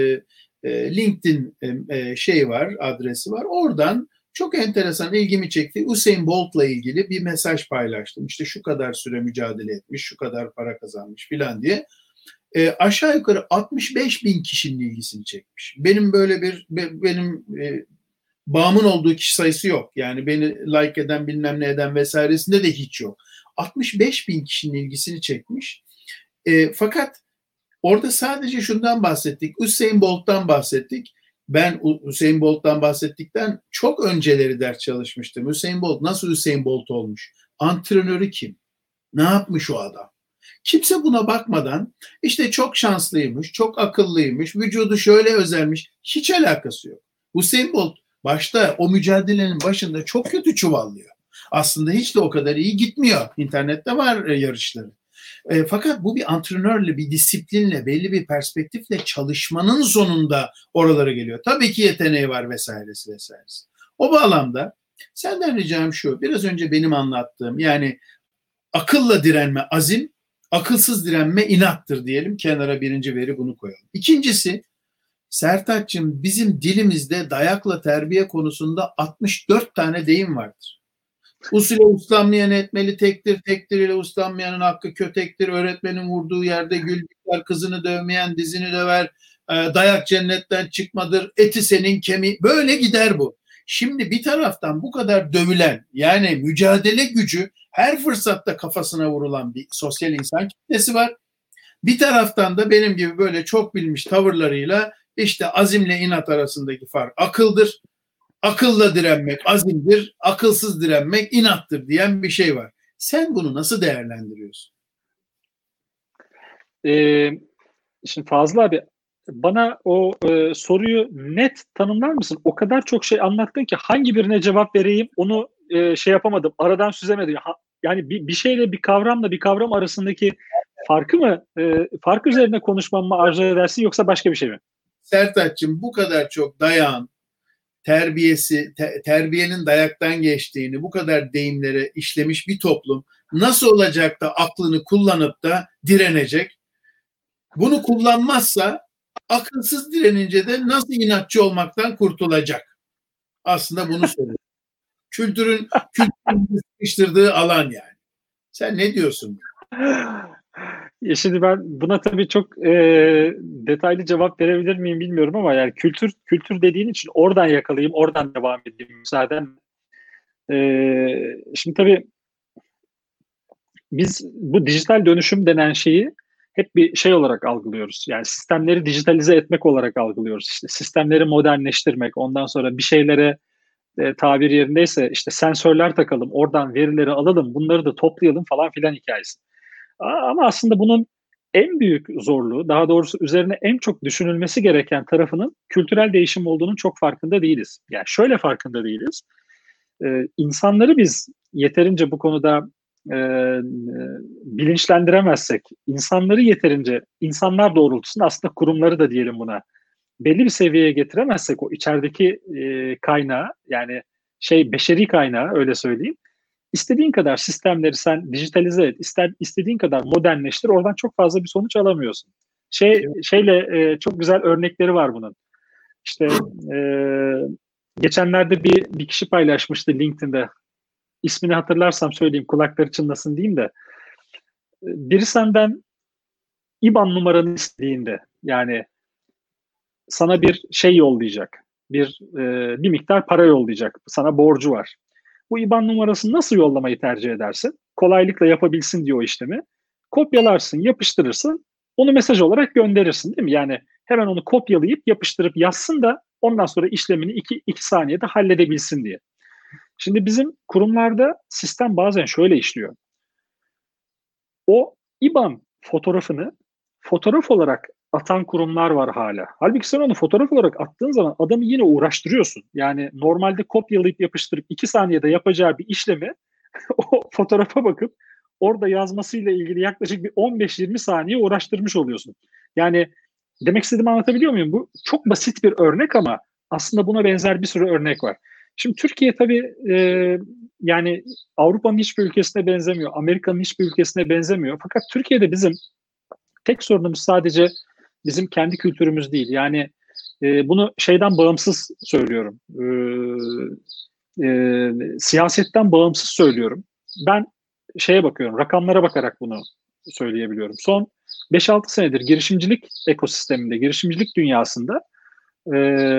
e, LinkedIn e, şey var, adresi var. Oradan çok enteresan, ilgimi çekti. Usain Bolt'la ilgili bir mesaj paylaştım. İşte şu kadar süre mücadele etmiş, şu kadar para kazanmış filan diye. E, aşağı yukarı altmış beş bin kişinin ilgisini çekmiş. Benim böyle bir, benim e, bağımın olduğu kişi sayısı yok. Yani beni like eden, bilmem ne eden vesairesinde de hiç yok. altmış beş bin kişinin ilgisini çekmiş. E, fakat orada sadece şundan bahsettik. Usain Bolt'tan bahsettik. Ben Usain Bolt'tan bahsettikten çok önceleri ders çalışmıştım. Usain Bolt nasıl Usain Bolt olmuş? Antrenörü kim? Ne yapmış o adam? Kimse buna bakmadan işte çok şanslıymış, çok akıllıymış, vücudu şöyle özelmiş. Hiç alakası yok. Usain Bolt başta o mücadelenin başında çok kötü çuvallıyor. Aslında hiç de o kadar iyi gitmiyor. İnternette var yarışları. E, fakat bu bir antrenörle, bir disiplinle, belli bir perspektifle çalışmanın sonunda oralara geliyor. Tabii ki yeteneği var vesairesi vesairesi. O bağlamda senden ricam şu, biraz önce benim anlattığım, yani akılla direnme azim, akılsız direnme inattır diyelim. Kenara birinci veri bunu koyalım. İkincisi, Sertaç'cığım, bizim dilimizde dayakla terbiye konusunda altmış dört tane deyim vardır. Usule uslanmayan etmeli tektir, tektir ile uslanmayanın hakkı kötektir, öğretmenin vurduğu yerde gül biter, kızını dövmeyen dizini döver, dayak cennetten çıkmadır, eti senin kemiği, böyle gider bu. Şimdi bir taraftan bu kadar dövülen, yani mücadele gücü her fırsatta kafasına vurulan bir sosyal insan kitlesi var. Bir taraftan da benim gibi böyle çok bilmiş tavırlarıyla işte azimle inat arasındaki fark akıldır. Akılla direnmek azimdir, akılsız direnmek inattır diyen bir şey var. Sen bunu nasıl değerlendiriyorsun? Ee, şimdi Fazıl abi, bana o e, soruyu net tanımlar mısın? O kadar çok şey anlattın ki hangi birine cevap vereyim onu e, şey yapamadım. Aradan süzemedim. Ha, yani bir, bir şeyle bir kavramla bir kavram arasındaki farkı mı e, fark üzerine konuşmamı arzu edersin yoksa başka bir şey mi? Sertaç'cığım, bu kadar çok dayağın terbiyesi, te, terbiyenin dayaktan geçtiğini, bu kadar deyimlere işlemiş bir toplum nasıl olacak da aklını kullanıp da direnecek? Bunu kullanmazsa akılsız direnince de nasıl inatçı olmaktan kurtulacak? Aslında bunu soruyor. Kültürün, kültürün sıkıştırdığı alan yani. Sen ne diyorsun? Ya şimdi ben buna tabii çok e, detaylı cevap verebilir miyim bilmiyorum ama yani kültür kültür dediğin için oradan yakalayayım, oradan devam edeyim müsaaden. E, şimdi tabii biz bu dijital dönüşüm denen şeyi hep bir şey olarak algılıyoruz. Yani sistemleri dijitalize etmek olarak algılıyoruz. İşte sistemleri modernleştirmek, ondan sonra bir şeylere e, tabir yerindeyse işte sensörler takalım, oradan verileri alalım, bunları da toplayalım falan filan hikayesi. Ama aslında bunun en büyük zorluğu, daha doğrusu üzerine en çok düşünülmesi gereken tarafının kültürel değişim olduğunun çok farkında değiliz. Yani şöyle farkında değiliz. Ee, insanları biz yeterince bu konuda e, bilinçlendiremezsek, insanları yeterince, insanlar doğrultusunda aslında kurumları da diyelim buna, belli bir seviyeye getiremezsek o içerideki e, kaynağı, yani şey beşeri kaynağı öyle söyleyeyim, İstediğin kadar sistemleri sen dijitalize et, ister, istediğin kadar modernleştir, oradan çok fazla bir sonuç alamıyorsun. Şey şeyle e, çok güzel örnekleri var bunun. İşte e, geçenlerde bir bir kişi paylaşmıştı LinkedIn'de. İsmini hatırlarsam söyleyeyim, kulakları çınlasın diyeyim de. Biri senden I B A N numaranı istediğinde, yani sana bir şey yollayacak, bir e, bir miktar para yollayacak, sana borcu var. Bu I B A N numarasını nasıl yollamayı tercih edersin? Kolaylıkla yapabilsin diye o işlemi. Kopyalarsın, yapıştırırsın, onu mesaj olarak gönderirsin, değil mi? Yani hemen onu kopyalayıp yapıştırıp yazsın da ondan sonra işlemini iki, iki saniyede halledebilsin diye. Şimdi bizim kurumlarda sistem bazen şöyle işliyor. O I B A N fotoğrafını fotoğraf olarak atan kurumlar var hala. Halbuki sen onu fotoğraf olarak attığın zaman adamı yine uğraştırıyorsun. Yani normalde kopyalayıp yapıştırıp iki saniyede yapacağı bir işlemi o fotoğrafa bakıp orada yazmasıyla ilgili yaklaşık bir on beş yirmi saniye uğraştırmış oluyorsun. Yani demek istediğimi anlatabiliyor muyum? Bu çok basit bir örnek ama aslında buna benzer bir sürü örnek var. Şimdi Türkiye tabii e, yani Avrupa'nın hiçbir ülkesine benzemiyor, Amerika'nın hiçbir ülkesine benzemiyor. Fakat Türkiye'de bizim tek sorunumuz sadece bizim kendi kültürümüz değil. Yani e, bunu şeyden bağımsız söylüyorum. E, e, siyasetten bağımsız söylüyorum. Ben şeye bakıyorum, rakamlara bakarak bunu söyleyebiliyorum. Son beş altı senedir girişimcilik ekosisteminde, girişimcilik dünyasında e,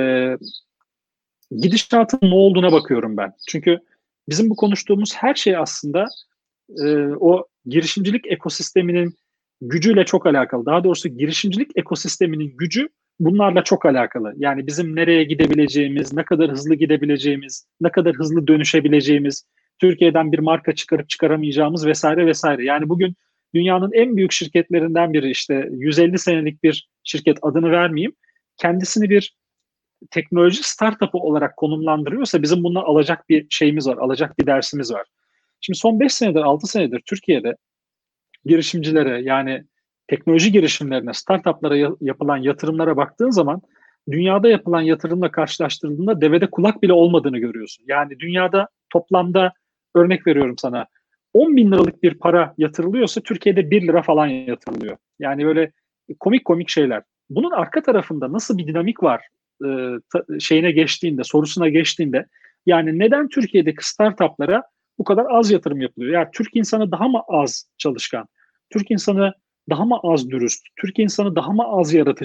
gidişatın ne olduğuna bakıyorum ben. Çünkü bizim bu konuştuğumuz her şey aslında e, o girişimcilik ekosisteminin gücüyle çok alakalı. Daha doğrusu girişimcilik ekosisteminin gücü bunlarla çok alakalı. Yani bizim nereye gidebileceğimiz, ne kadar hızlı gidebileceğimiz, ne kadar hızlı dönüşebileceğimiz, Türkiye'den bir marka çıkarıp çıkaramayacağımız vesaire vesaire. Yani bugün dünyanın en büyük şirketlerinden biri, işte yüz elli senelik bir şirket, adını vermeyeyim, kendisini bir teknoloji startup'ı olarak konumlandırıyorsa bizim bundan alacak bir şeyimiz var, alacak bir dersimiz var. Şimdi son beş senedir, altı senedir Türkiye'de girişimcilere, yani teknoloji girişimlerine, startup'lara yapılan yatırımlara baktığın zaman dünyada yapılan yatırımla karşılaştırıldığında devede kulak bile olmadığını görüyorsun. Yani dünyada toplamda, örnek veriyorum sana, on bin liralık bir para yatırılıyorsa Türkiye'de bir lira falan yatırılıyor. Yani böyle komik komik şeyler. Bunun arka tarafında nasıl bir dinamik var e, ta, şeyine geçtiğinde, sorusuna geçtiğinde, yani neden Türkiye'deki startup'lara bu kadar az yatırım yapılıyor? Yani Türk insanı daha mı az çalışkan? Türk insanı daha mı az dürüst? Türk insanı daha mı az yaratıcı?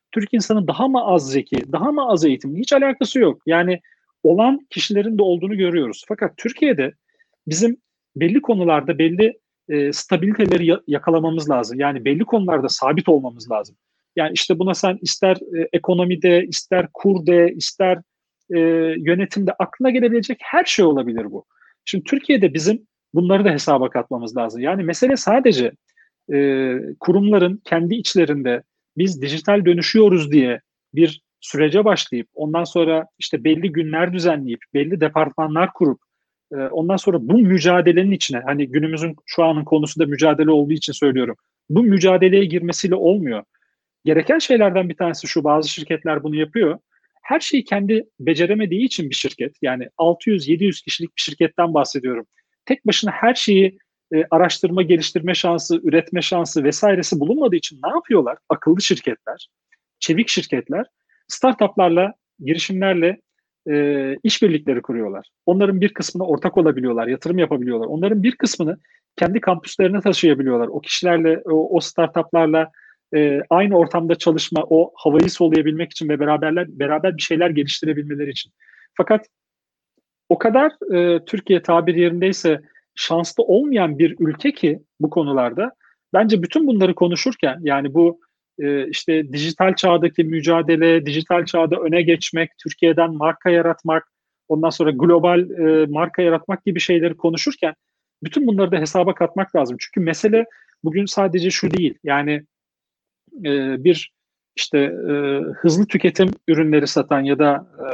Türk insanı daha mı az zeki, daha mı az eğitimli? Hiç alakası yok. Yani olan kişilerin de olduğunu görüyoruz. Fakat Türkiye'de bizim belli konularda belli e, stabiliteleri ya- yakalamamız lazım. Yani belli konularda sabit olmamız lazım. Yani işte buna sen ister e, ekonomide, ister kurde, ister e, yönetimde aklına gelebilecek her şey olabilir bu. Şimdi Türkiye'de bizim bunları da hesaba katmamız lazım. Yani mesele sadece e, kurumların kendi içlerinde biz dijital dönüşüyoruz diye bir sürece başlayıp ondan sonra işte belli günler düzenleyip belli departmanlar kurup e, ondan sonra bu mücadelenin içine, hani günümüzün şu anın konusu da mücadele olduğu için söylüyorum, bu mücadeleye girmesiyle olmuyor. Gereken şeylerden bir tanesi şu: bazı şirketler bunu yapıyor. Her şeyi kendi beceremediği için bir şirket, yani altı yüz yedi yüz kişilik bir şirketten bahsediyorum, tek başına her şeyi e, araştırma, geliştirme şansı, üretme şansı vesairesi bulunmadığı için ne yapıyorlar? Akıllı şirketler, çevik şirketler, startuplarla, girişimlerle e, işbirlikleri kuruyorlar. Onların bir kısmına ortak olabiliyorlar, yatırım yapabiliyorlar. Onların bir kısmını kendi kampüslerine taşıyabiliyorlar. O kişilerle, o, o startuplarla e, aynı ortamda çalışma, o havayı soluyabilmek için ve beraberler beraber bir şeyler geliştirebilmeleri için. Fakat o kadar e, Türkiye tabir yerindeyse şanslı olmayan bir ülke ki bu konularda, bence bütün bunları konuşurken, yani bu e, işte dijital çağdaki mücadele, dijital çağda öne geçmek, Türkiye'den marka yaratmak, ondan sonra global e, marka yaratmak gibi şeyleri konuşurken bütün bunları da hesaba katmak lazım. Çünkü mesele bugün sadece şu değil. Yani e, bir işte e, hızlı tüketim ürünleri satan ya da e,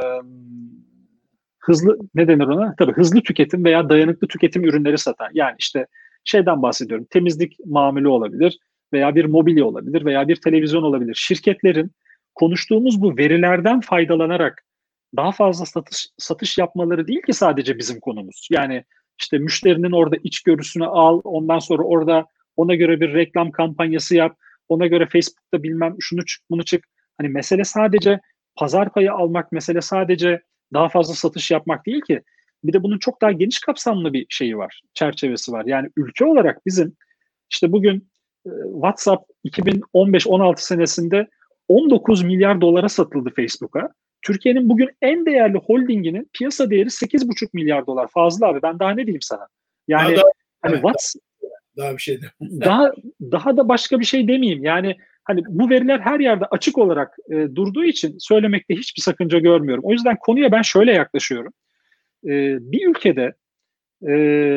hızlı, ne denir ona? Tabii hızlı tüketim veya dayanıklı tüketim ürünleri satan. Yani işte şeyden bahsediyorum. Temizlik mamülü olabilir veya bir mobilya olabilir veya bir televizyon olabilir. Şirketlerin konuştuğumuz bu verilerden faydalanarak daha fazla satış satış yapmaları değil ki sadece bizim konumuz. Yani işte müşterinin orada içgörüsünü al, ondan sonra orada ona göre bir reklam kampanyası yap, ona göre Facebook'ta bilmem şunu çık bunu çık. Hani mesele sadece pazar payı almak, mesele sadece daha fazla satış yapmak değil ki. Bir de bunun çok daha geniş kapsamlı bir şeyi var, çerçevesi var. Yani ülke olarak bizim işte bugün e, WhatsApp iki bin on beş on altı senesinde on dokuz milyar dolara satıldı Facebook'a. Türkiye'nin bugün en değerli holdinginin piyasa değeri sekiz buçuk milyar dolar. Fazla abi, ben daha ne diyeyim sana? Yani daha, hani daha, WhatsApp daha bir şey de. daha daha da başka bir şey demeyeyim. Yani hani bu veriler her yerde açık olarak e, durduğu için söylemekte hiçbir sakınca görmüyorum. O yüzden konuya ben şöyle yaklaşıyorum. E, bir ülkede e,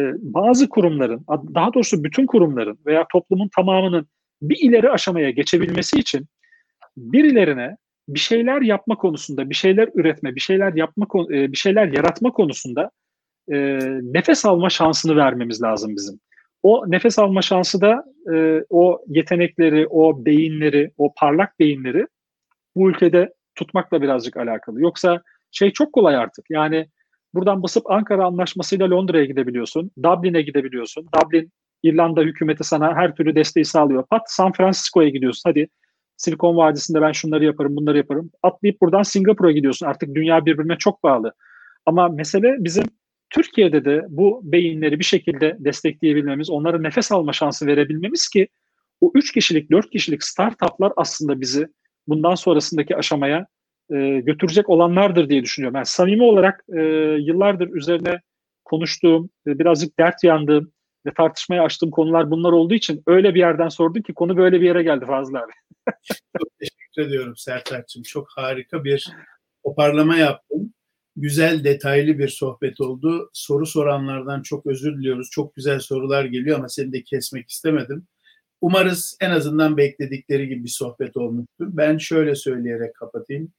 bazı kurumların, daha doğrusu bütün kurumların veya toplumun tamamının bir ileri aşamaya geçebilmesi için birilerine bir şeyler yapma konusunda, bir şeyler üretme, bir şeyler yapma, e, bir şeyler yaratma konusunda e, nefes alma şansını vermemiz lazım bizim. O nefes alma şansı da e, o yetenekleri, o beyinleri, o parlak beyinleri bu ülkede tutmakla birazcık alakalı. Yoksa şey çok kolay artık. Yani buradan basıp Ankara Anlaşması'yla Londra'ya gidebiliyorsun. Dublin'e gidebiliyorsun. Dublin, İrlanda hükümeti sana her türlü desteği sağlıyor. Pat San Francisco'ya gidiyorsun. Hadi Silikon Vadisi'nde ben şunları yaparım, bunları yaparım. Atlayıp buradan Singapur'a gidiyorsun. Artık dünya birbirine çok bağlı. Ama mesele bizim Türkiye'de de bu beyinleri bir şekilde destekleyebilmemiz, onlara nefes alma şansı verebilmemiz ki o üç kişilik, dört kişilik startuplar aslında bizi bundan sonrasındaki aşamaya e, götürecek olanlardır diye düşünüyorum. Yani samimi olarak e, yıllardır üzerine konuştuğum, e, birazcık dert yandığım ve tartışmaya açtığım konular bunlar olduğu için öyle bir yerden sordun ki konu böyle bir yere geldi Fazıl abi. Çok teşekkür ediyorum Sertaç'cığım. Çok harika bir toparlama yaptın. Güzel, detaylı bir sohbet oldu. Soru soranlardan çok özür diliyoruz. Çok güzel sorular geliyor ama seni de kesmek istemedim. Umarız en azından bekledikleri gibi bir sohbet olmuştur. Ben şöyle söyleyerek kapatayım.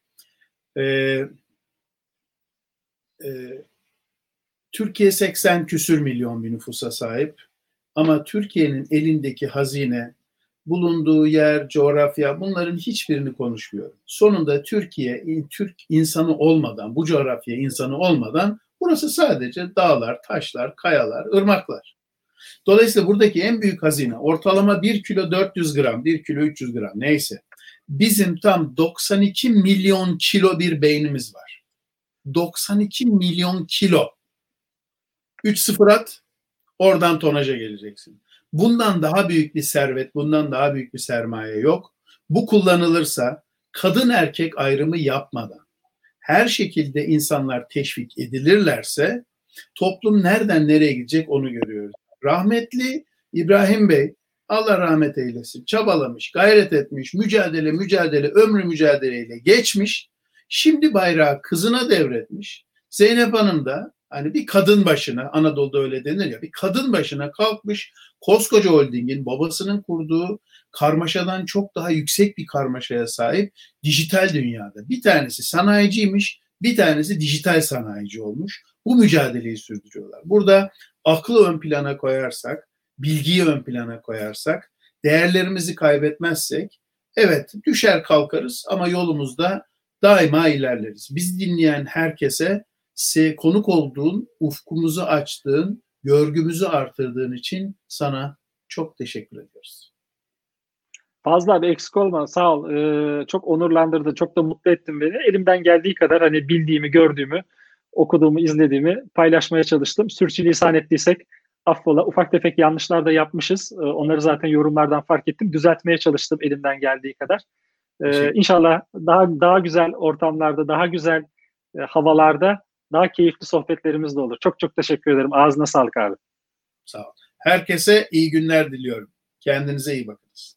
Ee, e, Türkiye seksen küsür milyon bir nüfusa sahip. Ama Türkiye'nin elindeki hazine, bulunduğu yer, coğrafya, bunların hiçbirini konuşmuyorum. Sonunda Türkiye, Türk insanı olmadan, bu coğrafya insanı olmadan burası sadece dağlar, taşlar, kayalar, ırmaklar. Dolayısıyla buradaki en büyük hazine ortalama bir kilo dört yüz gram, bir kilo üç yüz gram neyse. Bizim tam doksan iki milyon kilo bir beynimiz var. doksan iki milyon kilo. üç sıfır at, oradan tonaja geleceksin. Bundan daha büyük bir servet, bundan daha büyük bir sermaye yok. Bu kullanılırsa kadın erkek ayrımı yapmadan her şekilde insanlar teşvik edilirlerse toplum nereden nereye gidecek onu görüyoruz. Rahmetli İbrahim Bey, Allah rahmet eylesin, çabalamış, gayret etmiş, mücadele mücadele, ömrü mücadeleyle geçmiş. Şimdi bayrağı kızına devretmiş. Zeynep Hanım da hani bir kadın başına, Anadolu'da öyle denir ya, bir kadın başına kalkmış, koskoca holdingin babasının kurduğu karmaşadan çok daha yüksek bir karmaşaya sahip dijital dünyada. Bir tanesi sanayiciymiş, bir tanesi dijital sanayici olmuş. Bu mücadeleyi sürdürüyorlar. Burada aklı ön plana koyarsak, bilgiyi ön plana koyarsak, değerlerimizi kaybetmezsek, evet düşer kalkarız ama yolumuzda daima ilerleriz. Biz dinleyen herkese konuk olduğun, ufkumuzu açtığın, görgümüzü artırdığın için sana çok teşekkür ediyoruz. Fazla abi, eksik olma, sağ ol. Ee, çok onurlandırdı, çok da mutlu ettin beni. Elimden geldiği kadar hani bildiğimi, gördüğümü, okuduğumu, izlediğimi paylaşmaya çalıştım. Sürçülisan ettiysek affola. Ufak tefek yanlışlar da yapmışız. Ee, onları zaten yorumlardan fark ettim. Düzeltmeye çalıştım elimden geldiği kadar. Ee, İnşallah daha daha güzel ortamlarda, daha güzel e, havalarda, daha keyifli sohbetlerimiz de olur. Çok çok teşekkür ederim. Ağzına sağlık abi. Sağ ol. Herkese iyi günler diliyorum. Kendinize iyi bakınız.